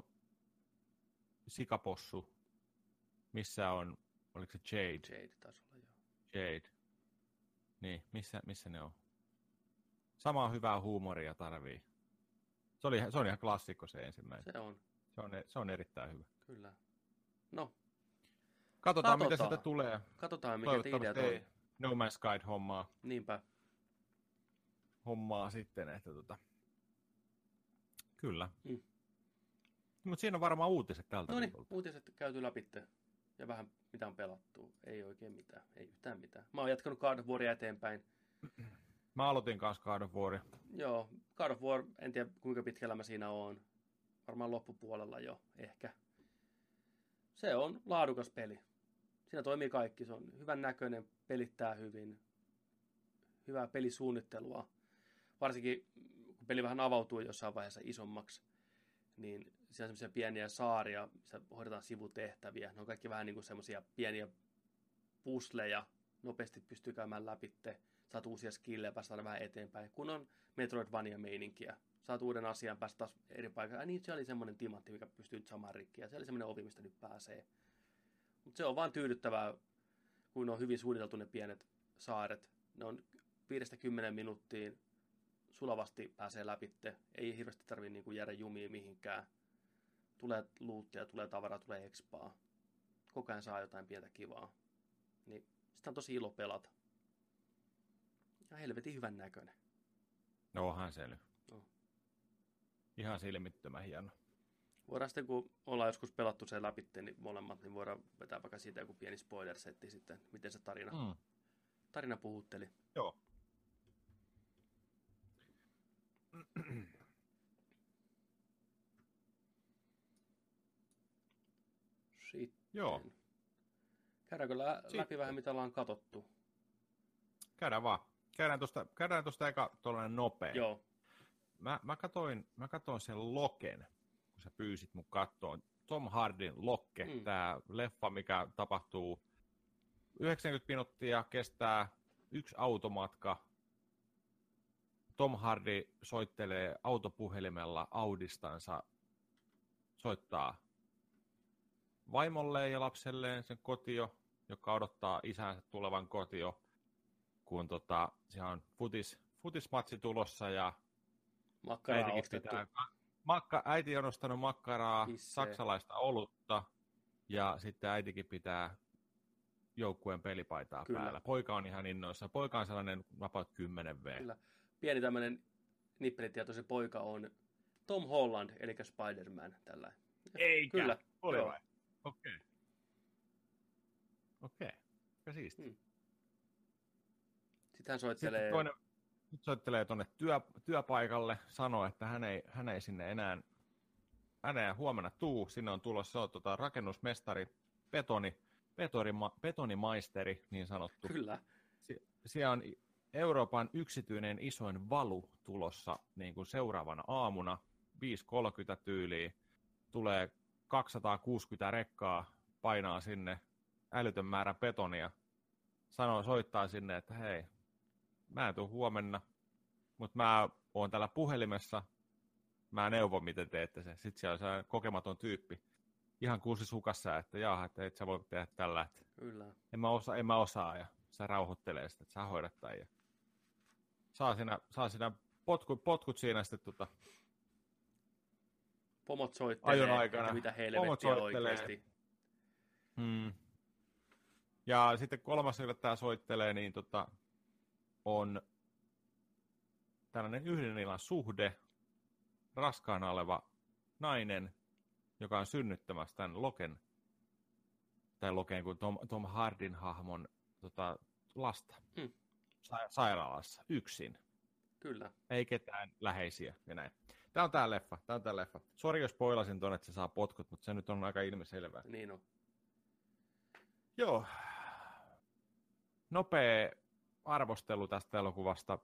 [SPEAKER 1] Sikapossu? Missä on, oliko se Jade?
[SPEAKER 2] Jade taisi olla, joo.
[SPEAKER 1] Jade. Niin, missä, missä ne on? Samaa hyvää huumoria tarvii. Se, oli, se on ihan klassikko se ensimmäinen.
[SPEAKER 2] Se on.
[SPEAKER 1] Se on, se on erittäin hyvä.
[SPEAKER 2] Kyllä. No.
[SPEAKER 1] Katsotaan, Katsotaan. mitä sitä tulee.
[SPEAKER 2] Katsotaan, mikä ideat on.
[SPEAKER 1] No Man's Sky hommaa.
[SPEAKER 2] Niinpä.
[SPEAKER 1] Hommaa sitten, että tota... Kyllä.
[SPEAKER 2] Mm.
[SPEAKER 1] Mutta siinä on varmaan uutiset tältä
[SPEAKER 2] No niin, uutiset käyty läpi. Ja vähän mitä on pelattu. Ei oikein mitään. Ei yhtään mitään. Mä oon jatkanut God of Waria eteenpäin.
[SPEAKER 1] Mä aloitin kanssa God of Waria.
[SPEAKER 2] Joo, God of War, en tiedä kuinka pitkällä mä siinä oon. Varmaan loppupuolella jo, ehkä. Se on laadukas peli. Siinä toimii kaikki. Se on hyvän näköinen, pelittää hyvin. Hyvää pelisuunnittelua. Varsinkin kun peli vähän avautuu jossain vaiheessa isommaksi, niin siinä on semmoisia pieniä saaria, missä hoidetaan sivutehtäviä. Ne on kaikki vähän niin kuin semmoisia pieniä pusleja. Nopeasti pystyy käymään läpi. Saat uusia skillejä, päästään vähän eteenpäin. Kun on Metroidvania-meininkiä. Saat uuden asian, päästä taas eri paikkaan. Ja niin, se oli semmoinen timantti, mikä pystyy nyt samaan rikki. Ja se oli semmoinen ovi, mistä nyt pääsee. Mutta se on vaan tyydyttävää, kun on hyvin suunniteltu ne pienet saaret. Ne on viidestä kymmeneen minuuttiin sulavasti pääsee läpi. Ei hirveästi tarvitse niinku jäädä jumiin mihinkään. Tulee luuttia, tulee tavaraa, tulee expaa. Koko ajan saa jotain pientä kivaa. Niin sitä on tosi ilo pelata. Ja helvetin hyvän näköinen.
[SPEAKER 1] No onhan se nyt. No. Ihan silmittömän hieno.
[SPEAKER 2] Voidaan sitten, kun ollaan joskus pelattu sen läpi, niin molemmat, niin voidaan vetää vaikka siitä joku pieni spoiler-setti sitten, miten se tarina, mm. tarina puhutteli.
[SPEAKER 1] Joo.
[SPEAKER 2] Sitten.
[SPEAKER 1] Joo.
[SPEAKER 2] Käydäänkö lä- läpi sitten vähän, mitä ollaan katsottu?
[SPEAKER 1] Käydään vaan. Käydään tuosta, käydään tuosta eka tuollainen nopea.
[SPEAKER 2] Joo.
[SPEAKER 1] Mä, mä, katoin, mä katoin sen Loken, kun sä pyysit mun kattoon. Tom Hardin Lokke, mm. tää leffa, mikä tapahtuu yhdeksänkymmentä minuuttia, kestää yksi automatka. Tom Hardy soittelee autopuhelimella Audistansa, soittaa vaimolleen ja lapselleen sen kotio, joka odottaa isänsä tulevan kotio, kun tota, siellä on futis, futismatsi tulossa ja
[SPEAKER 2] makkaraa ostettu.
[SPEAKER 1] Pitää, makka, äiti on ostanut makkaraa, Pisse. saksalaista olutta ja sitten äitikin pitää joukkueen pelipaitaa Kyllä. päällä. Poika on ihan innoissa. Poika on sellainen about kymmenen vuotta.
[SPEAKER 2] Kyllä. Pieni tämmöinen nippelitieto, se poika on Tom Holland, eli Spider-Man. Tällä.
[SPEAKER 1] Eikä?
[SPEAKER 2] Kyllä.
[SPEAKER 1] Oli vai? Okei. Okay. Okei. Okay. Ja siisti. Hmm.
[SPEAKER 2] Sitten hän soittelee... Sitten
[SPEAKER 1] toinen, soittelee tuonne työ, työpaikalle, sanoo, että hän ei, hän ei sinne enää, enää huomenna tuu. Sinne on tulossa, se on tota, rakennusmestari, betoni, betonima, betonimaisteri, niin sanottu.
[SPEAKER 2] Kyllä.
[SPEAKER 1] Sie, siellä on Euroopan yksityinen isoin valu tulossa niin kuin seuraavana aamuna, viisi kolmekymmentä tyyliä, tulee kaksisataakuusikymmentä rekkaa, painaa sinne älytön määrä betonia, sanoo, soittaa sinne, että hei, mä en tule huomenna, mutta mä oon täällä puhelimessa, mä neuvon, miten teette se. Sitten siellä on sellainen kokematon tyyppi, ihan kuusisukassa, että jaha, että et sä voi tehdä tällä, että
[SPEAKER 2] Kyllä.
[SPEAKER 1] En, mä osaa, en mä osaa, ja se rauhoittelee sitä, että sä hoidat tämän, ja saa siinä, saa siinä potkut, potkut siinä sitten tota,
[SPEAKER 2] pomot soittelee, että mitä helvettiä oikeasti.
[SPEAKER 1] Hmm. Ja sitten kolmas, joka tää soittelee, niin tota, on tällainen yhden illan suhde, raskaana oleva nainen, joka on synnyttämässä tämän Loken, tai Loken kuin Tom, Tom Hardin hahmon tota, lasta
[SPEAKER 2] Hmm.
[SPEAKER 1] sa- sairaalassa yksin.
[SPEAKER 2] Kyllä.
[SPEAKER 1] Ei ketään läheisiä ja näin. Tää on tää leffa, tää on tää leffa. Sori jos spoilasin ton, että se saa potkut, mutta se nyt on aika ilmiselvää.
[SPEAKER 2] Niin on.
[SPEAKER 1] Joo. Nopea arvostelu tästä elokuvasta.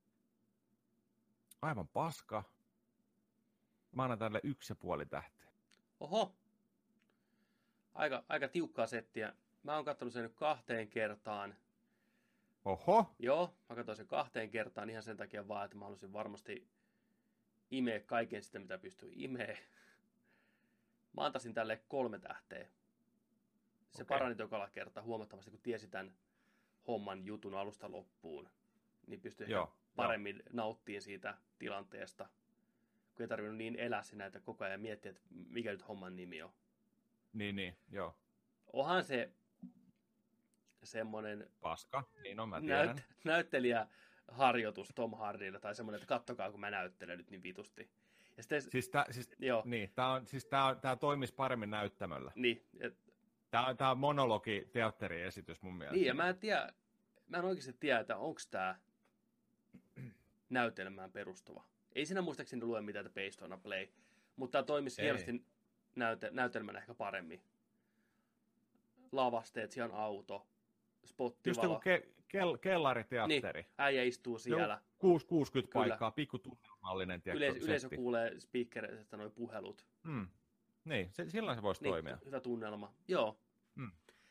[SPEAKER 1] Aivan paska. Mä annan tälle yksi ja puoli tähteä.
[SPEAKER 2] Oho. Aika, aika tiukkaa settiä. Mä oon katsonut sen nyt kahteen kertaan.
[SPEAKER 1] Oho.
[SPEAKER 2] Joo, mä katsoin sen kahteen kertaan ihan sen takia vaan, että mä halusin varmasti imeä kaiken sitä, mitä pystyy imeä. Mä antaisin tälle kolme tähteä. Se
[SPEAKER 1] Okei.
[SPEAKER 2] parani tokalla kertaa huomattavasti, kun tiesi tämän homman jutun alusta loppuun. Niin pystyi
[SPEAKER 1] Joo,
[SPEAKER 2] ehkä paremmin nauttimaan siitä tilanteesta. Kun ei tarvinnut niin elää sinä, että koko ajan miettiä, että mikä nyt homman nimi on.
[SPEAKER 1] Niin, niin, joo.
[SPEAKER 2] Onhan se semmoinen
[SPEAKER 1] Paska, niin on, mä tiedän.
[SPEAKER 2] näyt, näyttelijäharjoitus Tom Hardilla, tai semmoinen, että kattokaa, kun mä näyttelen nyt niin vitusti. Ja sitten,
[SPEAKER 1] Siis, tää, siis,
[SPEAKER 2] joo,
[SPEAKER 1] niin, tää, on, siis tää, tää toimisi paremmin näyttämöllä.
[SPEAKER 2] niin, et,
[SPEAKER 1] Tää, tää on monologi teatteriesitys mun mielestä.
[SPEAKER 2] niin, ja mä en tiedä, mä en oikeasti tiedä, että onko tää näytelmään perustuva. Ei siinä muistaakseni lue mitään, että based on a play, mutta tää toimisi
[SPEAKER 1] Ei.
[SPEAKER 2] hienosti näyte, näytelmänä ehkä paremmin. Lavasteet, siellä on auto,
[SPEAKER 1] Just
[SPEAKER 2] spottivalo.
[SPEAKER 1] joku ke, kel, kellariteatteri.
[SPEAKER 2] Niin, äijä istuu siellä.
[SPEAKER 1] Kuusi, kuusikymmentä
[SPEAKER 2] Kyllä.
[SPEAKER 1] paikkaa, pikku tunnelmallinen.
[SPEAKER 2] Yleisö, yleisö kuulee speakereista noi puhelut.
[SPEAKER 1] Hmm. Niin, se, silloin se voisi
[SPEAKER 2] Niin,
[SPEAKER 1] toimia.
[SPEAKER 2] hyvä tunnelma. Joo.
[SPEAKER 1] Hmm.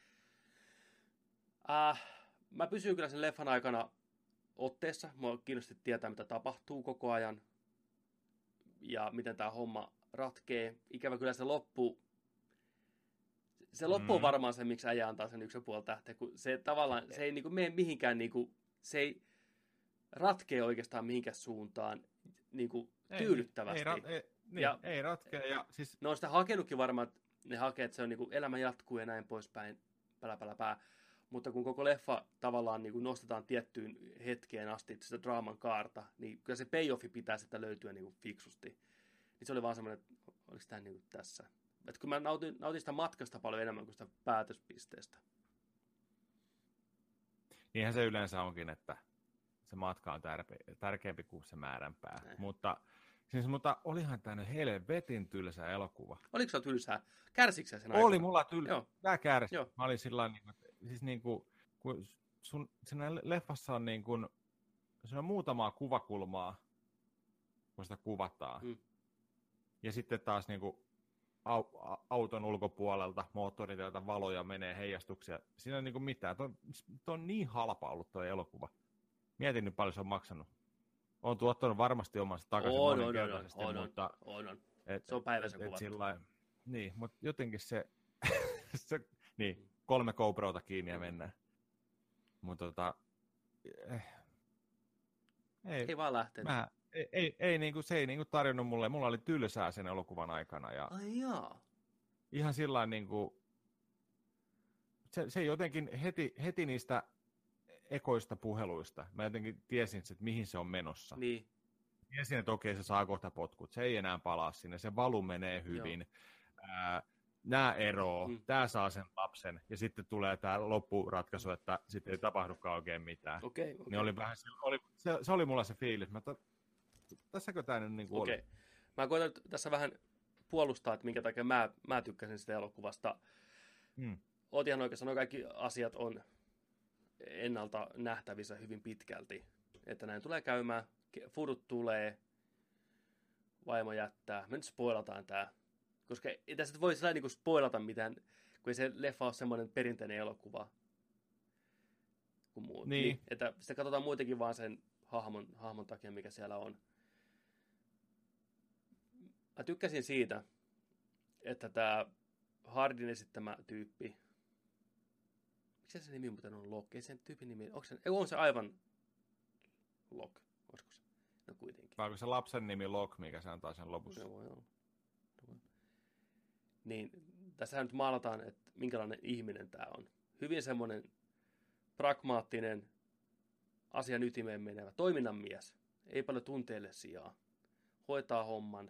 [SPEAKER 2] Äh, mä pysyin kyllä sen leffan aikana otteessa. Mua kiinnosti tietää, mitä tapahtuu koko ajan. Ja miten tämä homma ratkee. Ikävä kyllä se loppu. Se loppu on
[SPEAKER 1] Mm.
[SPEAKER 2] varmaan se, miksi äijä antaa sen yksi ja puoli tähteä. Kun se tavallaan, se ei niinku mene mihinkään, niinku, se ei ratkee oikeastaan mihinkään suuntaan niinku
[SPEAKER 1] Ei,
[SPEAKER 2] tyydyttävästi.
[SPEAKER 1] Ei, ra- ei, niin,
[SPEAKER 2] Ja-
[SPEAKER 1] ei ratkea. Ja siis,
[SPEAKER 2] Ne on sitä hakenutkin varmaan, että ne hakee, että se on niinku elämä jatkuu ja näin poispäin, pälä, pälä, pää. Mutta kun koko leffa tavallaan niinku nostetaan tiettyyn hetkeen asti sitä draaman kaarta, niin kyllä se payoffi pitää sitä löytyä niinku fiksusti. Niin se oli vaan semmoinen, että oliko tämä niinku tässä. Että kun mä nautin, nautin sitä matkasta paljon enemmän kuin sitä päätöspisteestä.
[SPEAKER 1] niinhän se yleensä onkin, että se matka on tärpe- tärkeämpi kuin se määränpää.
[SPEAKER 2] Näin.
[SPEAKER 1] Mutta, siis, mutta olihan tämä nyt helvetin tylsä elokuva.
[SPEAKER 2] Oliko se tylsää? Kärsikö sä sen
[SPEAKER 1] Oli
[SPEAKER 2] aikana?
[SPEAKER 1] mulla tylsä.
[SPEAKER 2] Joo.
[SPEAKER 1] Tää kärsi.
[SPEAKER 2] Joo.
[SPEAKER 1] Mä olin sillä niin kuin, siis niin kuin, kun sun, siinä leffassa on niin kuin, siinä on muutamaa kuvakulmaa, kun sitä kuvataan.
[SPEAKER 2] Hmm.
[SPEAKER 1] Ja sitten taas niin kuin, au, a- auton ulkopuolelta, moottoriteiltä valoja menee, heijastuksia. Siinä on niin kuin mitään. Tuo on niin halpa ollut tuo elokuva. Mietin nyt paljon se on maksanut. On tuottanut varmasti omansa takaisin
[SPEAKER 2] On, on, on, on,
[SPEAKER 1] moninkertaisesti,
[SPEAKER 2] on, on,
[SPEAKER 1] mutta...
[SPEAKER 2] on, on.
[SPEAKER 1] Et,
[SPEAKER 2] Se on päivässä
[SPEAKER 1] et, et
[SPEAKER 2] kuvattu.
[SPEAKER 1] sillain, niin, mutta jotenkin se... se niin, kolme GoProta kiinni ja mennään. Mutta tota... Eh, ei,
[SPEAKER 2] Ei vaan lähtenyt.
[SPEAKER 1] mä, ei, ei, ei, niinku, se ei niinku tarjonnut mulle. Mulla oli tylsää sen elokuvan aikana. Ja
[SPEAKER 2] Ai jaa.
[SPEAKER 1] ihan sillä niinku... Se, se jotenkin heti, heti niistä ekoista puheluista. Mä jotenkin tiesin, että mihin se on menossa.
[SPEAKER 2] Niin.
[SPEAKER 1] Tiesin, että okei, se saa kohta potkut. Se ei enää palaa sinne. Se valu menee hyvin. Ää, Nämä eroo.
[SPEAKER 2] Mm.
[SPEAKER 1] Tämä saa sen lapsen. Ja sitten tulee tämä loppuratkaisu, että sitten ei tapahdukaan oikein mitään.
[SPEAKER 2] Okei. Okay,
[SPEAKER 1] Niin oli vähän, oli, se, se oli mulla se fiilis. Mä to, tässäkö tämä nyt niin kuin
[SPEAKER 2] Okei.
[SPEAKER 1] oli?
[SPEAKER 2] Mä koitan nyt tässä vähän puolustaa, että minkä takia mä, mä tykkäsin sitä elokuvasta.
[SPEAKER 1] Hmm.
[SPEAKER 2] Oot ihan oikeassa, nuo kaikki asiat on ennalta nähtävissä hyvin pitkälti. Että näin tulee käymään, ke- fudut tulee, vaimo jättää. Me nyt spoilataan tää. Koska ei tässä nyt voi sillä niin spoilata mitään, kun ei se leffa ole semmoinen perinteinen elokuva kuin muut.
[SPEAKER 1] Niin.
[SPEAKER 2] Että sitä katsotaan muutenkin vaan sen hahmon, hahmon takia, mikä siellä on. Mä tykkäsin siitä, että tämä Hardin esittämä tyyppi, miksi se nimi muuten on Locke? Ei sen tyypin nimi, onko se, ei, on se aivan Locke, olisiko se? No kuitenkin.
[SPEAKER 1] Vai onko se lapsen nimi Locke, mikä se antaa sen lopussa?
[SPEAKER 2] Se voi olla. Niin tässä nyt maalataan, että minkälainen ihminen tämä on. Hyvin semmoinen pragmaattinen, asian ytimeen menevä, toiminnan mies. Ei paljon tunteille sijaa. Hoitaa homman.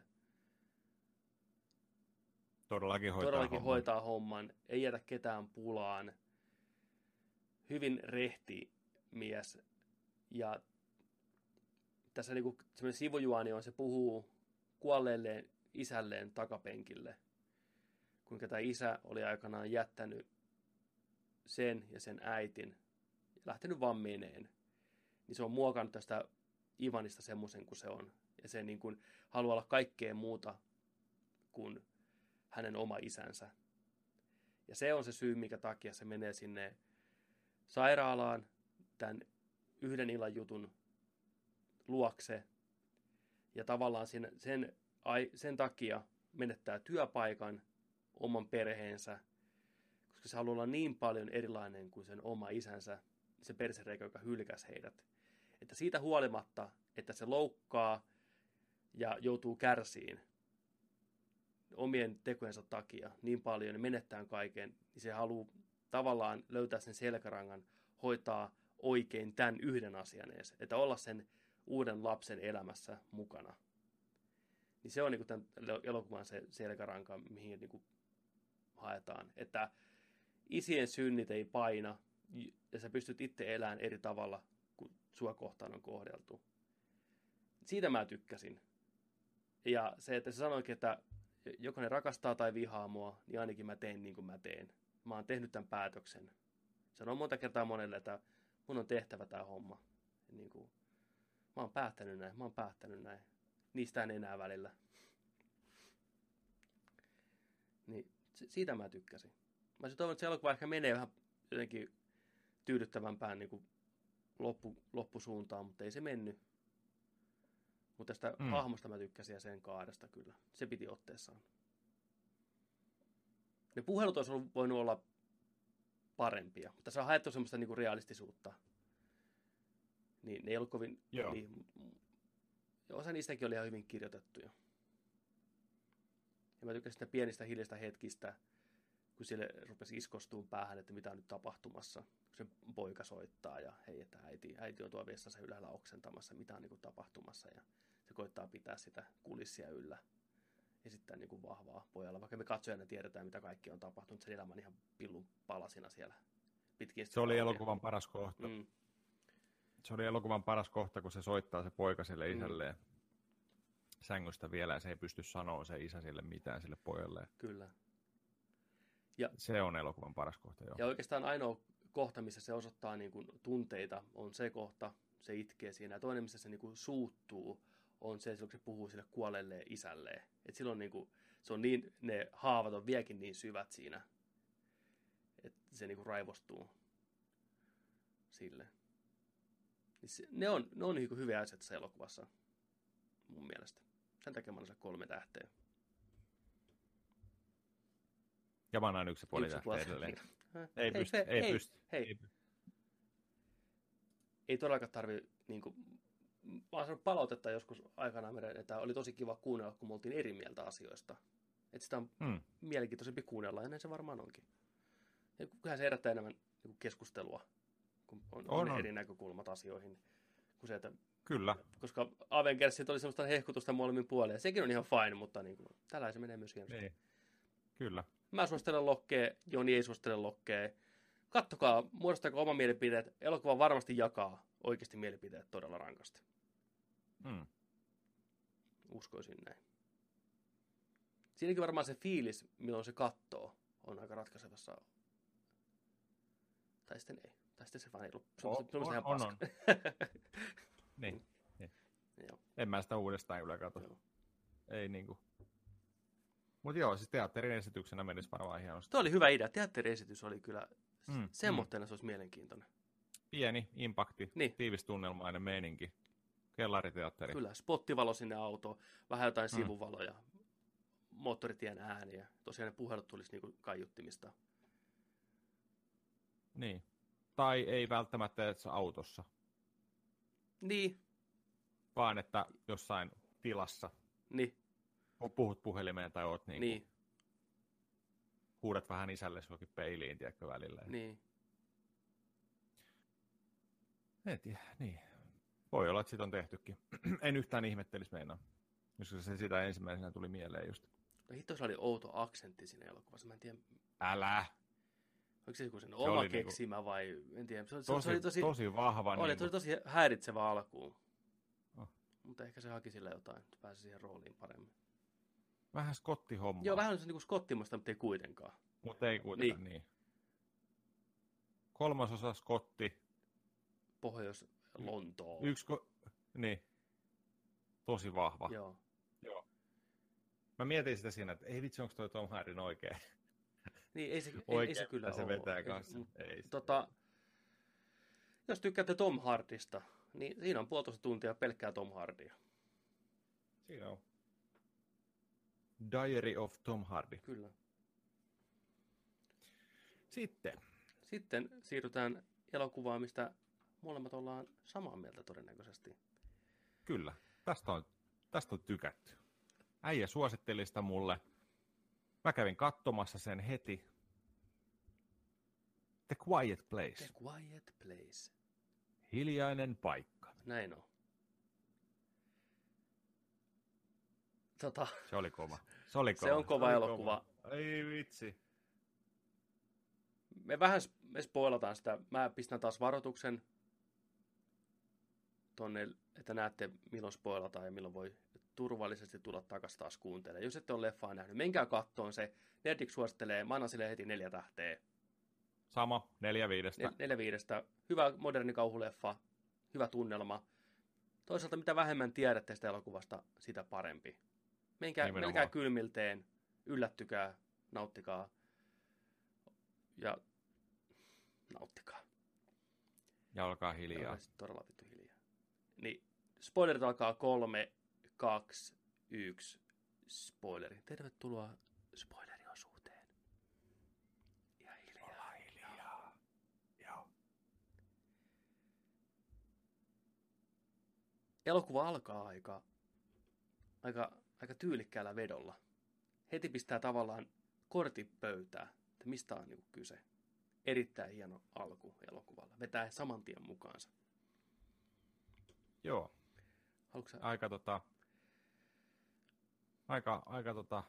[SPEAKER 1] Todellakin hoitaa
[SPEAKER 2] Todellakin
[SPEAKER 1] homman.
[SPEAKER 2] hoitaa homman. Ei jätä ketään pulaan. Hyvin rehti mies. Ja tässä niinku semmoinen sivujuoni on, se puhuu kuolleelle isälleen takapenkille. Kuinka tämä isä oli aikanaan jättänyt sen ja sen äitin ja lähtenyt vaan meneen. Niin se on muokannut tästä Ivanista semmoisen kuin se on. Ja se niin kuin haluaa olla kaikkea muuta kuin hänen oma isänsä. Ja se on se syy, mikä takia se menee sinne sairaalaan tämän yhden illan jutun luokse. Ja tavallaan sen, sen, sen takia menettää työpaikan, oman perheensä, koska se haluaa olla niin paljon erilainen kuin sen oma isänsä, se persereikä, joka hylkäsi heidät. Että siitä huolimatta, että se loukkaa ja joutuu kärsiin omien tekojensa takia niin paljon ja menettää kaiken, niin se haluaa tavallaan löytää sen selkärangan, hoitaa oikein tämän yhden asian edes, että olla sen uuden lapsen elämässä mukana. Niin se on niin kuin tämän elokuvan se selkäranka, mihin niin kuin haetaan. Että isien synnit ei paina, ja sä pystyt itse elämään eri tavalla, kuin sua kohtaan on kohdeltu. Siitä mä tykkäsin. Ja se, että se sanoikin, että jokainen rakastaa tai vihaa mua, niin ainakin mä teen niin kuin mä teen. Mä oon tehnyt tämän päätöksen. Sanon monta kertaa monelle, että mun on tehtävä tää homma. Niin kuin, mä oon päättänyt näin, mä oon päättänyt näin. Niistä en enää välillä. Niin siitä mä tykkäsin. Mä olisin toivonut, että se elokuva ehkä menee vähän jotenkin tyydyttävämpään niin kuin loppu, loppusuuntaan, mutta ei se mennyt. Mutta tästä mm. hahmosta mä tykkäsin ja sen kaadesta kyllä. Se piti otteessaan. Ne puhelut olisi voinut olla parempia, mutta tässä on haettu semmoista niinku realistisuutta. Niin ne ei ollut kovin... Niin, osa niistäkin oli ihan hyvin kirjoitettuja. Ja mä tykkäsin sitä pienistä hiljaista hetkistä, kun sille rupesi iskostumaan päähän, että mitä on nyt tapahtumassa. Kun se poika soittaa ja hei, että äiti, äiti on tuo vessassa ylhäällä oksentamassa, mitä on niin kuin tapahtumassa. Ja se koittaa pitää sitä kulissia yllä. Esittää niin kuin vahvaa pojalla. Vaikka me katsojana tiedetään, mitä kaikki on tapahtunut. Sen elämä on ihan pillun palasina siellä. Pitkin
[SPEAKER 1] se oli elokuvan paras kohta. Mm. Se oli elokuvan paras kohta, kun se soittaa se poika sille isälleen. Mm. Sängystä vielä ja se ei pysty sanoa se isä sille mitään sille pojalle.
[SPEAKER 2] Kyllä.
[SPEAKER 1] Ja, se on elokuvan paras kohta, joo.
[SPEAKER 2] Ja oikeastaan ainoa kohta, missä se osoittaa niin kuin tunteita, on se kohta, se itkee siinä. Ja toinen, missä se niin kuin suuttuu, on se, kun se puhuu sille kuolleelle isälleen. Et silloin niin kuin, se on niin, ne haavat on vieläkin niin syvät siinä, että se niin kuin raivostuu sille. Ne on, ne on niin kuin hyviä asiat tässä elokuvassa, mun mielestä. Sen takia mä annan kolme tähteä.
[SPEAKER 1] Ja mä annan yksi puoli tähteä edelleen. Ei
[SPEAKER 2] hei,
[SPEAKER 1] pysty,
[SPEAKER 2] hei,
[SPEAKER 1] ei
[SPEAKER 2] hei,
[SPEAKER 1] pysty.
[SPEAKER 2] Hei. Ei, ei todellakaan tarvitse, niin kuin, mä oon saanut palautetta joskus aikanaan, että oli tosi kiva kuunnella, kun me oltiin eri mieltä asioista. Että sitä on hmm. mielenkiintoisempi kuunnella, ja näin se varmaan onkin. Ja kyllähän se herättää enemmän niin keskustelua, kun on, on, on eri näkökulmat asioihin. Kuin se, että,
[SPEAKER 1] kyllä.
[SPEAKER 2] Koska Avengersit oli semmoista hehkutusta molemmin puolella, sekin on ihan fine, mutta niin kuin, tällä se menee myös hienosti.
[SPEAKER 1] Kyllä.
[SPEAKER 2] Mä suosittelen Lokkea, Joni ei suosittele Lokkea. Kattokaa, muodostakaa oma mielipiteet. Elokuva varmasti jakaa oikeasti mielipiteet todella rankasti.
[SPEAKER 1] Hmm.
[SPEAKER 2] Uskoisin näin. Siinäkin varmaan se fiilis, milloin se kattoo, on aika ratkaisevassa. Tai sitten ei. Tai sitten se vaan ei ollut. Se on, on, on, on, on.
[SPEAKER 1] niin. niin. En mä sitä uudestaan kyllä katso. Joo. Ei niinku. Mutta joo, siis teatterin esityksenä menisi varmaan hienosti.
[SPEAKER 2] Tuo oli hyvä idea. Teatteriesitys oli kyllä, mm, semmoitteena mm. se olisi mielenkiintoinen.
[SPEAKER 1] Pieni, impakti, niin. Tiivis tunnelmainen meininki. Kellariteatteri.
[SPEAKER 2] Kyllä, spottivalo sinne autoon, vähän jotain mm. sivuvaloja, moottoritien ääniä. Tosiaan ne puhelut tulisi niinku kaiuttimista.
[SPEAKER 1] Niin. Tai ei välttämättä edes autossa.
[SPEAKER 2] Niin.
[SPEAKER 1] Vaan että jossain tilassa.
[SPEAKER 2] Niin.
[SPEAKER 1] Puhut puhelimeen tai oot niinku
[SPEAKER 2] niin.
[SPEAKER 1] huudat vähän isälle johonkin peiliin, tiedätkö, välillä.
[SPEAKER 2] Niin.
[SPEAKER 1] En tiedä, niin. Voi olla, että sitä on tehtykin. En yhtään ihmettelisi meinaa. Koska se sitä ensimmäisenä tuli mieleen just.
[SPEAKER 2] No hitto, se oli outo aksentti siinä elokuvassa. Mä en tiedä.
[SPEAKER 1] Älä!
[SPEAKER 2] Oliko se joku sen oma keksimä niinku, vai en tiedä. Se, tosi, se oli tosi,
[SPEAKER 1] tosi vahva.
[SPEAKER 2] Oli,
[SPEAKER 1] niinku.
[SPEAKER 2] se oli tosi häiritsevä alkuun.
[SPEAKER 1] Oh.
[SPEAKER 2] Mutta ehkä se haki sille jotain, että pääsi siihen rooliin paremmin.
[SPEAKER 1] Vähän skottihommaa.
[SPEAKER 2] Joo, vähän se niin kuin skottimasta, mutta ei kuitenkaan.
[SPEAKER 1] Mutta ei kuitenkaan, niin. niin. Kolmasosa skotti.
[SPEAKER 2] Pohjois-Lontoo.
[SPEAKER 1] Yksi, ko- niin. Tosi vahva.
[SPEAKER 2] Joo.
[SPEAKER 1] Joo. Mä mietin sitä siinä, että ei vitsi, onko toi Tom Hardin oikein?
[SPEAKER 2] Niin, ei se, ei, ei se kyllä
[SPEAKER 1] se
[SPEAKER 2] ole.
[SPEAKER 1] vetää kanssa. Ei, ei
[SPEAKER 2] tota, jos tykkäätte Tom Hardista, niin siinä on puolitoista tuntia pelkkää Tom Hardia.
[SPEAKER 1] Siinä on. Diary of Tom Hardy.
[SPEAKER 2] Kyllä.
[SPEAKER 1] Sitten.
[SPEAKER 2] Sitten siirrytään elokuvaan, mistä molemmat ollaan samaa mieltä todennäköisesti.
[SPEAKER 1] Kyllä. Tästä on, tästä on tykätty. Äijä suositteli sitä mulle. Mä kävin katsomassa sen heti. The Quiet Place.
[SPEAKER 2] The Quiet Place.
[SPEAKER 1] Hiljainen paikka.
[SPEAKER 2] Näin on. Tota,
[SPEAKER 1] se oli kova. Se, oli kova.
[SPEAKER 2] Se on kova se elokuva.
[SPEAKER 1] Kova. Ei vitsi.
[SPEAKER 2] Me vähän me spoilataan sitä. Mä pistän taas varoituksen tonne, että näette milloin spoilataan ja milloin voi turvallisesti tulla takaisin taas kuuntelemaan. Jos ette ole leffaa nähnyt, menkää kattoon se. Nerdik suosittelee, mä annan sille heti neljä tähteä.
[SPEAKER 1] Sama, neljä viidestä.
[SPEAKER 2] Nel, neljä viidestä. Hyvä moderni kauhuleffa, hyvä tunnelma. Toisaalta mitä vähemmän tiedätte sitä elokuvasta, sitä parempi. Menkää, menkää kylmilteen, yllättykää, nauttikaa ja nauttikaa.
[SPEAKER 1] Ja olkaa hiljaa.
[SPEAKER 2] Ja todella vittu hiljaa. Niin, spoilerit alkaa kolme, kaksi, yksi, spoileri. Tervetuloa spoileriosuuteen. Ja hiljaa.
[SPEAKER 1] Ollaan hiljaa. Joo.
[SPEAKER 2] Elokuva alkaa aika, aika, aika tyylikkäällä vedolla. Heti pistää tavallaan kortin pöytää, että mistä on niin kyse. Erittäin hieno alku elokuvalla. Vetää saman tien mukaansa.
[SPEAKER 1] Joo.
[SPEAKER 2] Haluatko
[SPEAKER 1] aika tota... Aika, aika tota...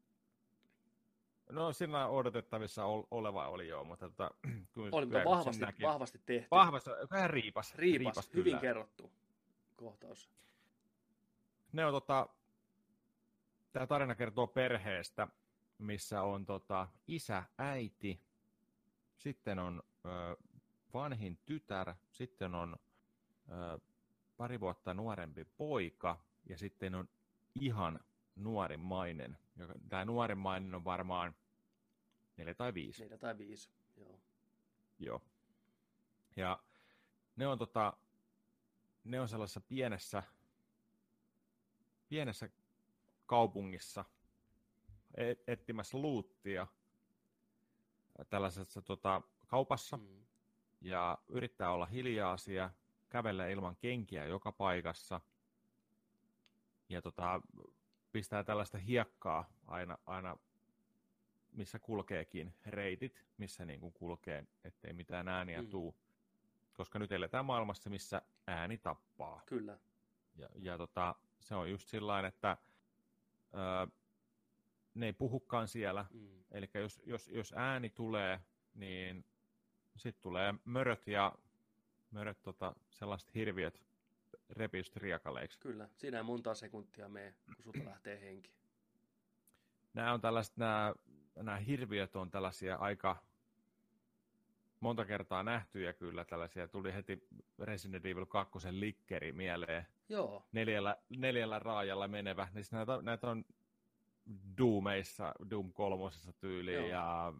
[SPEAKER 1] No siinä odotettavissa oleva oli joo, mutta tota...
[SPEAKER 2] Oli, mutta vahvasti, vahvasti tehty.
[SPEAKER 1] Vahvasti, vähän riipas.
[SPEAKER 2] Riipas, riipas hyvin kyllä. Kerrottu kohtaus.
[SPEAKER 1] Ne on tota... Tämä tarina kertoo perheestä, missä on tota isä, äiti, sitten on ö, vanhin tytär, sitten on ö, pari vuotta nuorempi poika ja sitten on ihan nuorimmainen. Tämä nuorimmainen on varmaan neljä tai viisi.
[SPEAKER 2] Neljä tai viisi, joo.
[SPEAKER 1] Joo. Ja ne on, tota, ne on sellaisessa pienessä, pienessä kaupungissa etsimässä luuttia tällaisessa tota, kaupassa mm. ja yrittää olla hiljaisia, kävellä ilman kenkiä joka paikassa ja tota, pistää tällaista hiekkaa aina, aina missä kulkeekin reitit, missä niin kuin kulkee, ettei mitään ääniä mm. tuu, koska nyt eletään maailmassa, missä ääni tappaa.
[SPEAKER 2] Kyllä.
[SPEAKER 1] Ja, ja tota, se on just sillain, että öö, ne ei puhukaan siellä, mm. eli jos, jos, jos ääni tulee, niin sitten tulee möröt ja möröt, tota, sellaiset hirviöt repiystä riekaleiksi.
[SPEAKER 2] Kyllä, siinä ei monta sekuntia mene, kun sulta lähtee henki.
[SPEAKER 1] Nämä on tällaiset, nämä, nämä hirviöt on tällaisia aika monta kertaa nähtyjä kyllä, tällaisia, tuli heti Resident Evil kaksi likkeri mieleen.
[SPEAKER 2] Joo.
[SPEAKER 1] Neljällä, neljällä raajalla menevä, niin näitä, näitä on Doomeissa, Doom kolmosessa tyyliin Joo. ja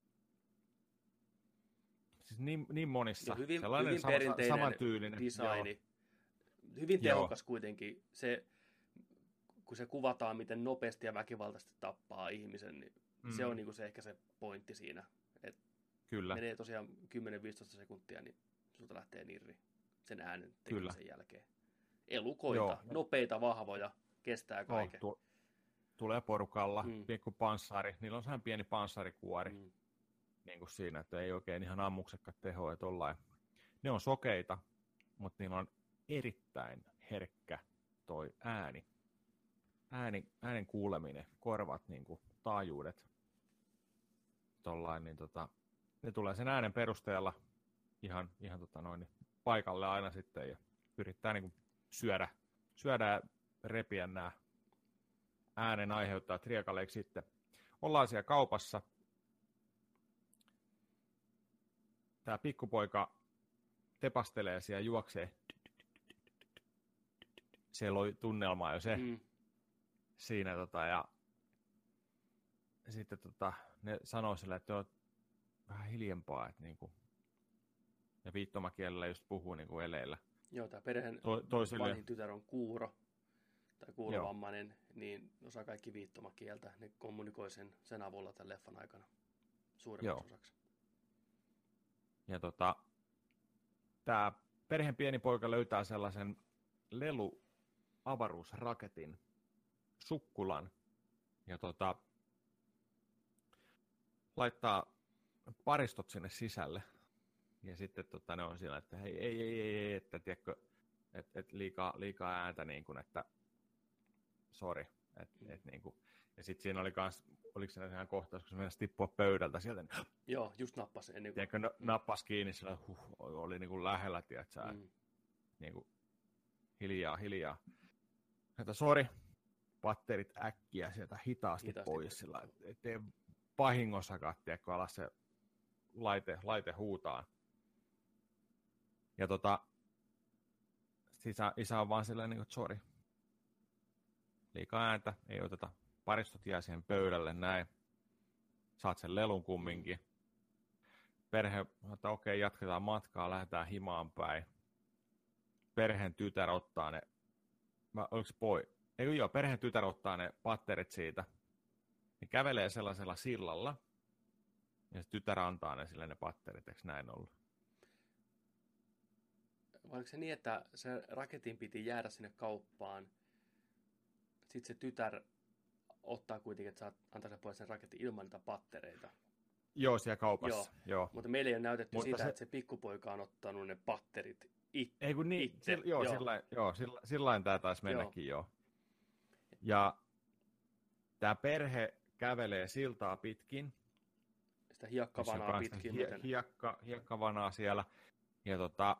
[SPEAKER 1] siis niin, niin monissa.
[SPEAKER 2] No hyvin,
[SPEAKER 1] sellainen
[SPEAKER 2] hyvin
[SPEAKER 1] sama,
[SPEAKER 2] perinteinen
[SPEAKER 1] samantyylinen
[SPEAKER 2] designi. Joo. Hyvin tehokas Joo. kuitenkin. Se, kun se kuvataan, miten nopeasti ja väkivaltaisesti tappaa ihmisen, niin mm. se on niinku se, ehkä se pointti siinä. Et
[SPEAKER 1] Kyllä.
[SPEAKER 2] Menee tosiaan kymmenen viisitoista sekuntia, niin sulta lähtee nirri sen äänen tekemisen jälkeen. Elukoita, Joo. nopeita, vahvoja, kestää kaiken.
[SPEAKER 1] Oh, tulee porukalla,
[SPEAKER 2] Mm.
[SPEAKER 1] pikku panssari, niillä on sehän pieni panssarikuori
[SPEAKER 2] Mm.
[SPEAKER 1] niin kuin siinä, että ei oikein ihan ammuksekkaan tehoa, että tollain. Ne on sokeita, mutta niillä on erittäin herkkä toi ääni. ääni äänen kuuleminen, korvat, niin kuin, taajuudet, tollain, niin tota, ne tulee sen äänen perusteella ihan, ihan tota noin, paikalle aina sitten ja yrittää niin kuin, syödä, syödä ja repiä nämä äänen aiheuttaa riekaleiksi sitten. Ollaan siellä kaupassa. Tämä pikkupoika tepastelee siellä, juoksee. Se loi tunnelmaa jo se
[SPEAKER 2] Mm.
[SPEAKER 1] siinä. Tota, ja sitten tota, ne sanoo sille, että on vähän hiljempaa. Että niinku, ja viittomakielellä just puhuu niinku eleillä.
[SPEAKER 2] Joo, tämä perheen
[SPEAKER 1] To, toisille...
[SPEAKER 2] vanhin tytär on kuuro tai kuulovammainen, niin osaa kaikki viittomakieltä. Ne kommunikoi sen, sen avulla tämän leffan aikana suurimmaksi osaksi.
[SPEAKER 1] Ja tota, tämä perheen pieni poika löytää sellaisen lelu-avaruusraketin sukkulan ja tota, laittaa paristot sinne sisälle. Ja sitten tota, ne on siellä, että hei, ei, ei, ei, ei että tiedätkö, että et liikaa, liikaa ääntä, niin kuin, että sori. Et, mm. et, niin kuin. Ja sitten siinä oli kans, oliko se ihan kohtaus, kun se mennessä tippua pöydältä sieltä. Niin,
[SPEAKER 2] joo, just nappasi. Ennen kuin...
[SPEAKER 1] Tiedätkö, no, nappasi kiinni, sillä huh, oli niin kuin lähellä, tiedätkö, mm. niin kuin, hiljaa, hiljaa. Että sori, patterit äkkiä sieltä hitaasti, hitaasti pois, sillä ettei vahingossakaan, tiedätkö, ala se laite, laite huutaa. Ja tota, isä, isä on vaan silleen, niin kuin, että sori. Liikaa ääntä, ei oteta. Paristot jää siihen pöydälle, näin. Saat sen lelun kumminkin. Perhe, että okei, jatketaan matkaa, lähdetään himaan päin. Perheen tytär ottaa ne, mä, oliko se poi? Eikö joo, perheen tytär ottaa ne patterit siitä. Ne kävelee sellaisella sillalla. Ja se tytär antaa ne sille ne patterit, eikö näin ollut?
[SPEAKER 2] Vai oliko se niin, että se raketin piti jäädä sinne kauppaan? Sitten se tytär ottaa kuitenkin, että saat antaa sen pois sen raketin ilman niitä pattereita.
[SPEAKER 1] Joo, siellä kaupassa.
[SPEAKER 2] Joo.
[SPEAKER 1] Joo.
[SPEAKER 2] Mutta meille ei ole näytetty
[SPEAKER 1] Mutta
[SPEAKER 2] sitä,
[SPEAKER 1] se...
[SPEAKER 2] että se pikkupoika on ottanut ne patterit it...
[SPEAKER 1] ei, kun niin,
[SPEAKER 2] itse.
[SPEAKER 1] Sillä, joo, joo. Sillain, joo, sillä, sillain tämä taisi mennäkin joo. joo. Ja tämä perhe kävelee siltaa pitkin.
[SPEAKER 2] Sitä hiekkavanaa pitkin.
[SPEAKER 1] Hie, hiekka, hiekkavanaa siellä. Ja tota,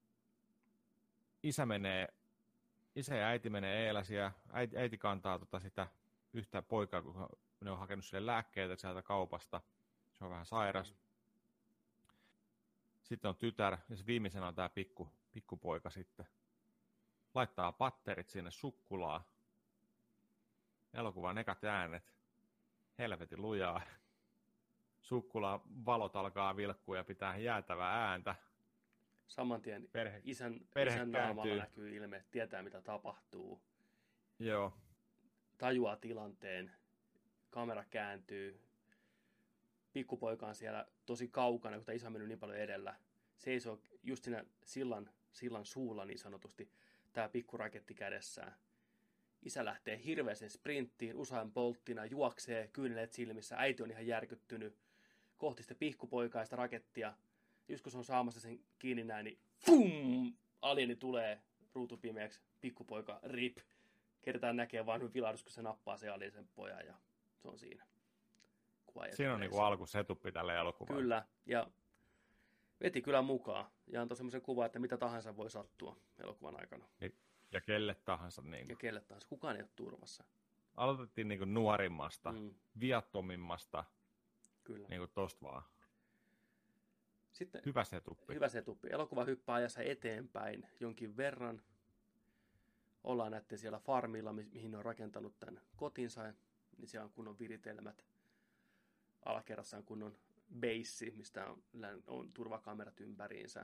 [SPEAKER 1] isä menee, isä ja äiti menee eellä siellä. Äiti, äiti kantaa tota sitä yhtä poikaa, kun ne on hakenut sille lääkkeitä sieltä kaupasta. Se on vähän sairas. Sitten on tytär, ja se viimeisenä on tämä pikku, pikkupoika sitten. Laittaa patterit sinne sukkulaa. Elokuvan ekat äänet. Helvetin lujaa. Sukkulaa valot alkaa vilkkua ja pitää jäätävää ääntä.
[SPEAKER 2] Saman tien perhe, isän,
[SPEAKER 1] perhe
[SPEAKER 2] isän naamalla näkyy ilme, tietää mitä tapahtuu.
[SPEAKER 1] Joo.
[SPEAKER 2] Tajuaa tilanteen. Kamera kääntyy. Pikkupoika on siellä tosi kaukana, kun tämä isä on mennyt niin paljon edellä. Seisoo just siinä sillan, sillan suulla niin sanotusti, tämä pikkuraketti kädessään. Isä lähtee hirveäseen sprinttiin, Usain Bolttina, juoksee, kyyneleet silmissä. Äiti on ihan järkyttynyt kohti sitä pikkupoikaa ja sitä rakettia. Just kun se on saamassa sen kiinni näin, niin fum! Alieni tulee ruutupimeäksi, pikkupoika rip. Kertaan näkee vain vilahdus, kun se nappaa se alien sen pojan ja se on siinä.
[SPEAKER 1] Siinä on niinku alkusetuppi tälle elokuvalle.
[SPEAKER 2] Kyllä, ja veti kyllä mukaan. Ja antoi semmoisen kuvan, että mitä tahansa voi sattua elokuvan aikana.
[SPEAKER 1] Ja, ja kelle tahansa. Niin.
[SPEAKER 2] Ja kelle tahansa. Kukaan ei ole turvassa.
[SPEAKER 1] Aloitettiin niinku nuorimmasta,
[SPEAKER 2] mm.
[SPEAKER 1] viattomimmasta.
[SPEAKER 2] Kyllä.
[SPEAKER 1] Niinku tosta vaan.
[SPEAKER 2] Sitten,
[SPEAKER 1] hyvä setuppi.
[SPEAKER 2] Hyvä setuppi. Elokuva hyppää ajassa eteenpäin jonkin verran. Ollaan näette siellä farmilla, mi- mihin ne on rakentanut tämän kotinsa. Niin siellä on kunnon viritelmät. Alakerrassa on kunnon beissi, mistä on, on turvakamerat ympäriinsä.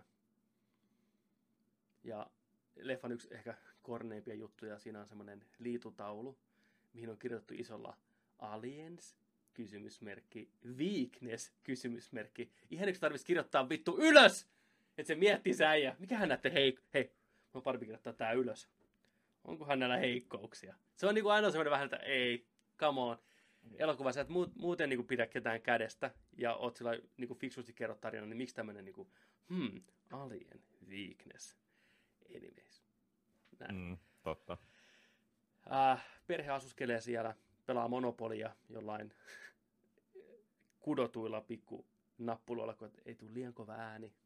[SPEAKER 2] Ja leffan yksi ehkä korneimpia juttuja, siinä on semmoinen liitutaulu, mihin on kirjoitettu isolla aliens, kysymysmerkki, weakness, kysymysmerkki. Ihan yksi tarvitsisi kirjoittaa vittu ylös, että se miettii se äijä. Mikähän näette heik... Hei, mä parempi kirjoittaa tää ylös. Onkohan näillä heikkouksia? Se on niinku aina semmoinen vähän, että ei, come on. Elokuvassa, että muuten niin kuin pidä ketään kädestä ja oot sillä niin kuin fiksusti kerrot tarinan, niin miksi tämmöinen niin kuin, hmm, alien weakness. Anyways. Näin.
[SPEAKER 1] Mm, totta.
[SPEAKER 2] Äh, perhe asuskelee siellä, pelaa Monopolia jollain kudotuilla pikku nappuloilla, kun ei tule liian kova ääni.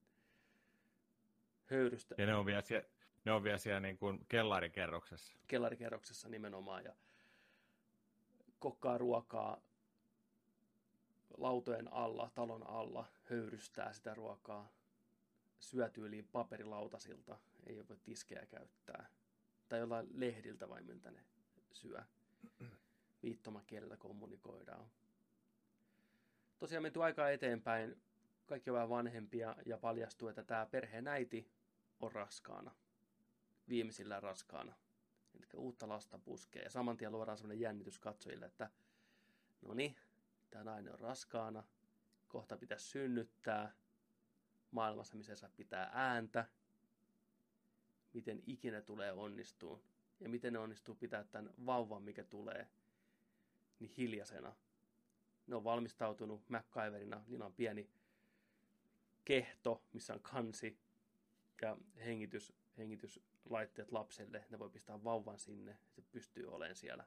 [SPEAKER 2] Höyrystä.
[SPEAKER 1] Ja ne on vielä siellä, ne on vielä siellä niin kuin kellarikerroksessa.
[SPEAKER 2] Kellarikerroksessa nimenomaan. Ja kokkaa ruokaa lautojen alla, talon alla, höyrystää sitä ruokaa. Syötyyliin paperilautasilta, ei voi tiskejä käyttää. Tai jollain lehdiltä vai miltä ne syö. Viittomakielellä kommunikoidaan. Tosiaan menty aikaa eteenpäin, kaikki on vähän vanhempia ja paljastuu, että tämä perheen äiti on raskaana. Viimeisillään raskaana. Eli uutta lasta puskee. Ja saman tien luodaan sellainen jännitys katsojille, että no niin, tämä nainen on raskaana. Kohta pitäisi synnyttää. Maailmassa, missä saa pitää ääntä. Miten ikinä tulee onnistuu. Ja miten ne onnistuu pitää tämän vauvan, mikä tulee, niin hiljaisena. Ne on valmistautunut MacGyverina. Niillä on pieni kehto, missä on kansi ja hengitys, hengityslaitteet lapselle. Ne voi pistää vauvan sinne. Se pystyy olemaan siellä.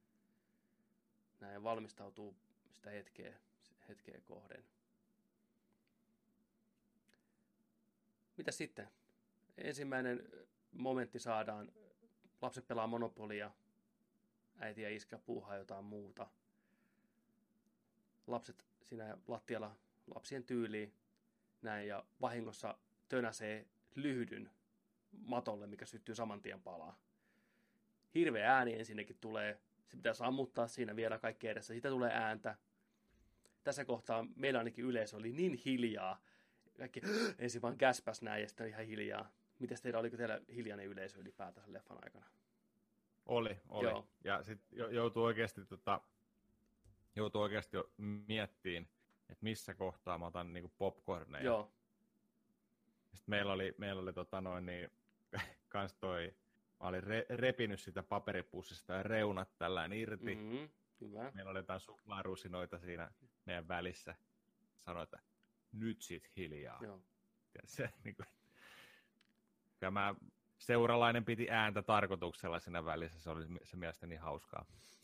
[SPEAKER 2] Näin valmistautuu sitä hetkeä, hetkeä kohden. Mitä sitten? Ensimmäinen momentti saadaan. Lapset pelaa Monopolia. Äiti ja iskä puuhaa jotain muuta. Lapset siinä lattialla lapsien tyyliin näin ja vahingossa tönäsee lyhdyn matolle, mikä syttyy saman tien palaa. Hirveä ääni ensinnäkin tulee. Se pitää sammuttaa siinä vielä kaikki edessä. Siitä tulee ääntä. Tässä kohtaa meillä ainakin yleisö oli niin hiljaa. Kaikki ensin vaan käspäs näin ja sitten ihan hiljaa. Mites teillä, oliko teillä hiljainen yleisö ylipäätänsä leffan aikana?
[SPEAKER 1] Oli, oli. Joo. Ja sitten joutuu oikeasti, tota, joutuu oikeasti jo miettimään, että missä kohtaa mä otan niinku popcorneja.
[SPEAKER 2] Joo.
[SPEAKER 1] Sitten meillä oli, meillä oli tota noin niin, kans toi, mä olin re, repinyt sitä paperipussista ja reunat tällään irti.
[SPEAKER 2] Mm-hmm. Hyvä.
[SPEAKER 1] Meillä oli jotain suklaarusinoita siinä meidän välissä. Sanoin, että nyt sit hiljaa.
[SPEAKER 2] Joo.
[SPEAKER 1] Ja se, niin kuin, ja mä, seuralainen piti ääntä tarkoituksella siinä välissä. Se oli se mielestäni hauskaa.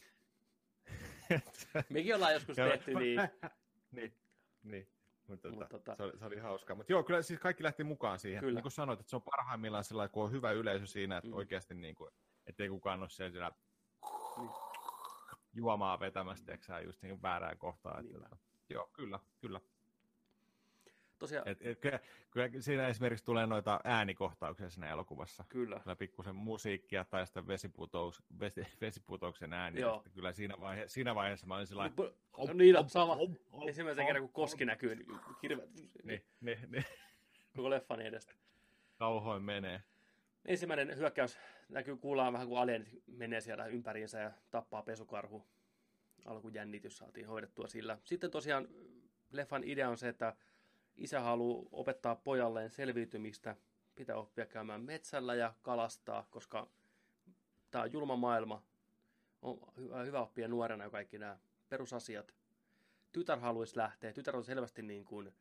[SPEAKER 2] Mekin ollaan joskus tehty niin.
[SPEAKER 1] niin, niin. Mutta
[SPEAKER 2] Mut
[SPEAKER 1] tota,
[SPEAKER 2] tota...
[SPEAKER 1] se, oli, se oli hauskaa. Mutta joo, kyllä siis kaikki lähti mukaan siihen.
[SPEAKER 2] Kyllä.
[SPEAKER 1] Niin kuin sanoit, että se on parhaimmillaan sellainen, kun on hyvä yleisö siinä, että
[SPEAKER 2] mm.
[SPEAKER 1] oikeasti niin kuin, ettei kukaan ole siellä
[SPEAKER 2] niin.
[SPEAKER 1] juomaa vetämästä, eikö just niin väärään kohtaan. Että, että, joo, kyllä, kyllä.
[SPEAKER 2] Tosiaan...
[SPEAKER 1] Et, et, kyllä, kyllä siinä esimerkiksi tulee noita äänikohtauksia siinä elokuvassa.
[SPEAKER 2] Kyllä.
[SPEAKER 1] Kyllä pikkusen musiikkia tai sitten vesiputous, vesi, vesiputouksen ääni. Kyllä siinä, vaihe, siinä vaiheessa mä olin sellainen...
[SPEAKER 2] No niin, sama. Ensimmäisen kerran, kun koski näkyy, niin hirveä...
[SPEAKER 1] Niin, niin, niin.
[SPEAKER 2] Koko leffan edestä.
[SPEAKER 1] Kauhoin menee.
[SPEAKER 2] Ensimmäinen hyökkäys näkyy, kuullaan vähän kuin alienit menee siellä ympäriinsä ja tappaa pesukarhu. Alkujännitys saatiin hoidettua sillä. Sitten tosiaan leffan idea on se, että isä haluaa opettaa pojalleen selviytymistä, pitää oppia käymään metsällä ja kalastaa, koska tämä on julma maailma. On hyvä oppia nuorena kaikki nämä perusasiat. Tytär haluaisi lähteä. Tytär on selvästi niin kuin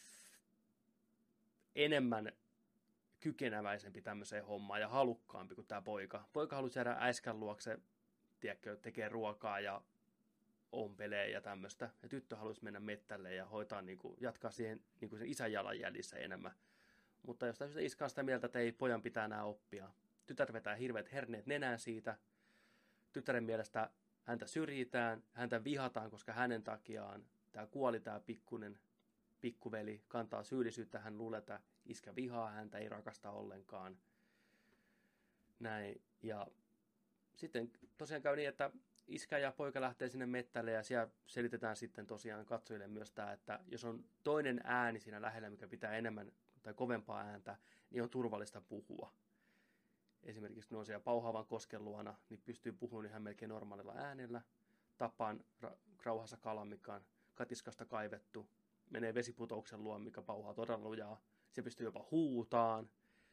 [SPEAKER 2] enemmän kykeneväisempi tämmöiseen hommaan ja halukkaampi kuin tämä poika. Poika haluaisi jäädä äiskän luokse, tiedätkö, tekee ruokaa ja ompelee ja tämmöistä. Ja tyttö haluaisi mennä mettälle ja hoitaa, niin kuin, jatkaa siihen niin kuin sen isän jalanjäljissä enemmän. Mutta jos tämmöistä iskä on sitä mieltä, että ei pojan pitää enää oppia. Tytär vetää hirveät herneet nenään siitä. Tyttären mielestä häntä syrjitään, häntä vihataan, koska hänen takiaan tämä kuoli tämä pikkunen pikkuveli, kantaa syyllisyyttä, hän luulee, että iskä vihaa häntä, ei rakasta ollenkaan. Näin. Ja sitten tosiaan käy niin, että iskä ja poika lähtee sinne mettälle ja siellä selitetään sitten tosiaan katsojille myös tämä, että jos on toinen ääni siinä lähellä, mikä pitää enemmän tai kovempaa ääntä, niin on turvallista puhua. Esimerkiksi kun on siellä Pauhaavan kosken luona, niin pystyy puhumaan ihan melkein normaalilla äänellä. Tapaan ra- rauhassa kalan, mikä on katiskasta kaivettu. Menee vesiputouksen luo, mikä pauhaa todella lujaa. Se pystyy jopa huutaan.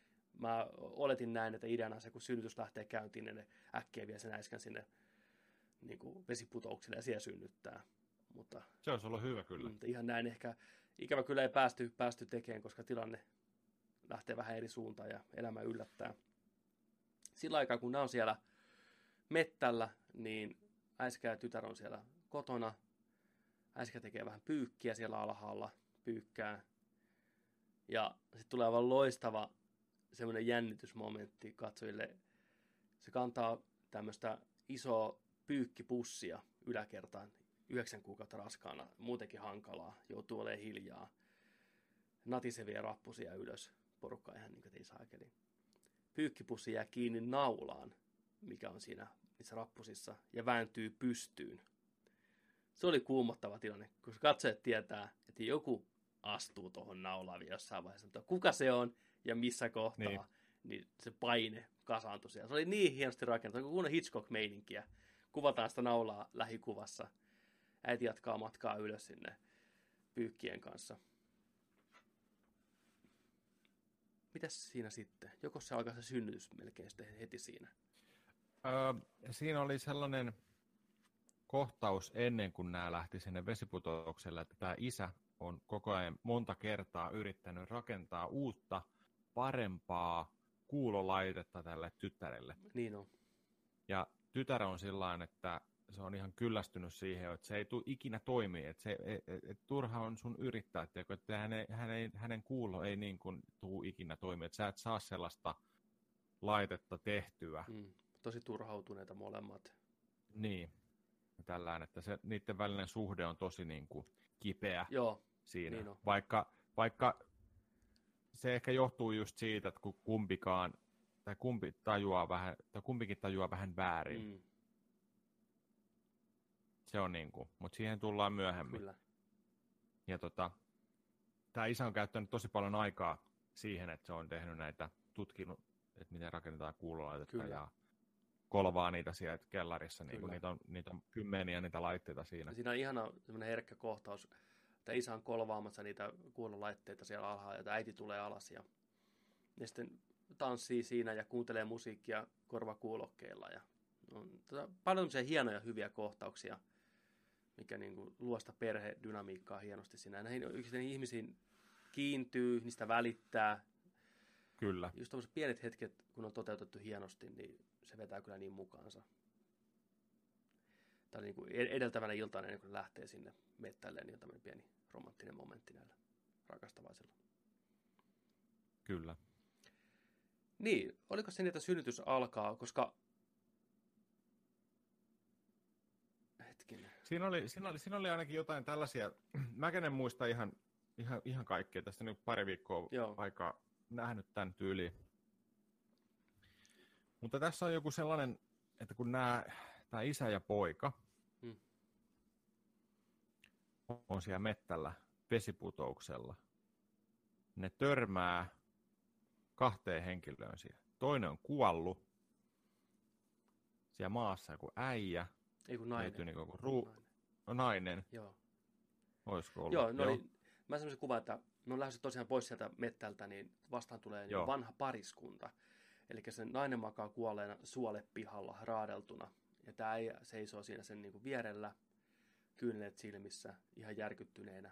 [SPEAKER 2] Mä oletin näin, että ideana se, kun synnytys lähtee käyntiin, niin ne äkkiä vie sen äiskän sinne niin kuin vesiputouksille ja siellä synnyttää. Mutta,
[SPEAKER 1] se olisi ollut hyvä kyllä.
[SPEAKER 2] Mutta ihan näin ehkä, ikävä kyllä ei päästy, päästy tekemään, koska tilanne lähtee vähän eri suuntaan ja elämä yllättää. Sillä aikaa, kun nämä on siellä mettällä, niin äiskä ja tytär on siellä kotona. Äiskä tekee vähän pyykkiä siellä alhaalla, pyykkää. Ja sitten tulee aivan loistava semmoinen jännitysmomentti katsojille. Se kantaa tämmöistä isoa pyykkipussia yläkertaan, yhdeksän kuukautta raskaana, muutenkin hankalaa, joutuu olemaan hiljaa. Natisevia rappusia ylös, porukka ihan niin kuin ei saakeli. Pyykkipussi jää kiinni naulaan, mikä on siinä niissä rappusissa, ja vääntyy pystyyn. Se oli kuumottava tilanne, koska katsojat tietää, että joku astuu tuohon naulaan jossain vaiheessa, mutta kuka se on ja missä kohtaa, niin, niin se paine kasaantui siellä. Se oli niin hienosti rakentanut, kun Hitchcock-meininkiä. Kuvataan sitä naulaa lähikuvassa. Äiti jatkaa matkaa ylös sinne pyykkien kanssa. Mitäs siinä sitten? Joko se alkaa se synnytys melkein sitten heti siinä?
[SPEAKER 1] Öö, siinä oli sellainen kohtaus ennen kuin nämä lähti sinne vesiputoukselle, että tämä isä on koko ajan monta kertaa yrittänyt rakentaa uutta, parempaa kuulolaitetta tälle tyttärelle.
[SPEAKER 2] Niin on.
[SPEAKER 1] Ja tytär on sillain, että se on ihan kyllästynyt siihen, että se ei tule ikinä toimii, että, se, et, et, et turha on sun yrittää, että hänen, hänen, hänen kuulo ei niin kuin tule ikinä toimia, että sä et saa sellaista laitetta tehtyä.
[SPEAKER 2] Mm, tosi turhautuneita molemmat.
[SPEAKER 1] Niin, tällään, että se, niiden välinen suhde on tosi niin kuin kipeä.
[SPEAKER 2] Joo,
[SPEAKER 1] siinä,
[SPEAKER 2] niin on.
[SPEAKER 1] vaikka, vaikka se ehkä johtuu just siitä, että kun kumpikaan, tai kumpi tajuaa vähän, tai kumpikin tajuaa vähän väärin. Mm. Se on niin kuin, mutta siihen tullaan myöhemmin.
[SPEAKER 2] Kyllä.
[SPEAKER 1] Ja tota, tämä isä on käyttänyt tosi paljon aikaa siihen, että se on tehnyt näitä, tutkinut, että miten rakennetaan kuulolaitetta Kyllä. ja kolvaa niitä siellä kellarissa, niin kuin niitä, on, niitä on kymmeniä niitä laitteita siinä.
[SPEAKER 2] Siinä on ihana semmoinen herkkä kohtaus, että isä on kolvaamassa niitä kuulolaitteita siellä alhaalla, ja äiti tulee alas ja, ja sitten tanssii siinä ja kuuntelee musiikkia korvakuulokkeilla. Ja on tota, paljon hienoja hyviä kohtauksia, mikä niin kuin luo sitä perhedynamiikkaa hienosti siinä. Ja näihin yksittäisiin ihmisiin kiintyy, niistä välittää.
[SPEAKER 1] Kyllä.
[SPEAKER 2] Just tämmöiset pienet hetket, kun on toteutettu hienosti, niin se vetää kyllä niin mukaansa. Tämä niin kuin edeltävänä iltana, ennen kuin lähtee sinne mettälle, niin on tämmöinen pieni romanttinen momentti näillä rakastavaisilla.
[SPEAKER 1] Kyllä.
[SPEAKER 2] Niin, oliko se niitä synnytys alkaa, koska... Hetkinen.
[SPEAKER 1] Siinä oli, siinä oli, siinä oli ainakin jotain tällaisia, mäkään en muista ihan, ihan, ihan kaikkea, tästä nyt pari viikkoa Joo. aikaa nähnyt tämän tyyliin. Mutta tässä on joku sellainen, että kun nämä, tämä isä ja poika hmm. on siellä mettällä vesiputouksella, ne törmää kahteen henkilöön siellä. Toinen on kuollut siellä maassa, joku äijä.
[SPEAKER 2] Ei kun nainen.
[SPEAKER 1] Niin kuin ruu... nainen. No, nainen.
[SPEAKER 2] Joo.
[SPEAKER 1] Olisiko ollut?
[SPEAKER 2] Joo, no Joo. Oli, mä semmoisen kuvan, että me on lähdössä tosiaan pois sieltä mettältä, niin vastaan tulee niin vanha pariskunta. Eli se nainen makaa kuolleena suolepihalla raadeltuna. Ja tämä äijä seisoo siinä sen niin kuin vierellä, kyyneleet silmissä, ihan järkyttyneenä.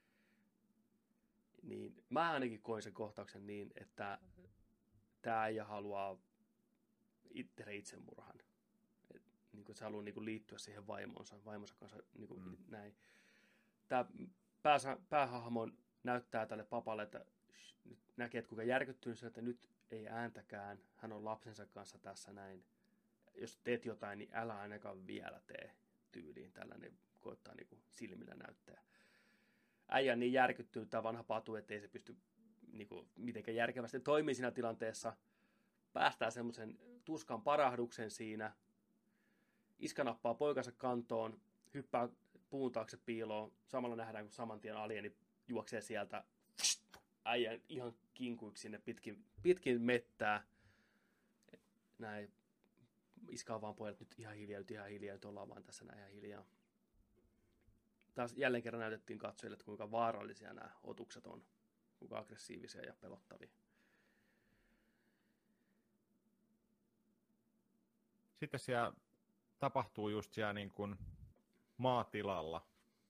[SPEAKER 2] Niin mä ainakin koin sen kohtauksen niin, että tämä äijä haluaa tehdä itsemurhan. Et, niin kuin, se haluaa niin kuin, liittyä siihen vaimonsa, vaimonsa kanssa niin kuin, mm. näin. Tämä pääsä, päähahmo näyttää tälle papalle, että nyt näkee, että kuinka järkyttynyt se, että nyt ei ääntäkään, hän on lapsensa kanssa tässä näin. Jos teet jotain, niin älä ainakaan vielä tee tyyliin. Tällainen koittaa niin kuin silmillä näyttää. Äijä on niin järkyttynyt tämä vanha patu, ettei se pysty niin kuin, mitenkään järkevästi toimii siinä tilanteessa. Päästään semmoisen tuskan parahduksen siinä. Iskä nappaa poikansa kantoon, hyppää puun taakse piiloon. Samalla nähdään, kun saman tien alieni juoksee sieltä. Äijän ihan kinkuiksi sinne pitkin, pitkin mettää. Näin. Iskä on vaan pojat nyt ihan hiljaa, nyt ihan hiljaa, nyt ollaan vaan tässä näin ihan hiljaa. Taas jälleen kerran näytettiin katsojille, että kuinka vaarallisia nämä otukset on, kuinka aggressiivisia ja pelottavia.
[SPEAKER 1] Sitten siellä tapahtuu just siellä niin kuin maatilalla.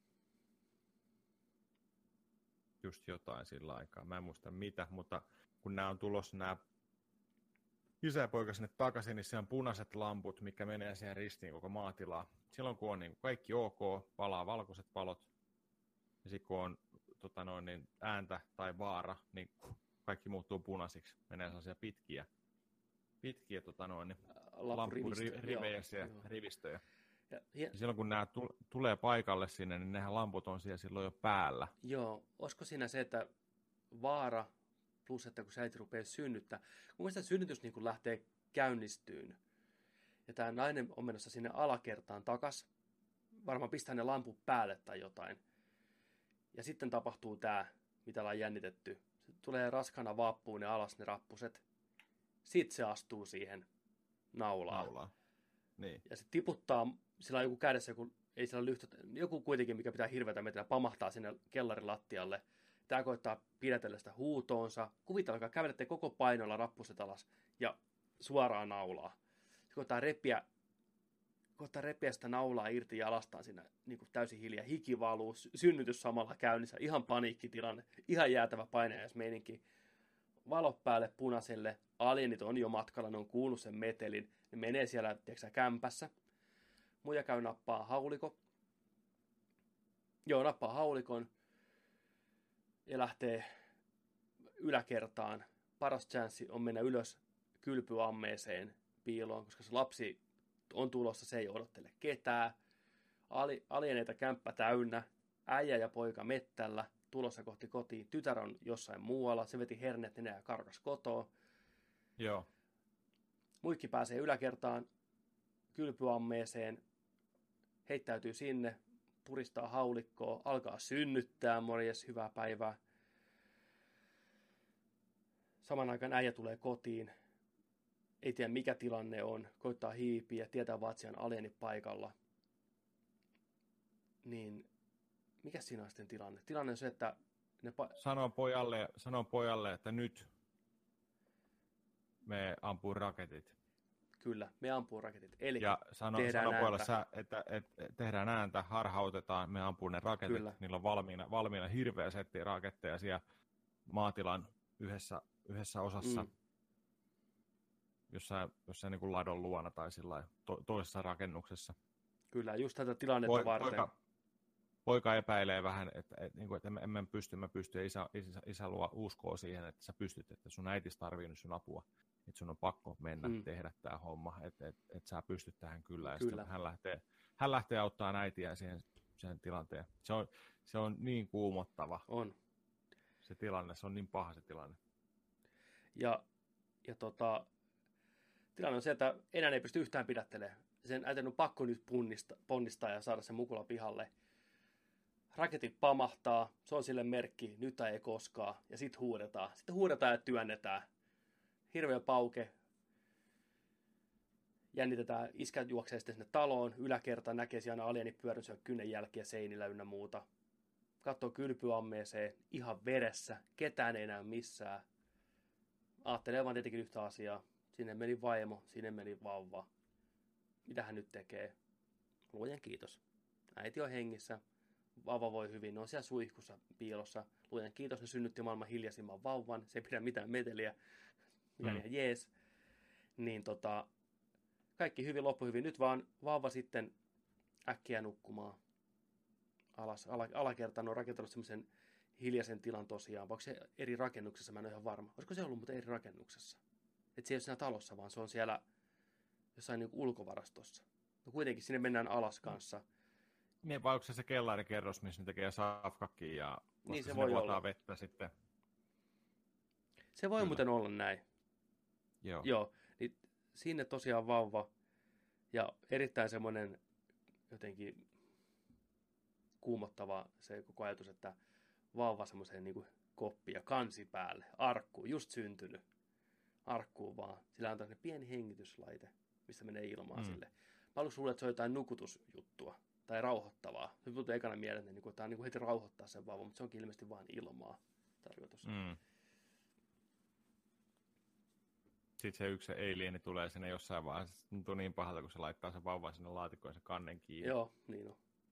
[SPEAKER 1] Just jotain sillä aikaa. Mä en muista mitä, mutta kun nämä on tulossa nämä isä ja poika sinne takaisin, niin siellä on punaiset lamput, mikä menee siihen ristiin koko maatilaa. Silloin kun on niin kuin kaikki ok, palaa valkoiset valot. Ja sitten kun on tota noin, niin ääntä tai vaara, niin kaikki muuttuu punaisiksi. Menee sellaisia pitkiä, pitkiä tota noin, niin lampurivejä ja rivistöjä. Ja, ja silloin kun nämä tu- tulee paikalle sinne, niin nehän lamput on siellä silloin jo päällä.
[SPEAKER 2] Joo, olisiko siinä se, että vaara plus, että kun sä äiti rupeaa synnyttää, mun mielestä synnytys niin kun lähtee käynnistyyn. Ja tämä nainen on menossa sinne alakertaan takas, varmaan pistää ne lamput päälle tai jotain. Ja sitten tapahtuu tämä, mitä ollaan jännitetty. Se tulee raskana vaappuun ne alas ne rappuset. Sitten se astuu siihen naulaan.
[SPEAKER 1] Naulaa. Niin.
[SPEAKER 2] Ja se tiputtaa, sillä on joku kädessä, joku, ei sillä lyhtä, joku kuitenkin, mikä pitää hirveätä metellä, pamahtaa sinne kellarin lattialle. Tämä koittaa pidätellä sitä huutoonsa. Kuvitelkaa, kävelette koko painolla rappuset alas ja suoraan naulaa. Se koittaa repiä, koittaa repiä sitä naulaa irti jalastaan siinä niin kuin täysin hiljaa. Hiki valuu, synnytys samalla käynnissä, ihan paniikkitilanne, ihan jäätävä painajaismeininki. Valot päälle punaiselle, alienit on jo matkalla, ne on kuullut sen metelin, ne menee siellä, tiedätkö, kämpässä. Muija käy nappaa hauliko. Joo, nappaa haulikon ja lähtee yläkertaan. Paras chanssi on mennä ylös kylpyammeeseen piiloon, koska se lapsi on tulossa, se ei odottele ketään. Ali, alieneita kämppä täynnä, äijä ja poika mettällä, tulossa kohti kotiin. Tytär on jossain muualla, se veti hernet nenää ja karkas kotoa.
[SPEAKER 1] Joo.
[SPEAKER 2] Muikki pääsee yläkertaan kylpyammeeseen, heittäytyy sinne, puristaa haulikkoa, alkaa synnyttää, morjes, hyvää päivää. Saman aikaan äijä tulee kotiin, ei tiedä mikä tilanne on, koittaa hiipiä, tietää vaan, että siellä on alienit paikalla. Niin, mikä siinä on sitten tilanne? Tilanne on se, että ne pa-
[SPEAKER 1] sanon, pojalle, sanon pojalle, että nyt me ampuu raketit.
[SPEAKER 2] Kyllä, me ampuu raketit. Eli
[SPEAKER 1] ja sano, sano pojalle, sä, että, että, että tehdään ääntä, harhautetaan, me ampuu ne raketit. Kyllä. Niillä on valmiina, valmiina hirveä setti raketteja siellä maatilan yhdessä, yhdessä osassa. Mm. Jossain, jossain niin kuin ladon luona tai sillä to, toisessa rakennuksessa.
[SPEAKER 2] Kyllä, just tätä tilannetta Poi, varten.
[SPEAKER 1] Poika, poika epäilee vähän, että, että, että, että emme pysty, mä pysty, isä, isä, isä luo uskoo siihen, että sä pystyt, että sun äitis tarvii nyt sun apua, että sun on pakko mennä mm. tehdä tämä homma, että, että, että sä pystyt tähän kyllä. Ja kyllä. Hän lähtee, hän lähtee auttamaan äitiä siihen, siihen tilanteen. Se on, se on niin kuumottava.
[SPEAKER 2] On.
[SPEAKER 1] Se tilanne, se on niin paha se tilanne.
[SPEAKER 2] Ja, ja tota, tilanne on se, että enää ei pysty yhtään pidättelemään. Sen äitin on pakko nyt punnista, ponnistaa ja saada se mukula pihalle. Raketit pamahtaa, se on sille merkki, nyt ei koskaan, ja sitten huudetaan. Sitten huudetaan ja työnnetään. Hirveä pauke. Jännitetään, iskä juoksee sitten sinne taloon, yläkertaan näkee siellä alienit pyöryn syö kynnen jälkiä seinillä ynnä muuta. Katsoo kylpyammeeseen, ihan veressä, ketään ei näy missään. Aattelee vaan tietenkin yhtä asiaa. Sinne meni vaimo, sinne meni vauva. Mitä hän nyt tekee? Luojan kiitos. Äiti on hengissä. Vauva voi hyvin. Ne on siellä suihkussa piilossa. Luojan kiitos, ne synnytti maailman hiljaisimman vauvan. Se ei pidä mitään meteliä. Mikä mm. ihan jees. Niin tota, kaikki hyvin, loppu hyvin. Nyt vaan vauva sitten äkkiä nukkumaan. Alas, ala, alakertaan on rakentanut semmoisen hiljaisen tilan tosiaan. Vai onko se eri rakennuksessa? Mä en ole ihan varma. Olisiko se ollut mutta eri rakennuksessa? Että se ei ole siinä talossa, vaan se on siellä jossain niin ulkovarastossa. No kuitenkin sinne mennään alas kanssa.
[SPEAKER 1] Niin, vai onko se se kellarikerros, missä ne tekee safkakin ja
[SPEAKER 2] niin se
[SPEAKER 1] voi
[SPEAKER 2] olla.
[SPEAKER 1] Vettä sitten?
[SPEAKER 2] Se voi Kyllä. muuten olla näin.
[SPEAKER 1] Joo.
[SPEAKER 2] Joo, niin sinne tosiaan vauva ja erittäin semmoinen jotenkin kuumottava se koko ajatus, että vauva semmoiseen niin kuin koppi ja kansi päälle, arkku, just syntynyt. Arkkuun vaan. Sillä on tämmöinen pieni hengityslaite, mistä menee ilmaa mm. sille. Mä aluksi luulen, että se on jotain nukutusjuttua tai rauhoittavaa. Se tuntuu ekana mieleen, että tämä on niin heti rauhoittaa sen vauvan, mutta se onkin ilmeisesti vain ilmaa tarkoitus.
[SPEAKER 1] Mm. sitten se yksi alieni tulee sinne jossain vaiheessa, se tuntuu niin pahalta, kun se laittaa sen vauvan sinne laatikkoon ja se kannen kiinni.
[SPEAKER 2] Joo, niin on.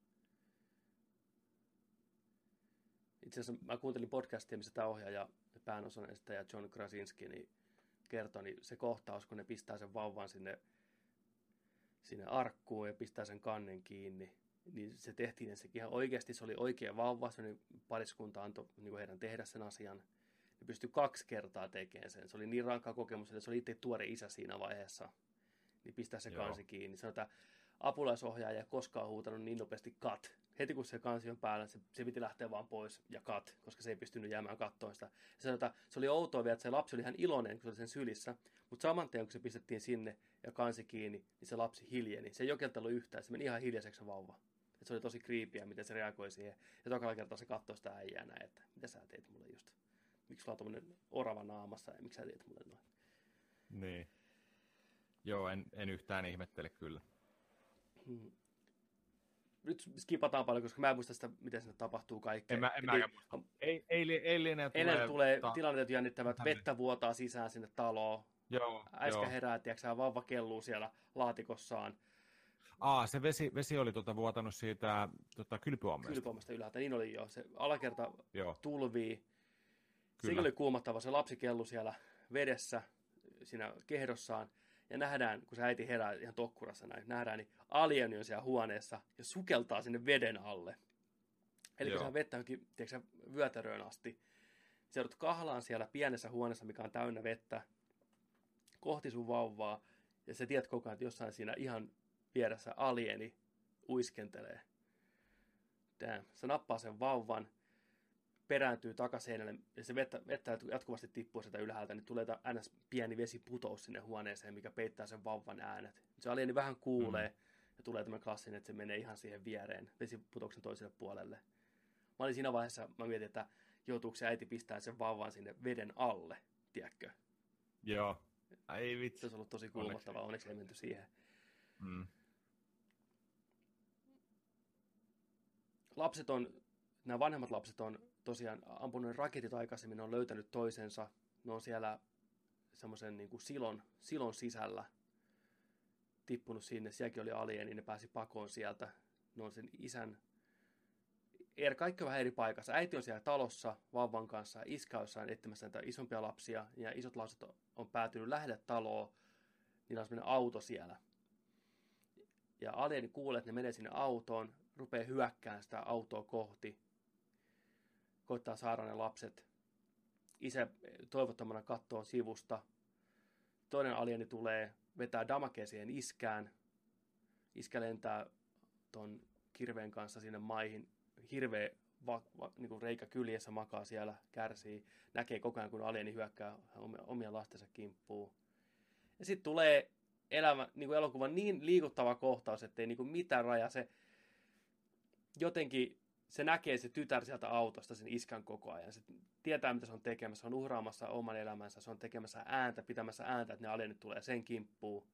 [SPEAKER 2] Itse asiassa mä kuuntelin podcastia, missä tämä ohjaaja, päänosan esittäjä John Krasinski, niin kertoi, niin se kohtaus, kun ne pistää sen vauvan sinne, sinne arkkuun ja pistää sen kannen kiinni, niin se tehtiin sekin ihan oikeasti, se oli oikea vauva, se pariskunta antoi niin heidän tehdä sen asian. Ne pystyi kaksi kertaa tekemään sen. Se oli niin rankka kokemus, että se oli itse tuore isä siinä vaiheessa. Niin pistää se Joo. kansi kiinni. Sanoi, että apulaisohjaaja ei koskaan huutanut niin nopeasti cut. Heti kun se kansi on päällä, se, se piti lähteä vaan pois ja cut, koska se ei pystynyt jäämään kattoon sitä. Sanoi, että se oli outoa vielä, että se lapsi oli ihan iloinen, kun se oli sen sylissä. Mutta saman tien, kun se pistettiin sinne ja kansi kiinni, niin se lapsi hiljeni. Se ei jokeltellut yhtään, se meni ihan hiljaiseksi se vauva. Et se oli tosi kriipiä, miten se reagoi siihen. Ja tokalla kertaa se katsoi sitä äijää näin, että mitä sä teet mulle just. Miksi sulla on tommonen orava naamassa ja miksi sä teet mulle noin?
[SPEAKER 1] Niin. Joo, en, en yhtään ihmettele kyllä.
[SPEAKER 2] Hmm. Nyt skipataan paljon, koska mä en muista sitä, miten sinne tapahtuu kaikkea.
[SPEAKER 1] En mä, en mäkään muista. Ei, ei, ei liian tulee...
[SPEAKER 2] tulee ta- tilanteet jännittävät, vettä vuotaa sisään sinne taloon.
[SPEAKER 1] Joo,
[SPEAKER 2] Äiskä
[SPEAKER 1] joo.
[SPEAKER 2] herää, tiiäksä, vauva kelluu siellä laatikossaan.
[SPEAKER 1] Aa, se vesi, vesi oli tuota vuotanut siitä tuota, kylpyammeesta.
[SPEAKER 2] Kylpyammeesta ylhäältä, niin oli jo. Se alakerta
[SPEAKER 1] joo.
[SPEAKER 2] tulvii. Sekin oli kuumottava, se lapsi kellu siellä vedessä, siinä kehdossaan. Ja nähdään, kun se äiti herää ihan tokkurassa näin, nähdään, niin alieni on siellä huoneessa ja sukeltaa sinne veden alle. Eli kun se vettä johonkin, tiedätkö, vyötäröön asti. Se joudut kahlaan siellä pienessä huoneessa, mikä on täynnä vettä, kohti sun vauvaa. Ja sä tiedät koko ajan, että jossain siinä ihan vieressä alieni uiskentelee. Damn. Se nappaa sen vauvan, perääntyy takaseinälle, ja se vettä, vettä jatkuvasti tippuu sieltä ylhäältä, niin tulee ns. Pieni vesiputous sinne huoneeseen, mikä peittää sen vauvan äänet. Se alieni vähän kuulee, mm. ja tulee tämmöinen klassinen, että se menee ihan siihen viereen, vesiputouksen toiselle puolelle. Mä olin siinä vaiheessa, mä mietin, että joutuuko se äiti pistää sen vauvan sinne veden alle, tiedätkö?
[SPEAKER 1] Joo, ei vitsi.
[SPEAKER 2] Se olisi ollut tosi kuumottavaa, onneksi ei menty siihen.
[SPEAKER 1] Mm.
[SPEAKER 2] Lapset on, nämä vanhemmat lapset on tosiaan ampunut raketit aikaisemmin, ne on löytänyt toisensa. Ne on siellä semmoisen niin kuin silon, silon sisällä tippunut sinne. Sielläkin oli alieni, ne pääsi pakoon sieltä. Ne on sen isän, er, kaikki on vähän eri paikassa. Äiti on siellä talossa vauvan kanssa, iskä on jossain etsimässä näitä isompia lapsia. Ja isot lapset on päätynyt lähelle taloa, niillä on semmoinen auto siellä. Ja alieni kuulee, että ne menee sinne autoon, rupeaa hyökkäämään sitä autoa kohti. Koittaa saada ne lapset. Isä toivottomana kattoo sivusta. Toinen alieni tulee, vetää damakea siihen iskään. Iskä lentää ton kirveen kanssa sinne maihin. Hirveä va- va- niin kuin reikä kyljessä makaa siellä, kärsii. Näkee koko ajan, kun alieni hyökkää omia lastensa kimppuun. Ja sitten tulee elämä, niin kuin elokuvan niin liikuttava kohtaus, ettei niin kuin mitään rajaa. Se jotenkin se näkee se tytär sieltä autosta sen iskän koko ajan. Se tietää, mitä se on tekemässä. Se on uhraamassa oman elämänsä. Se on tekemässä ääntä, pitämässä ääntä, että ne alienit tulee sen kimppuun.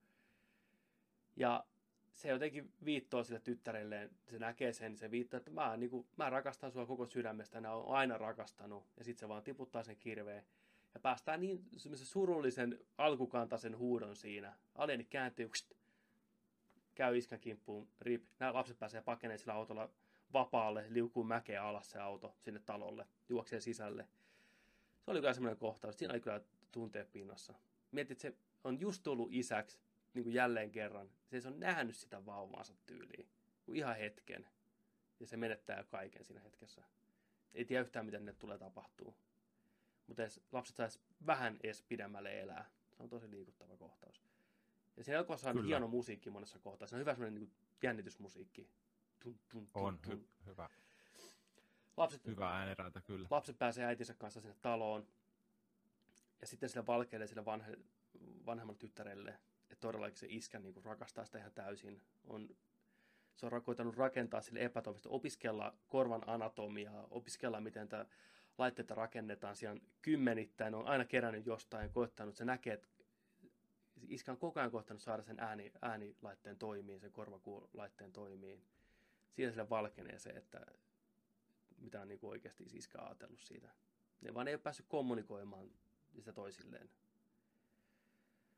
[SPEAKER 2] Ja se jotenkin viittoo sille tyttärelleen. Se näkee sen, se viittaa, että mä, niin kuin, mä rakastan sua koko sydämestä. Ja on aina rakastanut. Ja sitten se vaan tiputtaa sen kirveen. Ja päästään niin surullisen alkukantaisen huudon siinä. Alieni kääntyy, kst, käy iskän kimppuun, rip. Nämä lapset pääsee pakenemaan sillä autolla vapaalle, liukuu mäkeä alas se auto sinne talolle, juoksee sisälle. Se oli kyllä semmoinen kohtaus. Siinä oli kyllä tunteet pinnassa. Mietit, että se on just tullut isäksi niin kuin jälleen kerran. Se on nähnyt sitä vauvaansa tyyliin. Ihan hetken. Ja se menettää kaiken siinä hetkessä. Ei tiedä yhtään, miten ne tulee tapahtuu. Mutta lapset saisi vähän edes pidemmälle elää. Se on tosi liikuttava kohtaus. Ja siinä elokuvassa on hieno musiikki monessa kohtaa. Se on hyvä semmoinen niin jännitysmusiikki. Tum, tum, tum,
[SPEAKER 1] on,
[SPEAKER 2] tum.
[SPEAKER 1] hy- hyvä.
[SPEAKER 2] Lapset,
[SPEAKER 1] hyvä ääniraita, kyllä.
[SPEAKER 2] Lapset pääsee äitinsä kanssa sinne taloon. Ja sitten sille valkealle sille vanhe, vanhemmalle tyttärelle, että todellakin se iskä niin kuin rakastaa sitä ihan täysin. On, se on koittanut rakentaa sille epätoivoisesti, opiskella korvan anatomiaa, opiskella miten tämä laitteita rakennetaan. Siellä on kymmenittäin, on aina kerännyt jostain ja koittanut. Se näkee, että iskä on koko ajan koittanut saada sen ääni, äänilaitteen toimiin, sen korvakuulaitteen toimiin. Siinä sille valkenee se, että mitä on niin kuin oikeasti iskä ajatellut siitä. Ne vaan ei ole päässyt kommunikoimaan sitä toisilleen.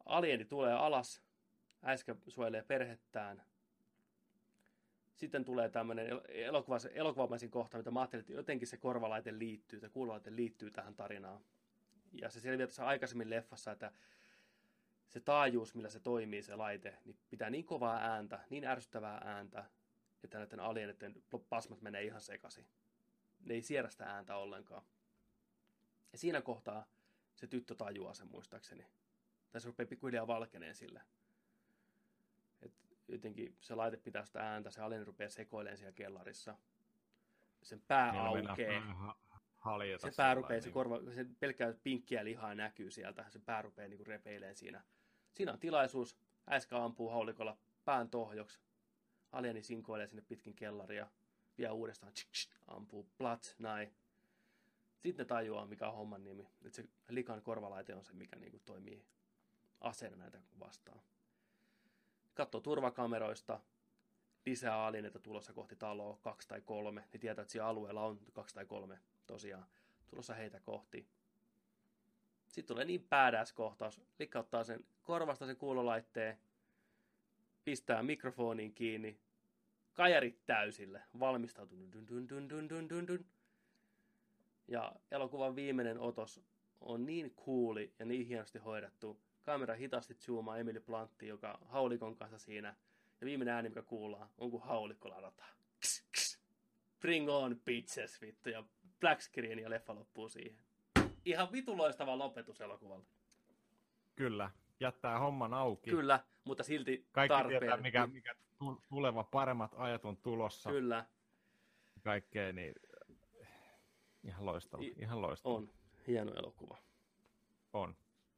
[SPEAKER 2] alieni tulee alas, äiskä suojelee perhettään. Sitten tulee tämmöinen elokuvamaisin kohta, mitä mä ajattelin, että jotenkin se korvalaite liittyy, se kuulolaite liittyy tähän tarinaan. Ja se selviää tässä aikaisemmin leffassa, että se taajuus, millä se toimii, se laite, niin pitää niin kovaa ääntä, niin ärsyttävää ääntä, että näiden alieniden pasmat menee ihan sekaisin. Ne ei siedä sitä ääntä ollenkaan. Ja siinä kohtaa se tyttö tajuaa sen muistaakseni. Tai se rupeaa pikkuhiljaa valkeneen sille. Et jotenkin se laite pitää sitä ääntä, se alieni rupeaa sekoilemaan siellä kellarissa. Sen pää
[SPEAKER 1] Niin,
[SPEAKER 2] aukeaa. Se pää rupeaa, se, korva, se pelkkää pinkkiä lihaa näkyy sieltä. Se pää rupeaa niin repeilemään siinä. Siinä on tilaisuus. Äiskä ampuu haulikolla pään tohjoksi. Alieni sinkoilee sinne pitkin kellaria. Vielä uudestaan tsk, tsk, ampuu. Plat, näin. Sitten ne tajuaa, mikä on homman nimi. Että se likan korvalaite on se, mikä niinku toimii aseena näitä vastaan. Katsoo turvakameroista. Lisää alienita tulossa kohti taloa. Kaksi tai kolme. Ne tietää, että siellä alueella on kaksi tai kolme tosiaan. Tulossa heitä kohti. Sitten tulee niin badass kohtaus. Likka ottaa sen korvasta sen kuulolaitteen. Pistää mikrofoniin kiinni. Kajarit täysille. Valmistautuu. Dun, dun, dun, dun, dun, dun, dun. Ja elokuvan viimeinen otos on niin cooli ja niin hienosti hoidettu. Kamera hitaasti zoomaa Emily Bluntti, joka haulikon kanssa siinä. Ja viimeinen ääni, mikä kuullaan, on kun haulikko ladataan. Kss, kss. Bring on bitches, vittu. Ja black screen ja leffa loppuu siihen. Ihan vitu loistava lopetus elokuvalle.
[SPEAKER 1] Kyllä. Jättää homman auki.
[SPEAKER 2] Kyllä, mutta silti
[SPEAKER 1] kaikki
[SPEAKER 2] tarpeen.
[SPEAKER 1] Tietää, mikä, mikä tuleva paremmat ajat on tulossa.
[SPEAKER 2] Kyllä.
[SPEAKER 1] Kaikkea, niin ihan loistava. I, ihan loistava.
[SPEAKER 2] On. Hieno elokuva.
[SPEAKER 1] On.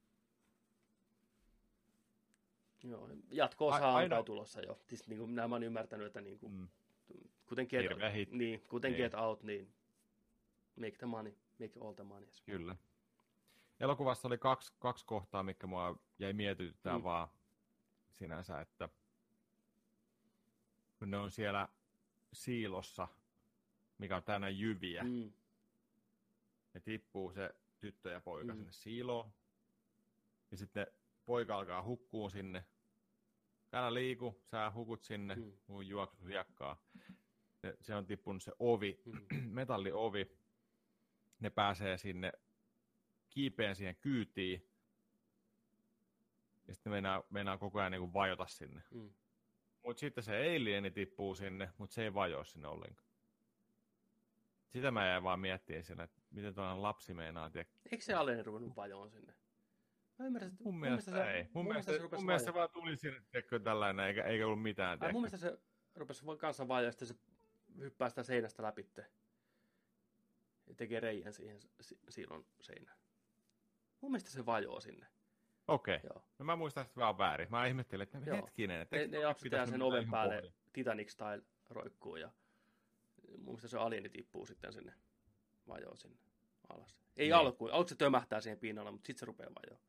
[SPEAKER 2] Joo, jatko-osa on kai tulossa jo. Siis, niin kuin, nämä olen ymmärtänyt, että niin kuin, mm. kuten Get, niin, kuten niin. Get Out, niin make the money, make all the money.
[SPEAKER 1] Kyllä. Elokuvassa oli kaksi, kaksi kohtaa, mikä mua jäi mietityttää mm. vaan sinänsä, että kun ne on siellä siilossa, mikä on täynnä jyviä, mm. ne tippuu se tyttö ja poika mm. sinne siiloon, ja sitten poika alkaa hukkuu sinne. Älä liiku, sä hukut sinne, mm. mun juoksu hiekkaa. Se, se on tippunut se ovi, mm. metalliovi. Ne pääsee sinne, kiipeen siihen kyytiin. Ja sitten meinaa, meinaa koko ajan niin kuin vajota sinne. Mm. Mutta sitten se alieni tippuu sinne, mutta se ei vajoa sinne ollenkaan. Sitä mä jäin vaan miettimään siinä, että miten tuollainen lapsi meinaa. Tiedä.
[SPEAKER 2] Eikö se alieni ruvennut vajoon sinne? Mä ymmärrän,
[SPEAKER 1] mun, mun mielestä, mielestä se, ei. Mun, mun mielestä, mielestä, se, mun mielestä se vaan tuli sinne, tiedätkö, tällainen, eikä, eikä ollut mitään.
[SPEAKER 2] Ai, mun mielestä se rupesi kanssa vajoa, ja sitten se hyppää sitä seinästä läpitte. Ja tekee reijän siihen siilon seinään. Mun mielestä se vajoo sinne.
[SPEAKER 1] Okei. Okay. No mä muistan, että se vaan väärin. Mä ihmettelin, että Joo. hetkinen. Että
[SPEAKER 2] ne ne japsitään sen oven päälle pohjaa. Titanic style roikkuu, ja mun mielestä se alieni tippuu sitten sinne, vajoo sinne alas. Ei niin. alkuun. Aluksi se tömähtää siihen pinnalle, mutta sitten se rupeaa vajoa.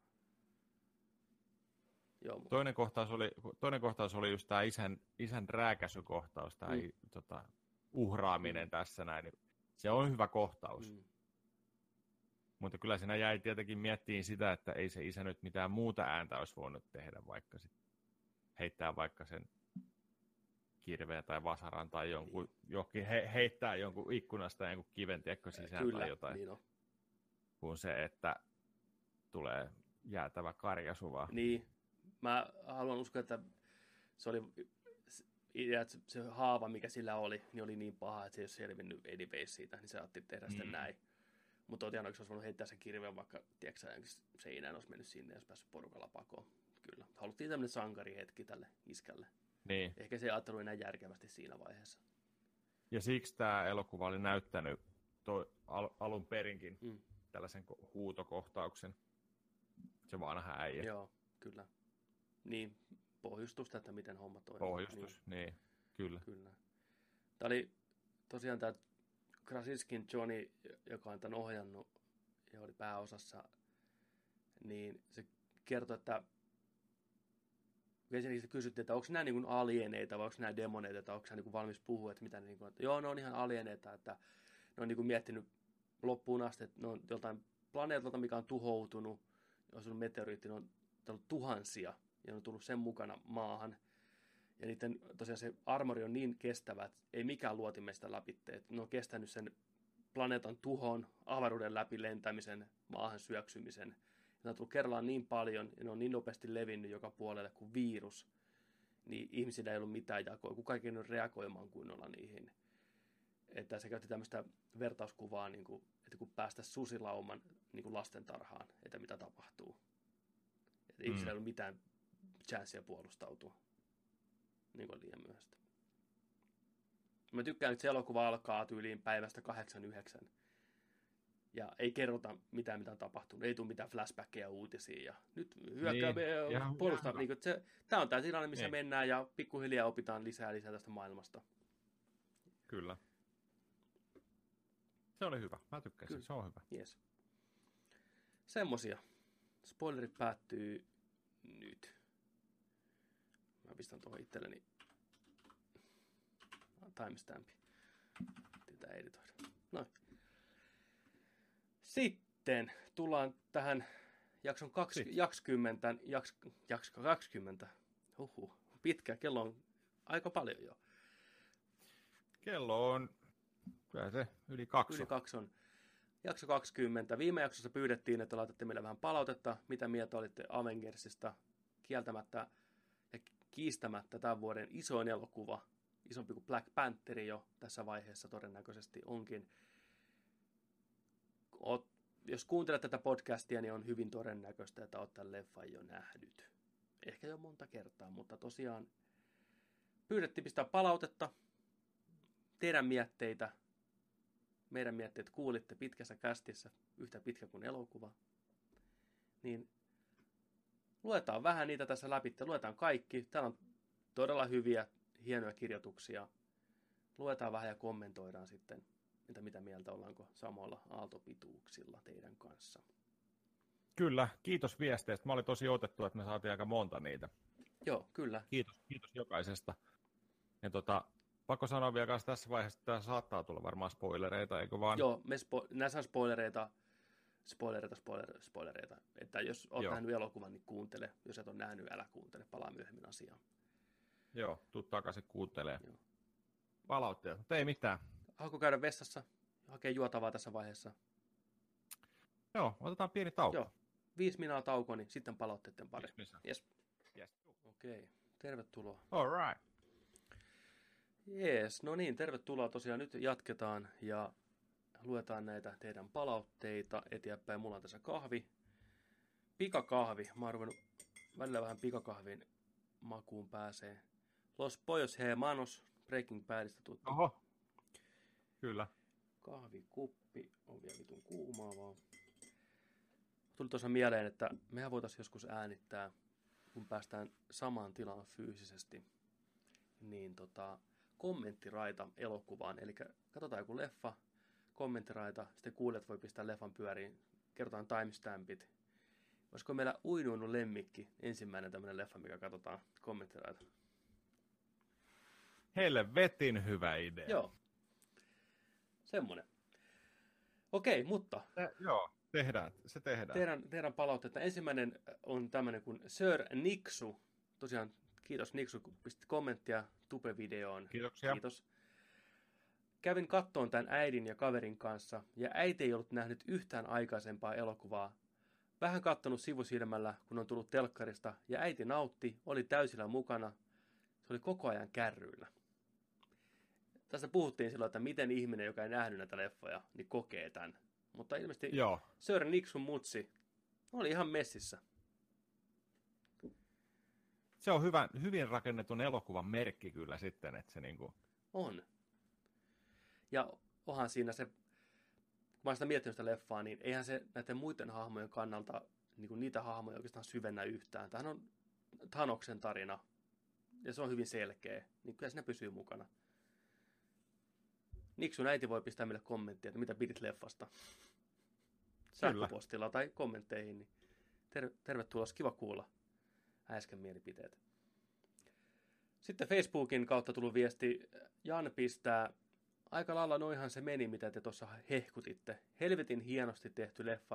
[SPEAKER 2] Joo,
[SPEAKER 1] toinen, kohtaus oli, toinen kohtaus oli just tämä isän, isän rääkäisykohtaus, tämä mm. tota, uhraaminen mm. tässä näin. Se on hyvä kohtaus. Mm. Mutta kyllä siinä jäi tietenkin miettiin sitä, että ei se isä nyt mitään muuta ääntä olisi voinut tehdä, vaikka sit heittää vaikka sen kirveen tai vasaran tai jonkun, johonkin he, heittää jonkun ikkunasta jonkun kiven tiekko sisään kyllä, tai jotain. Niin on. Kun se, että tulee jäätävä karjaisu vaan.
[SPEAKER 2] Niin. Mä haluan uskoa, että se oli idea, että se haava, mikä sillä oli, niin oli niin paha, että se ei ole selvinnyt anyways siitä, niin se ajatteli tehdä mm. sitten näin. Mutta totiaan olisi voinut heittää sen kirveen, vaikka tiedätkö, seinään olisi mennyt sinne, jos päässyt porukalla pakoon. Kyllä. Haluttiin tämmöinen sankarihetki tälle iskälle.
[SPEAKER 1] Niin.
[SPEAKER 2] Ehkä se ei ajatellut enää järkevästi siinä vaiheessa.
[SPEAKER 1] Ja siksi tämä elokuva oli näyttänyt toi al- alun perinkin mm. tällaisen huutokohtauksen. Se vanha äijä.
[SPEAKER 2] Joo, kyllä. Niin, pohjustusta, että miten homma toimii.
[SPEAKER 1] Pohjustus, niin, niin kyllä.
[SPEAKER 2] kyllä. Tämä oli tosiaan tämä Krasinskin Johnny, joka on tämän ohjannut ja oli pääosassa, niin se kertoi, että ensinnäkin kysyttiin, että onko nämä niin kuin alieneita vai onko nämä demoneita, että onko nämä niin valmis puhua, että mitä ne, niin kuin, että joo, ne on ihan alieneita, että ne on niin kuin miettinyt loppuun asti, että ne on joltain planeetalta, mikä on tuhoutunut, jos on meteoriitti, ne on ollut tuhansia, ja ne on tullut sen mukana maahan. Ja niiden tosiaan se armori on niin kestävä, että ei mikään luotimme sitä läpi. Että ne on kestänyt sen planeetan tuhon, avaruuden läpi lentämisen, maahan syöksymisen. Ja ne on tullut kerrallaan niin paljon, ja ne on niin nopeasti levinnyt joka puolelle kuin virus. Niin ihmisillä ei ollut mitään jakoa. Kukaan ei keinoin reagoimaan kunnolla niihin. Että se käytti tämmöistä vertauskuvaa, niin kuin, että kun päästä susilauman niin kuin lastentarhaan, että mitä tapahtuu. Että mm. ihmisillä ei ollut mitään chanssia puolustautua. Niin kuin liian myöhäistä. Mä tykkään, että se elokuva alkaa tyyliin päivästä kahdeksan yhdeksän. Ja ei kerrota mitään, mitä on tapahtunut. Ei tule mitään flashbackeja uutisia. Ja nyt hyökkäämme niin, ja puolustaa. Niin, tämä on tämä tilanne, missä niin. mennään ja pikkuhiljaa opitaan lisää lisää tästä maailmasta.
[SPEAKER 1] Kyllä. Se oli hyvä. Mä tykkäsin. Se on hyvä.
[SPEAKER 2] Yes. Semmosia. Spoilerit päättyy nyt. Mä pistän tuohon itselleni timestampi. Pitää editoida. Noin. Sitten tullaan tähän jakson kaksikymmentä, jaks, jaks kaksikymmentä. Huhhuh, pitkä. Kello on aika paljon jo.
[SPEAKER 1] Kello on, kyllä se, yli kaksi.
[SPEAKER 2] Yli kaksi on. Jakso kaksikymmentä. Viime jaksossa pyydettiin, että laitatte meille vähän palautetta. Mitä mieltä olitte Avengersista? Kieltämättä ja kiistämättä tämän vuoden isoin elokuva. Isompi kuin Black Panther jo tässä vaiheessa todennäköisesti onkin. Oot, jos kuuntelet tätä podcastia, niin on hyvin todennäköistä, että olet tämän leffan jo nähnyt. Ehkä jo monta kertaa, mutta tosiaan pyydettiin pistää palautetta, teidän mietteitä. Meidän mietteet kuulitte pitkässä kästissä, yhtä pitkä kuin elokuva. Niin luetaan vähän niitä tässä läpi, luetaan kaikki. Täällä on todella hyviä, hienoja kirjoituksia. Luetaan vähän ja kommentoidaan sitten, että mitä mieltä ollaanko samoilla aaltopituuksilla teidän kanssa.
[SPEAKER 1] Kyllä, kiitos viesteistä. Mä olin tosi otettu, että me saatiin aika monta niitä.
[SPEAKER 2] Joo, kyllä.
[SPEAKER 1] Kiitos, kiitos jokaisesta. Ja tota, pakko sanoa vielä kanssa tässä vaiheessa, että tämä saattaa tulla varmaan spoilereita, eikö vaan?
[SPEAKER 2] Joo, me spo- näissä on spoilereita, spoilereita, spoilereita, spoilereita. Että jos olet Joo. nähnyt elokuvan, niin kuuntele. Jos et ole nähnyt, älä kuuntele. Palaa myöhemmin asiaan.
[SPEAKER 1] Joo, tuu takaisin kuuntelemaan. Palautteet, mutta ei mitään.
[SPEAKER 2] Haluatko käydä vessassa? Hakee juotavaa tässä vaiheessa?
[SPEAKER 1] Joo, otetaan pieni tauko.
[SPEAKER 2] Joo, viisi minaa tauko, niin sitten palautteiden pari. Yes.
[SPEAKER 1] Yes.
[SPEAKER 2] Okei, okay. Tervetuloa.
[SPEAKER 1] All right.
[SPEAKER 2] Jees, no niin, tervetuloa tosiaan. Nyt jatketaan ja luetaan näitä teidän palautteita eteenpäin. Mulla on tässä kahvi. Pikakahvi. Mä oon ruvennut välillä vähän pikakahvin makuun pääsee. Los Pollos Hermanos, Breaking Badista tuttu.
[SPEAKER 1] Oho. Kyllä.
[SPEAKER 2] Kahvikuppi on vielä vitun kuumaa vaan. Tuli tuossa mieleen, että mehän voitaisiin joskus äänittää, kun päästään samaan tilaan fyysisesti, niin tota, kommenttiraita elokuvaan. Eli katsotaan joku leffa, kommenttiraita, sitten kuulijat voi pistää leffan pyöriin, kerrotaan timestampit. Olisiko meillä Uinuunut lemmikki, ensimmäinen tämmöinen leffa, mikä katsotaan kommenttiraita?
[SPEAKER 1] Helvetin hyvä idea.
[SPEAKER 2] Joo. Semmoinen. Okei, mutta...
[SPEAKER 1] Eh, joo, tehdään. Se tehdään.
[SPEAKER 2] Tehdään, tehdään palautetta. Ensimmäinen on tämmöinen kuin Sir Niksu. Tosiaan, kiitos Niksu, kun pistit kommenttia Tube-videoon.
[SPEAKER 1] Kiitoksia.
[SPEAKER 2] Kiitos. Kävin kattoon tämän äidin ja kaverin kanssa, ja äiti ei ollut nähnyt yhtään aikaisempaa elokuvaa. Vähän kattonut sivusilmällä, kun on tullut telkkarista, ja äiti nautti, oli täysillä mukana. Se oli koko ajan kärryillä. Tästä puhuttiin silloin, että miten ihminen, joka ei nähnyt näitä leffoja, niin kokee tämän. Mutta ilmeisesti
[SPEAKER 1] Joo.
[SPEAKER 2] Sir Niksun mutsi oli ihan messissä.
[SPEAKER 1] Se on hyvä, hyvin rakennetun elokuvan merkki kyllä sitten, että se niinku...
[SPEAKER 2] On. Ja onhan siinä se, kun mä oon sitä miettinyt sitä leffaa, niin eihän se näiden muiden hahmojen kannalta niin niitä hahmoja oikeastaan syvennä yhtään. Tämähän on Thanoksen tarina, ja se on hyvin selkeä, niin kyllä siinä pysyy mukana. Niksun äiti voi pistää meille kommenttia, että mitä pidit leffasta. Sähköpostilla tai kommentteihin. Niin ter- tervetuloa, kiva kuulla äsken mielipiteet. Sitten Facebookin kautta tullut viesti. Jan pistää, aika lailla noihan se meni, mitä te tuossa hehkutitte. Helvetin hienosti tehty leffa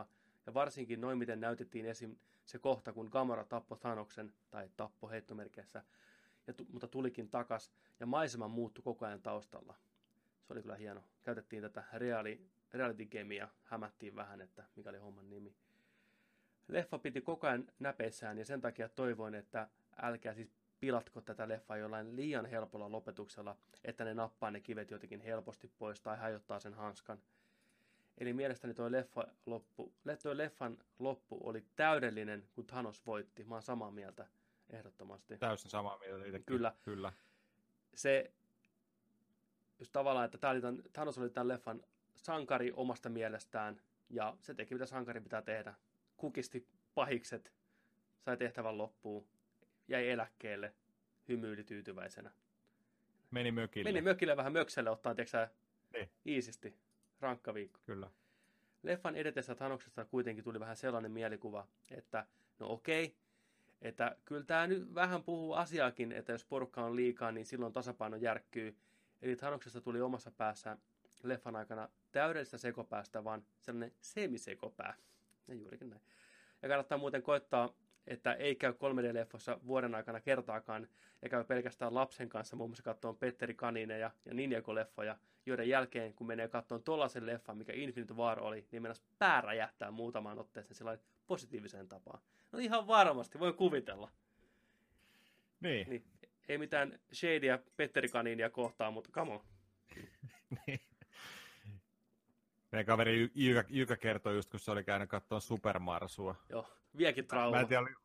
[SPEAKER 2] Ja varsinkin noin, miten näytettiin esim. Se kohta, kun Gamora tappoi Thanoksen, tai tappoi heittomerkeissä, ja tu- mutta tulikin takas, ja maisema muuttui koko ajan taustalla. Se oli kyllä hieno. Käytettiin tätä reaali, reality gamea ja hämättiin vähän, että mikä oli homman nimi. Leffa piti koko ajan näpeissään, ja sen takia toivoin, että älkää siis pilatko tätä leffaa jollain liian helpolla lopetuksella, että ne nappaa ne kivet jotenkin helposti pois tai hajottaa sen hanskan. Eli mielestäni tuo leffa loppu, toi leffan loppu oli täydellinen, kun Thanos voitti. Mä oon samaa mieltä, ehdottomasti.
[SPEAKER 1] Täysin samaa mieltä itsekin.
[SPEAKER 2] Kyllä.
[SPEAKER 1] Kyllä.
[SPEAKER 2] Se, just tavallaan, että oli tämän, Thanos oli tämän leffan sankari omasta mielestään, ja se teki, mitä sankari pitää tehdä. Kukisti pahikset, sai tehtävän loppuun, jäi eläkkeelle, hymyili tyytyväisenä.
[SPEAKER 1] Meni mökille.
[SPEAKER 2] Meni mökille vähän mökselle ottaa, tiedätkö
[SPEAKER 1] niin.
[SPEAKER 2] iisisti. Rankka viikko.
[SPEAKER 1] Kyllä.
[SPEAKER 2] Leffan edetessä Thanoksesta kuitenkin tuli vähän sellainen mielikuva, että no okei, että kyllä tämä nyt vähän puhuu asiaakin, että jos porukka on liikaa, niin silloin tasapaino järkkyy. Eli Thanoksesta tuli omassa päässä leffan aikana täydellistä sekopäästä, vaan sellainen semisekopää. Ja juurikin näin. Ja kannattaa muuten koittaa, että ei käy kolme D-leffossa vuoden aikana kertaakaan, ja käy pelkästään lapsen kanssa muun muassa katsomaan Petteri Kaninen ja, ja Ninjago-leffoja, joiden jälkeen, kun menee katsomaan tollaisen leffan, mikä Infinite War oli, niin mennään pää räjähtää muutamaan otteeseen sellainen positiiviseen tapaan. No ihan varmasti, voin kuvitella.
[SPEAKER 1] Niin.
[SPEAKER 2] niin ei mitään shadyä Petteri Kaninia kohtaan, mutta come on.
[SPEAKER 1] niin. Meidän kaveri Jykä, Jykä kertoi just, kun se oli käynyt katsomaan Supermarsua.
[SPEAKER 2] Joo, viekin trauma.
[SPEAKER 1] Mä en tiedä, oli...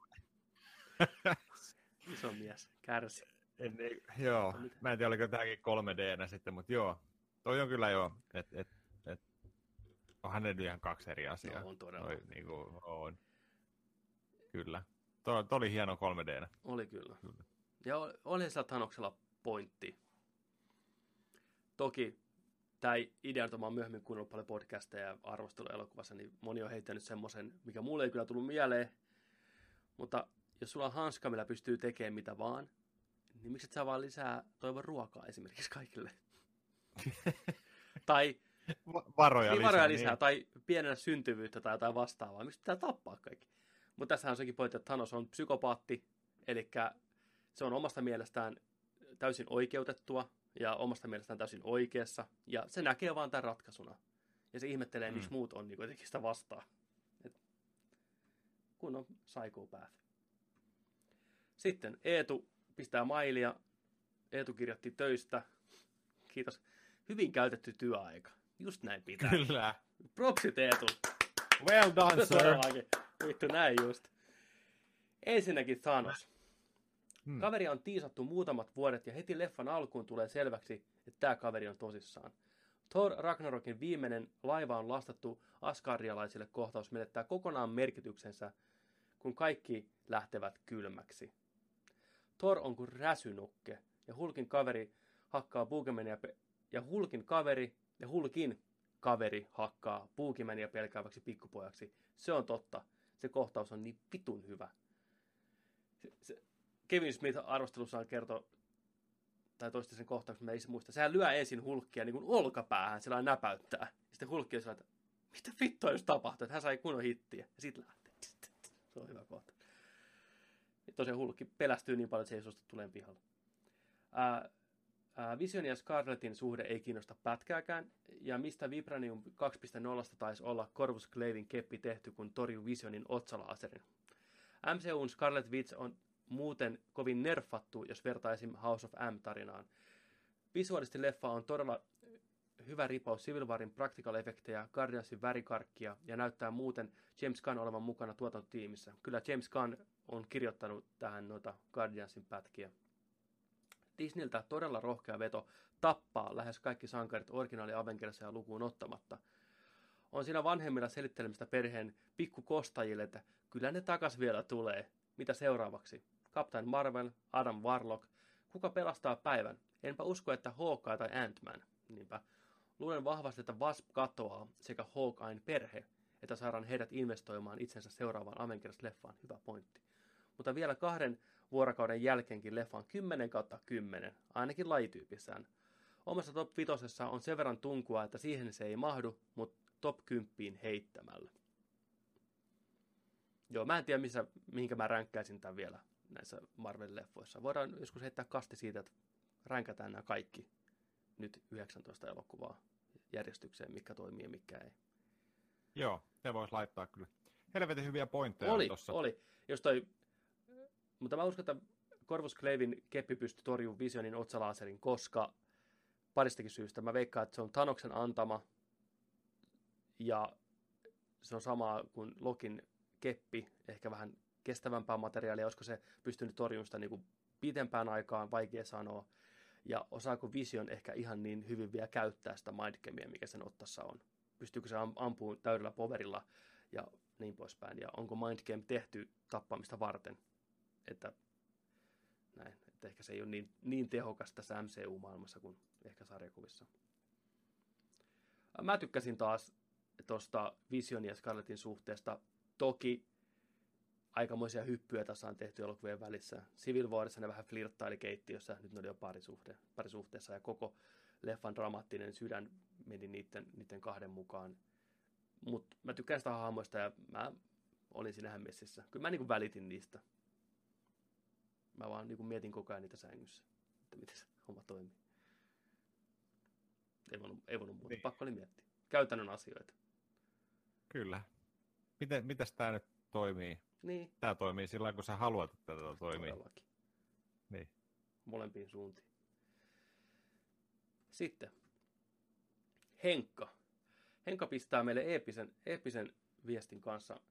[SPEAKER 2] Iso mies, kärsi.
[SPEAKER 1] En, ei, joo, mä en tiedä, oliko tämäkin kolme D-nä sitten, mutta joo. Toi on kyllä joo, että et, et, onhan ne ihan kaksi eri asiaa.
[SPEAKER 2] No, on todella.
[SPEAKER 1] Toi, niin kuin, on. Kyllä. Toi, toi oli hieno kolme D-nä.
[SPEAKER 2] Oli kyllä. kyllä. Ja oli sillä Thanoksella pointti. Toki tämä idea, että mä oon myöhemmin kuunnellut paljon podcasteja ja arvostelua elokuvassa, niin moni on heittänyt semmoisen, mikä mulle ei kyllä tullut mieleen. Mutta jos sulla on hanska, millä pystyy tekemään mitä vaan, niin miksi et saa vaan lisää toivon ruokaa esimerkiksi kaikille? tai
[SPEAKER 1] varoja,
[SPEAKER 2] niin,
[SPEAKER 1] lisää,
[SPEAKER 2] varoja lisää,
[SPEAKER 1] niin.
[SPEAKER 2] tai pienellä syntyvyyttä tai jotain vastaavaa. Miksi pitää tappaa kaikki? Mutta tässähän on sekin pointti, että Thanos on psykopaatti, eli se on omasta mielestään täysin oikeutettua ja omasta mielestään täysin oikeassa, ja se näkee vaan tämän ratkaisuna. Ja se ihmettelee, mm. miksi muut on niin kuitenkin sitä vastaan. Et, kun on psychopath. Sitten Eetu pistää mailia. Eetu kirjoitti töistä. Kiitos. Hyvin käytetty työaika. Just näin pitää.
[SPEAKER 1] Kyllä.
[SPEAKER 2] Propsit Eetu.
[SPEAKER 1] Well done, sir.
[SPEAKER 2] Vittu näin just. Ensinnäkin Thanos.
[SPEAKER 1] Hmm.
[SPEAKER 2] Kaveri on tiisattu muutamat vuodet ja heti leffan alkuun tulee selväksi, että tämä kaveri on tosissaan. Thor Ragnarokin viimeinen laiva on lastattu asgardialaisille kohtaus menettää kokonaan merkityksensä, kun kaikki lähtevät kylmäksi. Thor on kuin räsynukke ja Hulkin kaveri hakkaa Boogeymania pe- ja Hulkin kaveri ja Hulkin kaveri hakkaa Boogeymania pelkääväksi pikkupojaksi. Se on totta. Se kohtaus on niin vitun hyvä. Se, se, Kevin Smith arvostelussaan kertoi, tai toisti sen kohtauksen, mä ei muista. Sehän lyö ensin Hulkia niin kuin olkapäähän, sillä näpäyttää. Ja sitten Hulkki on sellainen, että mitä vittua jos tapahtuu, että hän sai kunnon hittiä. Ja sitten lähtee. Se on hyvä kohta. Ja tosiaan Hulkki pelästyy niin paljon, että se ei suostu tuleen pihalle. Ää, ää, Vision ja Scarletin suhde ei kiinnosta pätkääkään. Ja mistä Vibranium kaksi piste nolla taisi olla Corvus Glaivein keppi tehty, kun torjui Visionin otsalaaserin. M C U:n Scarlet Witch on muuten kovin nerfattu, jos vertaisin House of M-tarinaan. Visuaalisesti leffa on todella hyvä ripaus Civil Warin practical-efektejä, Guardiansin värikarkkia ja näyttää muuten James Gunn olevan mukana tuotantotiimissä. Kyllä James Gunn on kirjoittanut tähän noita Guardiansin pätkiä. Disneyltä todella rohkea veto tappaa lähes kaikki sankarit originaali Avengersia lukuun ottamatta. On siinä vanhemmilla selittelemistä perheen pikkukostajille, että kyllä ne takas vielä tulee. Mitä seuraavaksi? Captain Marvel, Adam Warlock. Kuka pelastaa päivän? Enpä usko, että Hawkeye tai Ant-Man. Niinpä. Luulen vahvasti, että Wasp katoaa sekä Hawkeyen perhe, että saadaan heidät investoimaan itsensä seuraavaan Avengers-leffaan. Hyvä pointti. Mutta vielä kahden vuorokauden jälkeenkin leffa on kymmenen kautta kymmenen, ainakin lajityypissään. Omassa top vitosessa on sen verran tunkua, että siihen se ei mahdu, mutta top kymppiin heittämällä. Joo, mä en tiedä, missä, mihinkä mä ränkkäisin tämän vielä näissä Marvel-leffoissa. Voidaan joskus heittää kasti siitä, että ränkätään nämä kaikki nyt yhdeksäntoista elokuvaa järjestykseen, mikä toimii ja mikä ei.
[SPEAKER 1] Joo, se voisi laittaa kyllä. Helvetin hyviä pointteja
[SPEAKER 2] oli
[SPEAKER 1] tossa.
[SPEAKER 2] Oli, jos toi... Mutta mä uskon, että Corvus Glaiven keppi pystyi torjumaan Visionin otsalaaserin, koska paristakin syystä. Mä veikkaan, että se on Thanoksen antama ja se on samaa kuin Lokin keppi, ehkä vähän kestävämpää materiaalia, olisiko se pystynyt torjumaan sitä niin kuin pitempään aikaan, vaikea sanoa. Ja osaako Vision ehkä ihan niin hyvin vielä käyttää sitä mindgamea, mikä sen ottassa on. Pystyykö se ampumaan täydellä powerilla ja niin poispäin. Ja onko mindgame tehty tappamista varten, että näin, että ehkä se ei ole niin, niin tehokas tässä M C U-maailmassa kuin ehkä sarjakuvissa. Mä tykkäsin taas tuosta Vision ja Scarletin suhteesta. Toki aikamoisia hyppyjä tässä on tehty elokuvien välissä. Civil Warissa ne vähän flirttaili keittiössä, nyt ne oli jo parisuhte, parisuhteessa ja koko leffan dramaattinen sydän meni niiden, niiden kahden mukaan. Mutta mä tykkään sitä hahmoista ja mä olin siinä messissä. Kyllä mä niinku välitin niistä. Mä vaan niinku mietin koko ajan niitä sängyssä, että miten se homma toimii. Ei voinut, ei voinut muuta, niin. Pakko oli miettiä. Käytännön asioita.
[SPEAKER 1] Kyllä. Miten, mitäs tää nyt toimii?
[SPEAKER 2] Niin.
[SPEAKER 1] Tää toimii sillä kun sä haluat, että tätä toimii.
[SPEAKER 2] Todellakin.
[SPEAKER 1] Niin.
[SPEAKER 2] Molempiin suuntiin. Sitten. Henkka. Henkka pistää meille eeppisen, eeppisen viestin kanssa.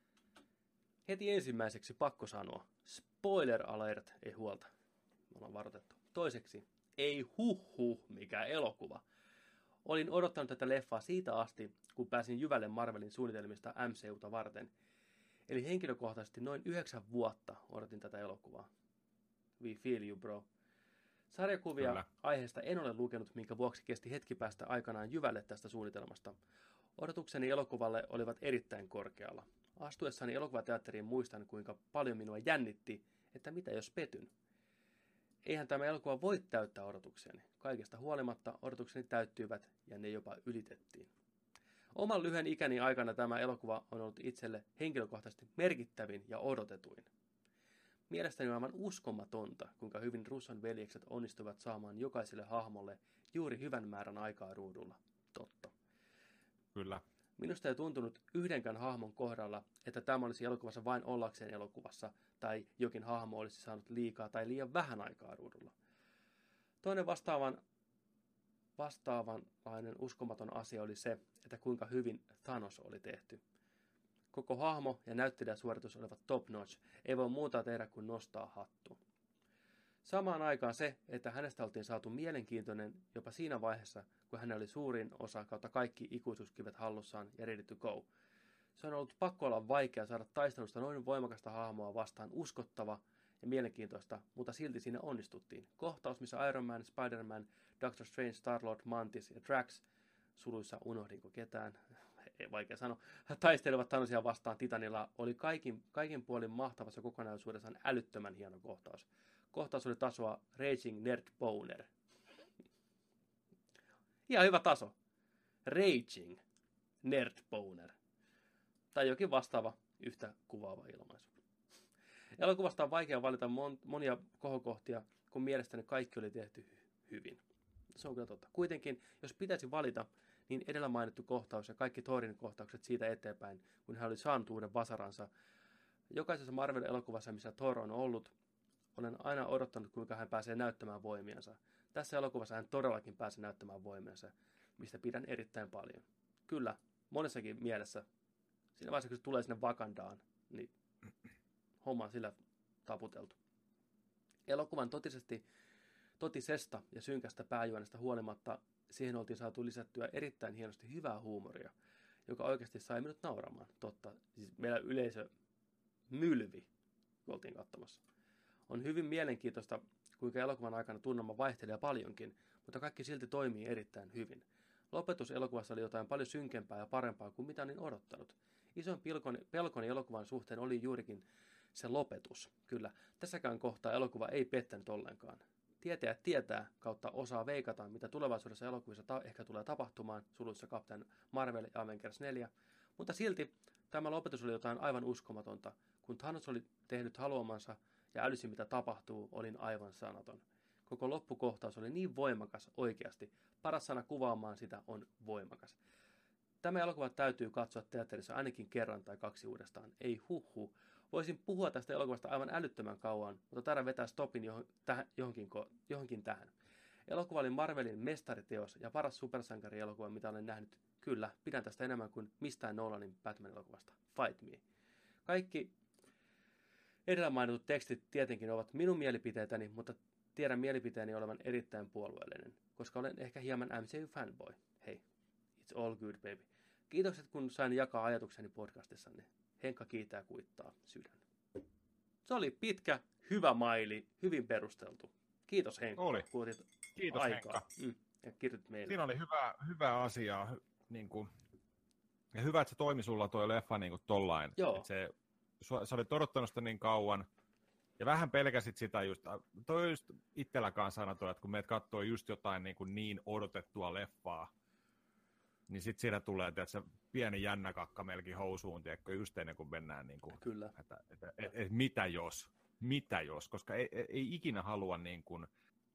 [SPEAKER 2] Heti ensimmäiseksi pakko sanoa. Spoiler alert, ei huolta. Me ollaan varoitettu. Toiseksi, ei huh huh, mikä elokuva. Olin odottanut tätä leffaa siitä asti, kun pääsin jyvälle Marvelin suunnitelmista M C Uta varten. Eli henkilökohtaisesti noin yhdeksän vuotta odotin tätä elokuvaa. We feel you, bro. Sarjakuvia Kyllä. aiheesta en ole lukenut, minkä vuoksi kesti hetki päästä aikanaan jyvälle tästä suunnitelmasta. Odotukseni elokuvalle olivat erittäin korkealla. Astuessani elokuvateatteriin muistan, kuinka paljon minua jännitti, että mitä jos petyn. Eihän tämä elokuva voi täyttää odotuksiani. Kaikesta huolimatta odotukseni täyttyivät ja ne jopa ylitettiin. Oman lyhyen ikäni aikana tämä elokuva on ollut itselle henkilökohtaisesti merkittävin ja odotetuin. Mielestäni on aivan uskomatonta, kuinka hyvin Russon veljekset onnistuvat saamaan jokaiselle hahmolle juuri hyvän määrän aikaa ruudulla. Totta.
[SPEAKER 1] Kyllä.
[SPEAKER 2] Minusta ei tuntunut yhdenkään hahmon kohdalla, että tämä olisi elokuvassa vain ollakseen elokuvassa, tai jokin hahmo olisi saanut liikaa tai liian vähän aikaa ruudulla. Toinen vastaavan, vastaavanlainen uskomaton asia oli se, että kuinka hyvin Thanos oli tehty. Koko hahmo ja näyttelijäsuoritus olivat top notch, ei voi muuta tehdä kuin nostaa hattu. Samaan aikaan se, että hänestä oltiin saatu mielenkiintoinen jopa siinä vaiheessa, kun hän oli suurin osa kautta kaikki ikuisuuskivet hallussaan ja ready to go. Se on ollut pakko olla vaikea saada taistelusta noin voimakasta hahmoa vastaan uskottava ja mielenkiintoista, mutta silti siinä onnistuttiin. Kohtaus, missä Iron Man, Spider-Man, Doctor Strange, Star-Lord, Mantis ja Drax, suluissa unohdinko ketään, ei vaikea sanoa, taistelevat Thanosia vastaan Titanilla, oli kaikin, kaikin puolin mahtavassa kokonaisuudessaan älyttömän hieno kohtaus. Kohtaus oli tasoa Raging Nerd Boner. Ihan hyvä taso. Raging Nerd Boner. Tai jokin vastaava yhtä kuvaava ilmaisu. Elokuvasta on vaikea valita mon- monia kohokohtia, kun mielestäni kaikki oli tehty hy- hyvin. Se on kyllä totta. Kuitenkin, jos pitäisi valita, niin edellä mainittu kohtaus ja kaikki Thorin kohtaukset siitä eteenpäin, kun hän oli saanut uuden vasaransa. Jokaisessa Marvel-elokuvassa, missä Thor on ollut, olen aina odottanut, kuinka hän pääsee näyttämään voimiansa. Tässä elokuvassa hän todellakin pääsee näyttämään voimiansa, mistä pidän erittäin paljon. Kyllä, monessakin mielessä. Siinä vaiheessa, kun se tulee sinne Wakandaan, niin homma on sillä taputeltu. Elokuvan totisesti, totisesta ja synkästä pääjuonesta huolimatta siihen oltiin saatu lisättyä erittäin hienosti hyvää huumoria, joka oikeasti sai minut nauramaan. Totta, siis meillä yleisö mylvi, kun oltiin katsomassa. On hyvin mielenkiintoista, kuinka elokuvan aikana tunnelma vaihtelee paljonkin, mutta kaikki silti toimii erittäin hyvin. Lopetus elokuvassa oli jotain paljon synkempää ja parempaa kuin mitä olin odottanut. Isoin pelkoni, pelkoni elokuvan suhteen oli juurikin se lopetus. Kyllä, tässäkään kohtaa elokuva ei pettänyt ollenkaan. Tietäjät tietää kautta osaa veikata, mitä tulevaisuudessa elokuvissa ta- ehkä tulee tapahtumaan, suluissa Captain Marvel ja Avengers neljä, mutta silti Tämä lopetus oli jotain aivan uskomatonta. Kun Thanos oli tehnyt haluamansa ja älysin mitä tapahtuu, olin aivan sanaton. Koko loppukohtaus oli niin voimakas oikeasti. Paras sana kuvaamaan sitä on voimakas. Tämä elokuva täytyy katsoa teatterissa ainakin kerran tai kaksi uudestaan. Ei huhhu. Voisin puhua tästä elokuvasta aivan älyttömän kauan, mutta taidaan vetää stopin johon, täh, johonkin, johonkin tähän. Elokuva oli Marvelin mestariteos ja paras supersankarielokuva, mitä olen nähnyt. Kyllä, pidän tästä enemmän kuin mistään Nolanin Batman-elokuvasta. Fight me. Kaikki edellä mainitut tekstit tietenkin ovat minun mielipiteitäni, mutta tiedän mielipiteeni olevan erittäin puolueellinen, koska olen ehkä hieman M C U-fanboy. Hei, it's all good, baby. Kiitokset, kun sain jakaa ajatukseni podcastissanne. Henkka kiitää kuittaa sydän. Se oli pitkä, hyvä maili, hyvin perusteltu. Kiitos Henkka.
[SPEAKER 1] Oli. Kiitos
[SPEAKER 2] aikaa.
[SPEAKER 1] Henkka.
[SPEAKER 2] Mm, ja kirjoitit meille.
[SPEAKER 1] Siinä oli hyvä, hyvä asiaa. Niin kuin, ja hyvä, että se toimi sulla toi leffa niin kuin tollain.
[SPEAKER 2] Joo.
[SPEAKER 1] Se, sä olit odottanut sitä niin kauan. Ja vähän pelkäsit sitä just, toi on just itselläkaan sanottu, että kun meidät katsoo just jotain niin, kuin niin odotettua leffaa, niin sit siinä tulee se pieni jännäkakka melkein housuun, tiedätkö, just ennen kuin mennään niin kuin,
[SPEAKER 2] Kyllä.
[SPEAKER 1] Että, että, et, et, mitä jos, mitä jos, koska ei, ei, ei ikinä halua niin kuin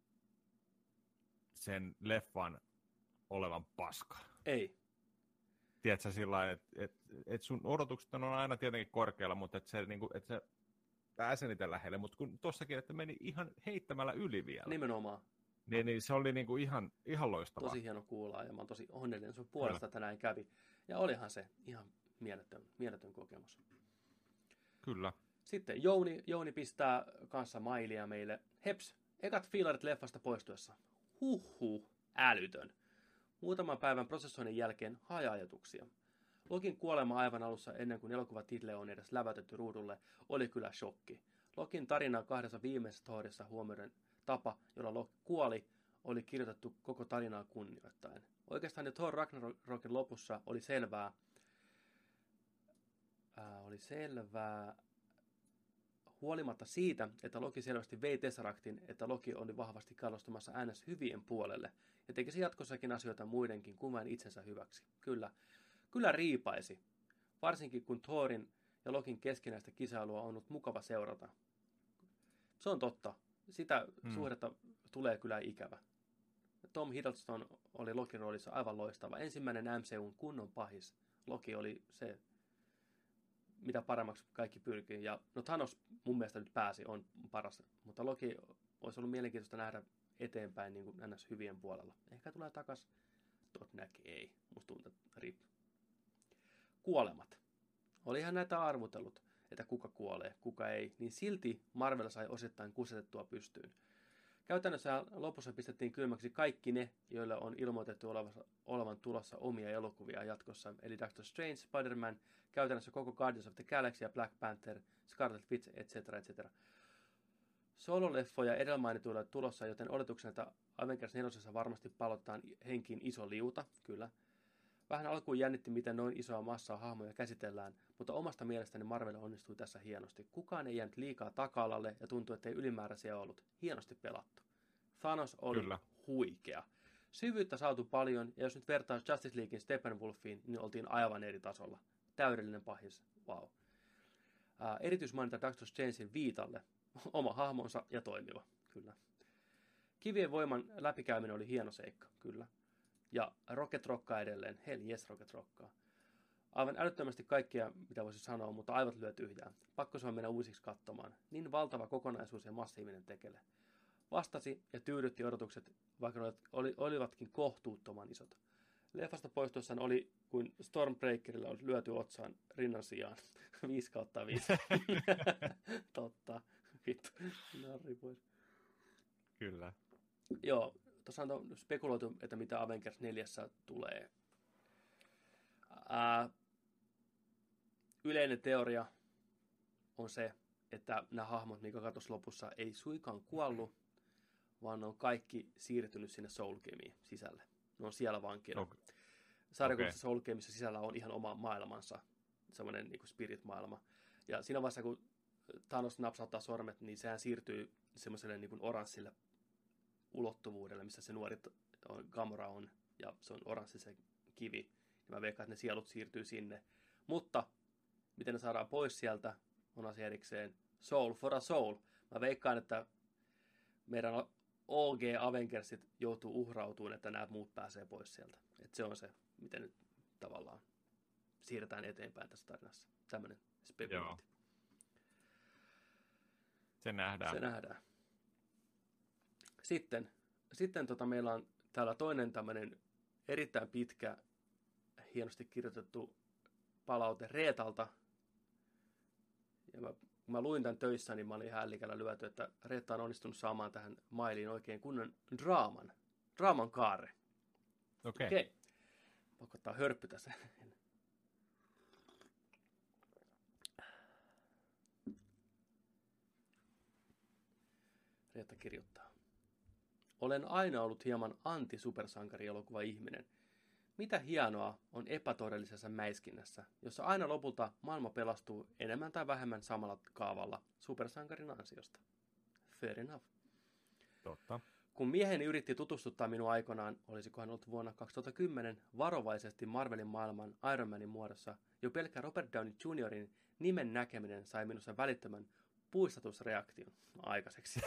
[SPEAKER 1] sen leffan olevan paska.
[SPEAKER 2] Ei.
[SPEAKER 1] Tiedätkö sillä lailla, että et, et sun odotukset on aina tietenkin korkealla, mutta että se, niin kuin, että se pääsee niitä lähelle, mutta kun tossakin, että meni ihan heittämällä yli vielä.
[SPEAKER 2] Nimenomaan.
[SPEAKER 1] Niin, niin se oli niinku ihan, ihan loistavaa.
[SPEAKER 2] Tosi hieno kuulla ja mä oon tosi onnellinen sun puolesta, että näin kävi. Ja olihan se ihan mieletön, mieletön kokemus.
[SPEAKER 1] Kyllä.
[SPEAKER 2] Sitten Jouni, Jouni pistää kanssa mailia meille. Heps, ekat fiilarit leffasta poistuessa. Huhhuh, älytön. Muutaman päivän prosessoinnin jälkeen haja-ajatuksia. Lokin kuolema aivan alussa ennen kuin elokuvatitle on edes lävätetty ruudulle oli kyllä shokki. Lokin tarina kahdessa viimeisessä tohdessa huomioiden tapa, jolla Loki kuoli, oli kirjoitettu koko tarinaa kunnioittaen. Oikeastaan jo Thor Ragnarokin lopussa oli selvää, ää, oli selvää, huolimatta siitä, että Loki selvästi vei Tesseractin, että Loki oli vahvasti kallistumassa äänes hyvien puolelle, ja tekisi jatkossakin asioita muidenkin kuin vain itsensä hyväksi. Kyllä, kyllä riipaisi, varsinkin kun Thorin ja Lokin keskinäistä kisailua on ollut mukava seurata. Se on totta. Sitä hmm. suhdetta tulee kyllä ikävä. Tom Hiddleston oli Lokin roolissa aivan loistava. Ensimmäinen M C U:n kunnon pahis. Loki oli se, mitä paremmaksi kaikki pyrkii. Ja no Thanos mun mielestä nyt pääsi, on paras. Mutta Loki olisi ollut mielenkiintoista nähdä eteenpäin niin kuin ns. Hyvien puolella. Ehkä tulee takas. Todennäköisesti ei. Musta tuntuu, että rip. Kuolemat. Olihan näitä arvutellut, että kuka kuolee, kuka ei, niin silti Marvel sai osittain kusetettua pystyyn. Käytännössä lopussa pistettiin kylmäksi kaikki ne, joille on ilmoitettu olevan tulossa omia elokuvia jatkossa, eli Doctor Strange, Spider-Man, käytännössä koko Guardians of the Galaxy ja Black Panther, Scarlet Witch, et cetera et cetera. Sololeffoja edellä mainituilla tulossa, joten oletuksena, että Avengers neljä varmasti palotetaan henkiin iso liuta, kyllä. Vähän alkuun jännitti, miten noin isoa massaa hahmoja käsitellään, mutta omasta mielestäni Marvel onnistui tässä hienosti. Kukaan ei jäänyt liikaa taka-alalle ja tuntui, ettei ylimääräisiä ollut. Hienosti pelattu. Thanos oli Kyllä. huikea. Syvyyttä saatu paljon, ja jos nyt vertaa Justice Leaguein Steppenwolfiin, niin oltiin aivan eri tasolla. Täydellinen pahis. Wow. Ää, erityismainita Doctor Strangein viitalle. Oma hahmonsa ja toimiva. Kyllä. Kivien voiman läpikäyminen oli hieno seikka. Kyllä. Ja Rocket rokkaa edelleen. Hell yes, Rocket rokkaa. Aivan älyttömästi kaikkea, mitä voisi sanoa, mutta aivot lyö tyhjää. Pakko se on mennä uusiksi katsomaan. Niin valtava kokonaisuus ja massiivinen tekele. Vastasi ja tyydytti odotukset, vaikka ne olivatkin kohtuuttoman isot. Leffasta poistuessaan oli kuin Stormbreakerilla oli lyöty otsaan rinnan sijaan. viisi kautta viisi. Totta. Vittu. Narri pois.
[SPEAKER 1] Kyllä.
[SPEAKER 2] Joo. Tuossa on spekuloitu, että mitä Avengers neljässä tulee. Ää, yleinen teoria on se, että nämä hahmot, mikä katosi lopussa, ei suikaan kuollut, vaan ne on kaikki siirtynyt sinne Soul Gameen sisälle. Ne on siellä vankina. Okay. Sarjakuvassa Soul Gameissa sisällä on ihan oma maailmansa, semmoinen niin kuin spirit-maailma. Ja siinä vaiheessa, kun Thanos napsauttaa sormet, niin sehän siirtyy semmoiselle niin kuin oranssille ulottuvuudelle, missä se nuori on, Gamora on, ja se on oranssi se kivi. Ja mä veikkaan, että ne sielut siirtyy sinne. Mutta miten ne saadaan pois sieltä, on asia erikseen. Soul for a soul. Mä veikkaan, että meidän O G Avengersit joutuu uhrautumaan, että nämä muut pääsee pois sieltä. Et se on se, miten nyt tavallaan siirretään eteenpäin tässä tarinassa. Tämmöinen spekulointi.
[SPEAKER 1] Se nähdään.
[SPEAKER 2] Se nähdään. Sitten, sitten tota meillä on täällä toinen tämmöinen erittäin pitkä, hienosti kirjoitettu palaute Reetalta. Ja mä, kun mä luin tämän töissä, niin mä olin ihan ällikällä lyöty, että Reetta on onnistunut saamaan tähän mailiin oikein kunnon draaman. Draaman kaare.
[SPEAKER 1] Okei.
[SPEAKER 2] Okay. Okay. Pakko ottaa hörppy tässä. Reetta kirjoittaa. Olen aina ollut hieman anti-supersankarielokuva-ihminen. Mitä hienoa on epätodellisessa mäiskinnässä, jossa aina lopulta maailma pelastuu enemmän tai vähemmän samalla kaavalla supersankarin ansiosta. Fair enough.
[SPEAKER 1] Totta.
[SPEAKER 2] Kun mieheni yritti tutustuttaa minua aikoinaan, olisikohan ollut vuonna kaksituhattakymmenen, varovaisesti Marvelin maailman Iron Manin muodossa, jo pelkkä Robert Downey juniorin nimen näkeminen sai minussa välittömän puistatusreaktion aikaiseksi.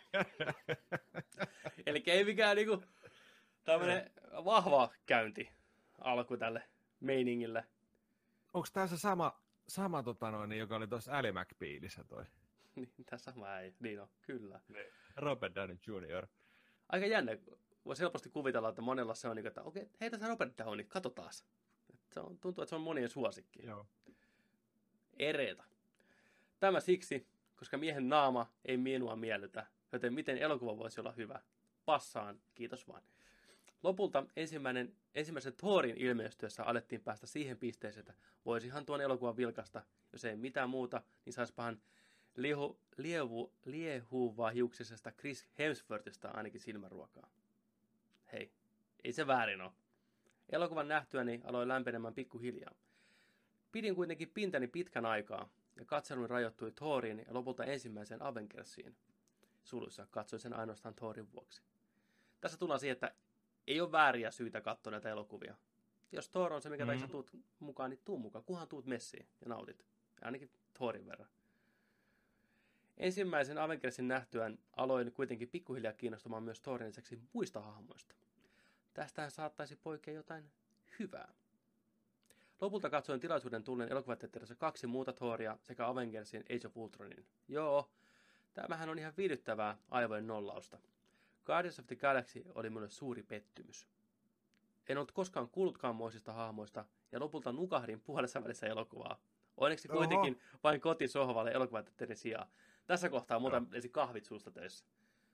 [SPEAKER 2] Eli ei mikään niinku tämmönen vahva käynti alku tälle meiningille.
[SPEAKER 1] Onko tämä se sama, sama tota noin, joka oli tuossa Ally McBealissä toi?
[SPEAKER 2] Niin, tämä sama ei. Niin on, kyllä.
[SPEAKER 1] Robert Downey juniori
[SPEAKER 2] Aika jännä. Voisi helposti kuvitella, että monella se on, että okei, okay, hei tässä Robert Downey, katso taas. Se on, tuntuu, että se on monien suosikki.
[SPEAKER 1] Joo.
[SPEAKER 2] Ereeta. Tämä siksi, koska miehen naama ei minua miellytä, joten miten elokuva voisi olla hyvä? Passaan, kiitos vaan. Lopulta ensimmäinen, ensimmäisen Thorin ilmestyessä alettiin päästä siihen pisteeseen, että voisihan tuon elokuvan vilkasta, jos ei mitään muuta, niin saispahan liehu, lievu, liehuvaa hiuksisesta Chris Hemsworthista ainakin silmänruokaa. Hei, ei se väärin ole. Elokuvan nähtyäni aloin lämpenemään pikkuhiljaa. Pidin kuitenkin pintani pitkän aikaa, ja katseluni rajoittui Thoriin ja lopulta ensimmäiseen Avengersiin. Suluissa katsoin sen ainoastaan Thorin vuoksi. Tässä tullaan siihen, että ei ole vääriä syitä katsoa näitä elokuvia. Jos Thor on se, mikä mm-hmm. sä tuut mukaan, niin tuu mukaan. Kunhan tuut messiin ja nautit. Ainakin Thorin verran. Ensimmäisen Avengersin nähtyään aloin kuitenkin pikkuhiljaa kiinnostumaan myös Thorin lisäksi muista hahmoista. Tästähän saattaisi poikea jotain hyvää. Lopulta katsoin tilaisuuden tulleen elokuvateatterissa kaksi muuta Thoria sekä Avengersin Age of Ultronin. Joo, tämähän on ihan viihdyttävää aivojen nollausta. Guardians of the Galaxy oli minulle suuri pettymys. En ollut koskaan kuullutkaan moisista hahmoista ja lopulta nukahdin puolessa välissä elokuvaa. Onneksi kuitenkin Oho. vain kotisohvalle elokuvateatterin sijaan. Tässä kohtaa muuten esi kahvit suusta töissä.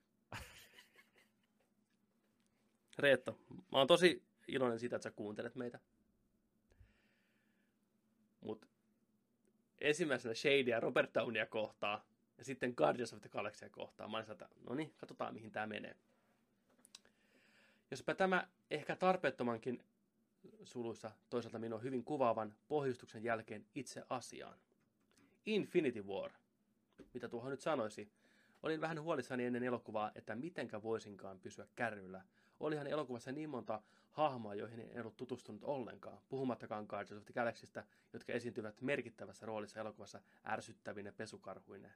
[SPEAKER 2] Reetta, mä oon tosi iloinen siitä, että sä kuuntelet meitä. Mut ensimmäisenä Shadea Robert Downeya kohtaa ja sitten Guardians of the Galaxya kohtaa. Mä olin että no niin, katsotaan mihin tää menee. Jospa tämä ehkä tarpeettomankin suluissa toisaalta minua hyvin kuvaavan pohjustuksen jälkeen itse asiaan. Infinity War. Mitä tuohon nyt sanoisi? Olin vähän huolissani ennen elokuvaa, että mitenkä voisinkaan pysyä kärryllä. Olihan elokuvassa niin monta hahmoa, joihin en ollut tutustunut ollenkaan, puhumattakaan Guardians of the Galaxysta, jotka esiintyvät merkittävässä roolissa elokuvassa ärsyttävinä pesukarhuineen.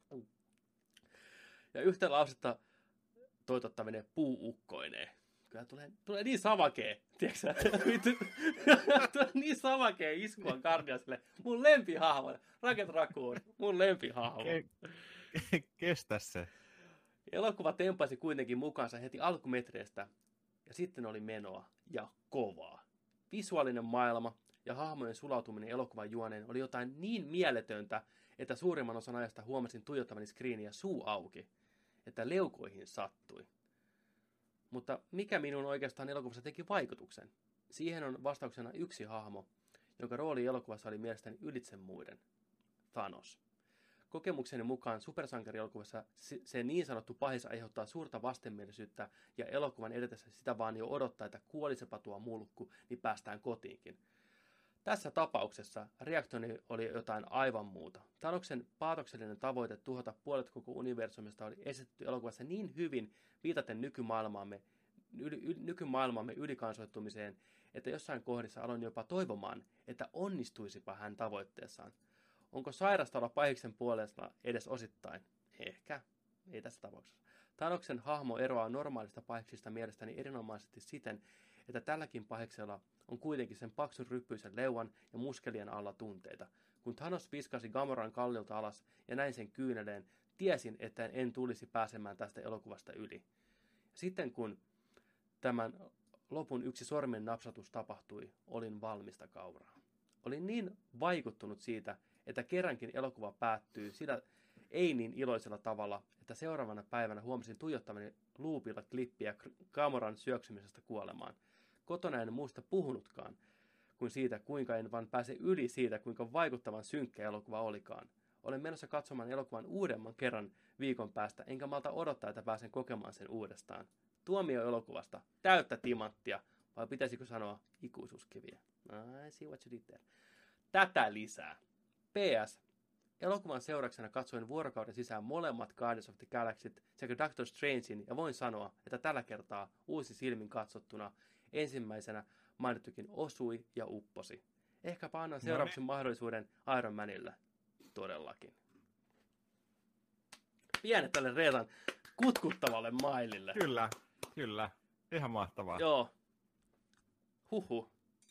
[SPEAKER 2] Ja yhtä lausetta toitottavine puuukkoineen. Kyllä tulee, tulee niin savakee, tiedätkö tulee niin savakee iskua Guardiansille. Mun lempihahmo, Rocket Raccoon, mun lempihahmo.
[SPEAKER 1] Ke- kestä se.
[SPEAKER 2] Elokuva tempaisi kuitenkin mukaansa heti alkumetreistä, ja sitten oli menoa ja kovaa. Visuaalinen maailma ja hahmojen sulautuminen elokuvan juoneen oli jotain niin mieletöntä, että suurimman osan ajasta huomasin tuijottavani screeniä suu auki, että leukoihin sattui. Mutta mikä minun oikeastaan elokuvassa teki vaikutuksen? Siihen on vastauksena yksi hahmo, jonka rooli elokuvassa oli mielestäni ylitse muiden. Thanos. Kokemukseni mukaan supersankarielokuvassa se niin sanottu pahis aiheuttaa suurta vastenmielisyyttä ja elokuvan edetessä sitä vaan jo odottaa, että kuolisepa tuo mulkku, niin päästään kotiinkin. Tässä tapauksessa reaktioni oli jotain aivan muuta. Thanoksen paatoksellinen tavoite tuhota puolet koko universumista oli esitetty elokuvassa niin hyvin viitaten nykymaailmaamme, yli, yli, nykymaailmaamme ylikansoittumiseen, että jossain kohdissa aloin jopa toivomaan, että onnistuisipa hän tavoitteessaan. Onko sairasta olla pahiksen puolesta edes osittain? Ehkä. Ei tässä tapauksessa. Thanoksen hahmo eroaa normaalista pahiksista mielestäni erinomaisesti siten, että tälläkin pahiksella on kuitenkin sen paksun ryppyisen leuan ja muskelien alla tunteita. Kun Thanos viskasi Gamoran kalliolta alas ja näin sen kyyneleen, tiesin, että en tulisi pääsemään tästä elokuvasta yli. Sitten kun tämän lopun yksi sormen napsatus tapahtui, olin valmista kauraa. Olin niin vaikuttunut siitä, että kerrankin elokuva päättyy sillä ei niin iloisella tavalla, että seuraavana päivänä huomasin tuijottamani luupilla klippiä Gamoran syöksymisestä kuolemaan. Kotona en muusta puhunutkaan kuin siitä, kuinka en vaan pääse yli siitä, kuinka vaikuttavan synkkä elokuva olikaan. Olen menossa katsomaan elokuvan uudemman kerran viikon päästä, enkä malta odottaa, että pääsen kokemaan sen uudestaan. Tuomio elokuvasta, täyttä timanttia, vai pitäisikö sanoa ikuisuuskiviä? I see what you did there. Tätä lisää. P S. Elokuvan seurauksena katsoin vuorokauden sisään molemmat Guardians of the Galaxyt sekä Doctor Strangein, ja voin sanoa, että tällä kertaa uusi silmin katsottuna ensimmäisenä mainittukin osui ja upposi. Ehkäpä annan seuraavaksi no niin. mahdollisuuden Iron Manille. Todellakin. Pienet tälle Reetan kutkuttavalle mailille.
[SPEAKER 1] Kyllä, kyllä. Ihan mahtavaa.
[SPEAKER 2] Joo. Huhu.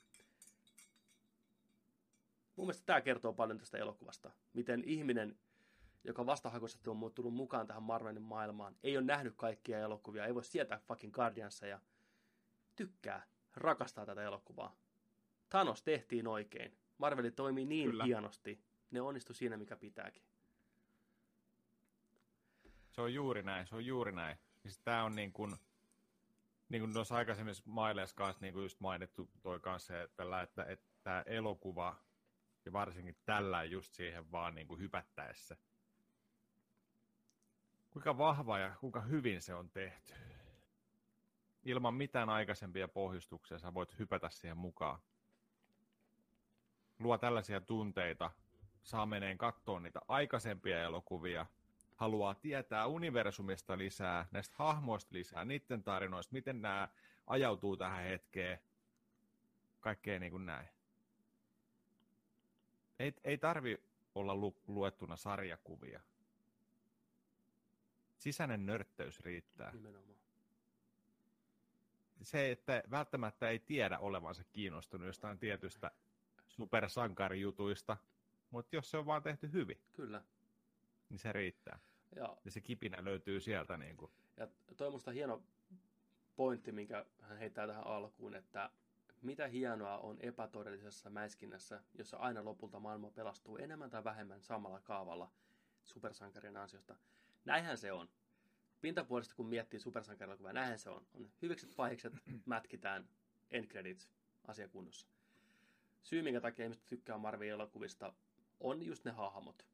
[SPEAKER 2] Mun mielestä tämä kertoo paljon tästä elokuvasta. Miten ihminen, joka vastahakoisesti on tullut mukaan tähän Marvelin maailmaan, ei ole nähnyt kaikkia elokuvia, ei voi sietää fucking Guardiansia ja tykkää, rakastaa tätä elokuvaa. Thanos tehtiin oikein. Marveli toimii niin Kyllä. hienosti. Ne onnistu siinä, mikä pitääkin.
[SPEAKER 1] Se on juuri näin, se on juuri näin. Siis tää on niin kuin, niin kuin tuossa aikaisemmissa maileissa kanssa niin kuin just mainittu toi kanssa, että, että, että tämä elokuva, ja varsinkin tällä just siihen vaan niin kuin hypättäessä. Kuinka vahva ja kuinka hyvin se on tehty. Ilman mitään aikaisempia pohjustuksia sä voit hypätä siihen mukaan. Luo tällaisia tunteita, saa meneen katsoa niitä aikaisempia elokuvia, haluaa tietää universumista lisää, näistä hahmoista lisää, niiden tarinoista, miten nämä ajautuu tähän hetkeen. Kaikkea niin kuin näin. Ei, ei tarvi olla lu, luettuna sarjakuvia. Sisäinen nörtteys riittää.
[SPEAKER 2] Nimenomaan.
[SPEAKER 1] Se, että välttämättä ei tiedä olevansa kiinnostunut jostain tietystä supersankarijutuista, mutta jos se on vaan tehty hyvin,
[SPEAKER 2] Kyllä.
[SPEAKER 1] niin se riittää.
[SPEAKER 2] Ja,
[SPEAKER 1] ja se kipinä löytyy sieltä. Niin kuin.
[SPEAKER 2] Ja toi on musta hieno pointti, minkä hän heittää tähän alkuun, että mitä hienoa on epätodellisessa mäiskinnässä, jossa aina lopulta maailma pelastuu enemmän tai vähemmän samalla kaavalla supersankarien ansiosta. Näinhän se on. Pintapuolesta kun miettii supersankarilokuvaa, näinhän se on. On hyvikset pahikset, mätkitään, end credits, asiakunnossa. Syy, minkä takia ihmiset tykkää Marvelin elokuvista, on just ne hahmot.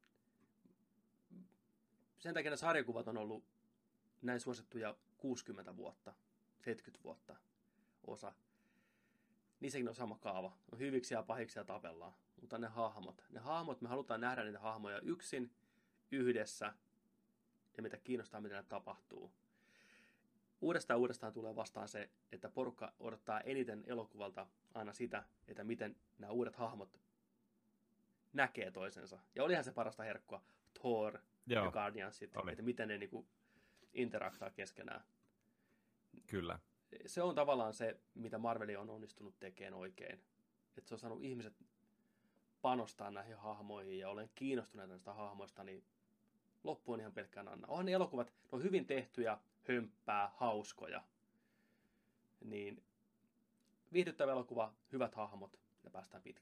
[SPEAKER 2] Sen takia ne sarjakuvat on ollut näin suosittuja kuusikymmentä vuotta, seitsemänkymmentä vuotta osa. Niissäkin on sama kaava. On hyviksi ja pahiksi ja tapellaan. Mutta ne hahmot. Ne hahmot, me halutaan nähdä niitä hahmoja yksin, yhdessä, ja mitä kiinnostaa, mitä ne tapahtuu. Uudestaan uudestaan tulee vastaan se, että porukka odottaa eniten elokuvalta aina sitä, että miten nämä uudet hahmot näkee toisensa. Ja olihan se parasta herkkua Thor Joo, ja Guardiansit, oli. Että miten ne niinku interaktaa keskenään.
[SPEAKER 1] Kyllä.
[SPEAKER 2] Se on tavallaan se, mitä Marveli on onnistunut tekemään oikein. Että se on saanut ihmiset panostaa näihin hahmoihin ja olen kiinnostunut näistä hahmoista, niin loppu on ihan pelkkään anna. Onhan ne elokuvat, ne on hyvin tehtyjä, hömppää, hauskoja. Niin viihdyttävä elokuva, hyvät hahmot ja päästään pitkälle.